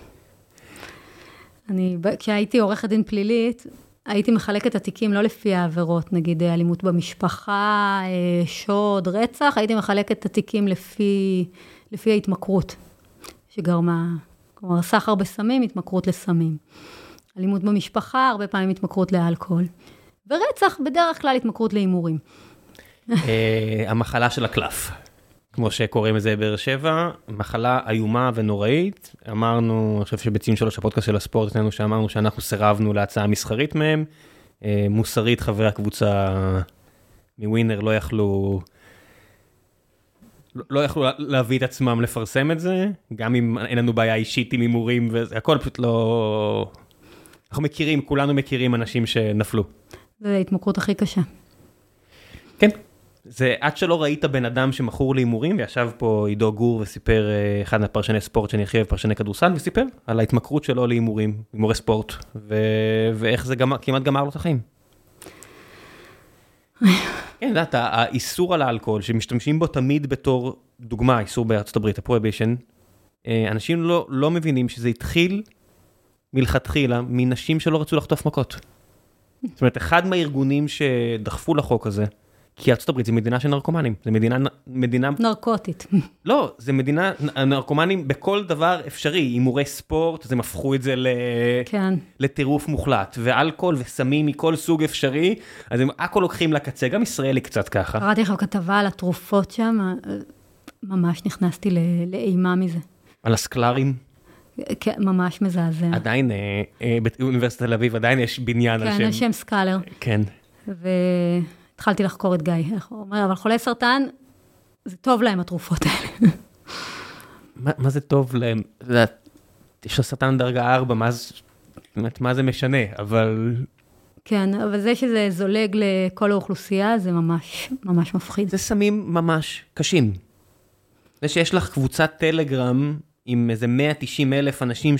אני, כשהייתי עורכת דין פלילית, הייתי מחלקת את התיקים לא לפי העבירות, נגיד אלימות במשפחה, שוד, רצח, הייתי מחלקת את התיקים לפי, לפי ההתמכרות, שגרמה, כלומר, סחר בסמים, התמכרות לסמים. אלימות במשפחה, הרבה פעמים התמכרות לאלכוהול. ורצח, בדרך כלל התמכרות להימורים. המחלה של הקלף, כמו שקוראים לזה באר שבע, מחלה איומה ונוראית. אמרנו, אני חושב שבציון שלוש הפודקאסט של הספורט, אצלנו שאמרנו שאנחנו סירבנו להצעה מסחרית מהם. מוסרית, חברי הקבוצה מווינר לא יכלו, לא יכלו להביא את עצמם לפרסם את זה, גם אם אין לנו בעיה אישית עם הימורים, והכל פשוט לא... אנחנו מכירים, כולנו מכירים אנשים שנפלו. זה ההתמכרות הכי קשה. כן. זה עד שלא ראית בן אדם שמכור להימורים, וישב פה עידו גור וסיפר, אחד מהפרשני ספורט שאני הכי אוהב, פרשני כדורסל, וסיפר על ההתמכרות שלו להימורים, הימורי ספורט, ו... ואיך זה גמר, כמעט גמר לו את החיים. כן, יודעת, האיסור על האלכוהול, שמשתמשים בו תמיד בתור דוגמה, איסור בארצות הברית, הפרויבישן, אנשים לא, לא מבינים שזה התחיל מלכתחילה מנשים שלא רצו לחטוף מכות. זאת אומרת, אחד מהארגונים שדחפו לחוק הזה, כי ארצות הברית זה מדינה של נרקומנים, זה מדינה, מדינה... נרקוטית. לא, זה מדינה, נרקומנים בכל דבר אפשרי, הימורי ספורט, אז הם הפכו את זה ל... כן. לטירוף מוחלט, ואלכוהול וסמים מכל סוג אפשרי, אז הם הכל לוקחים לקצה, גם ישראלי קצת ככה. קראתי לך כתבה על התרופות שם, ממש נכנסתי לאימה מזה. על הסקלרים? כן, ממש מזעזע. עדיין, באוניברסיטת תל אביב, עדיין יש בניין על שם... כן, על שם סקלר. כן. ו... התחלתי לחקור את גיא, הוא אומר, אבל חולי סרטן, זה טוב להם התרופות האלה. מה, מה זה טוב להם? יש לו סרטן דרגה ארבע, מה, מה זה משנה? אבל... כן, אבל זה שזה זולג לכל האוכלוסייה, זה ממש, ממש מפחיד. זה סמים ממש קשים. זה שיש לך קבוצת טלגרם, עם איזה מאה ותשעים אלף אנשים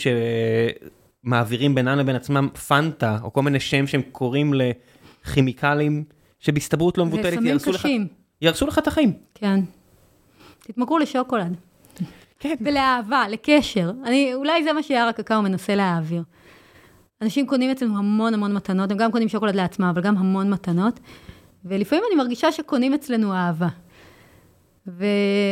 שמעבירים בינם לבין עצמם פנטה, או כל מיני שם שהם קוראים לכימיקלים, שבהסתברות לא מבוטלת, ירסו לך, ירסו לך את החיים. כן. תתמכרו לשוקולד. כן. ולאהבה, לקשר. אני, אולי זה מה שיער הקקאו מנסה להעביר. אנשים קונים אצלנו המון המון מתנות, הם גם קונים שוקולד לעצמם, אבל גם המון מתנות, ולפעמים אני מרגישה שקונים אצלנו אהבה. ו...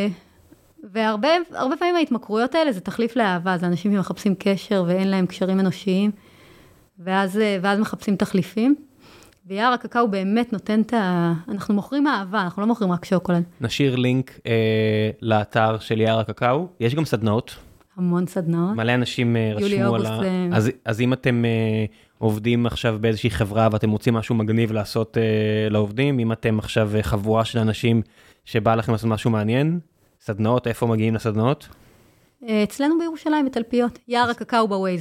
והרבה הרבה פעמים ההתמכרויות האלה זה תחליף לאהבה, זה אנשים שמחפשים קשר ואין להם קשרים אנושיים, ואז, ואז מחפשים תחליפים. ויער הקקאו באמת נותן את ה... אנחנו מוכרים אהבה, אנחנו לא מוכרים רק שוקולד. נשאיר לינק אה, לאתר של יער הקקאו. יש גם סדנאות. המון סדנאות. מלא אנשים אה, רשמו על ה... אז, אז אם אתם אה, עובדים עכשיו באיזושהי חברה, ואתם רוצים משהו מגניב לעשות אה, לעובדים, אם אתם עכשיו חבורה של אנשים שבא לכם לעשות משהו מעניין, סדנאות, איפה מגיעים לסדנאות? אצלנו בירושלים, בתלפיות. יער הקקאו בווייז.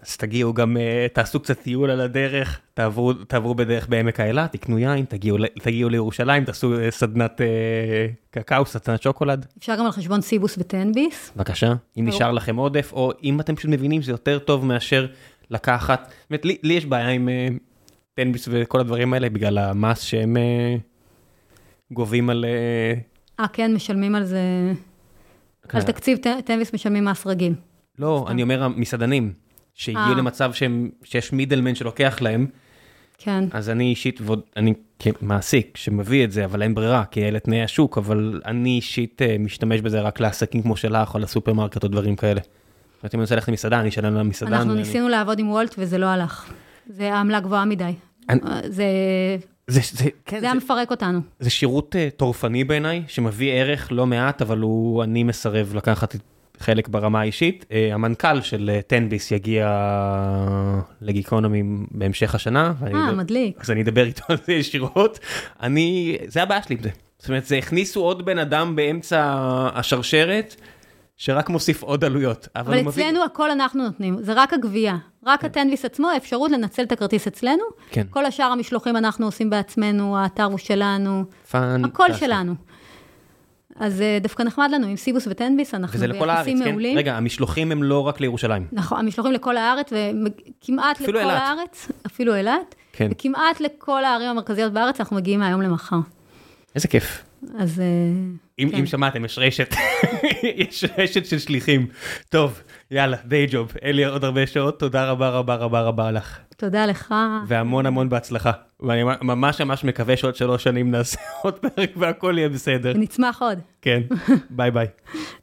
אז תגיעו גם, תעשו קצת טיול על הדרך, תעברו, תעברו בדרך בעמק האלה, תקנו יין, תגיעו, תגיעו לירושלים, תעשו סדנת אה, קקאו, סדנת שוקולד. אפשר גם על חשבון סיבוס וטנביס. בבקשה, אם נשאר לכם עודף, או אם אתם פשוט מבינים שזה יותר טוב מאשר לקחת, באמת, לי, לי יש בעיה עם אה, טנביס וכל הדברים האלה, בגלל המס שהם אה, גובים על... אה, אה, כן, משלמים על זה, על תקציב טנביס משלמים מס רגיל. לא, אני אומר המסעדנים, שהגיעו למצב שיש מידלמן שלוקח להם, כן. אז אני אישית, ואני כמעסיק שמביא את זה, אבל אין ברירה, כי אלה תנאי השוק, אבל אני אישית משתמש בזה רק לעסקים כמו שלך, או לסופרמרקט או דברים כאלה. זאת אומרת, אם אני רוצה ללכת למסעדה, אני אשלם למסעדן. אנחנו ניסינו לעבוד עם וולט וזה לא הלך. זה העמלה גבוהה מדי. זה... זה, זה, כן, זה המפרק אותנו. זה שירות טורפני בעיניי, שמביא ערך לא מעט, אבל הוא, אני מסרב לקחת חלק ברמה האישית. המנכ"ל של טנביס יגיע לגיקונומי בהמשך השנה. אה, מדליק. אז אני אדבר איתו על זה ישירות. אני, זה הבעיה שלי עם זה. זאת אומרת, זה הכניסו עוד בן אדם באמצע השרשרת, שרק מוסיף עוד עלויות. אבל, אבל אצלנו מביא... הכל אנחנו נותנים, זה רק הגבייה. רק כן. הטנביס עצמו, האפשרות לנצל את הכרטיס אצלנו. כן. כל השאר המשלוחים אנחנו עושים בעצמנו, האתר הוא שלנו. פן... הכל תעשה. שלנו. אז דווקא נחמד לנו, עם סיבוס וטנביס, אנחנו ביחסים מעולים. כן? רגע, המשלוחים הם לא רק לירושלים. נכון, המשלוחים לכל הארץ, וכמעט לכל אלת. הארץ, אפילו אילת, כן. וכמעט לכל הערים המרכזיות בארץ, אנחנו מגיעים מהיום למחר. איזה כיף. אז... אם, כן. אם שמעתם, יש רשת, יש רשת של שליחים. טוב, יאללה, די ג'וב. אלי, עוד הרבה שעות, תודה רבה רבה רבה רבה לך. תודה לך. והמון המון בהצלחה. ואני ממש ממש מקווה שעוד שלוש שנים נעשה עוד פרק והכל יהיה בסדר. ונצמח עוד. כן, ביי ביי.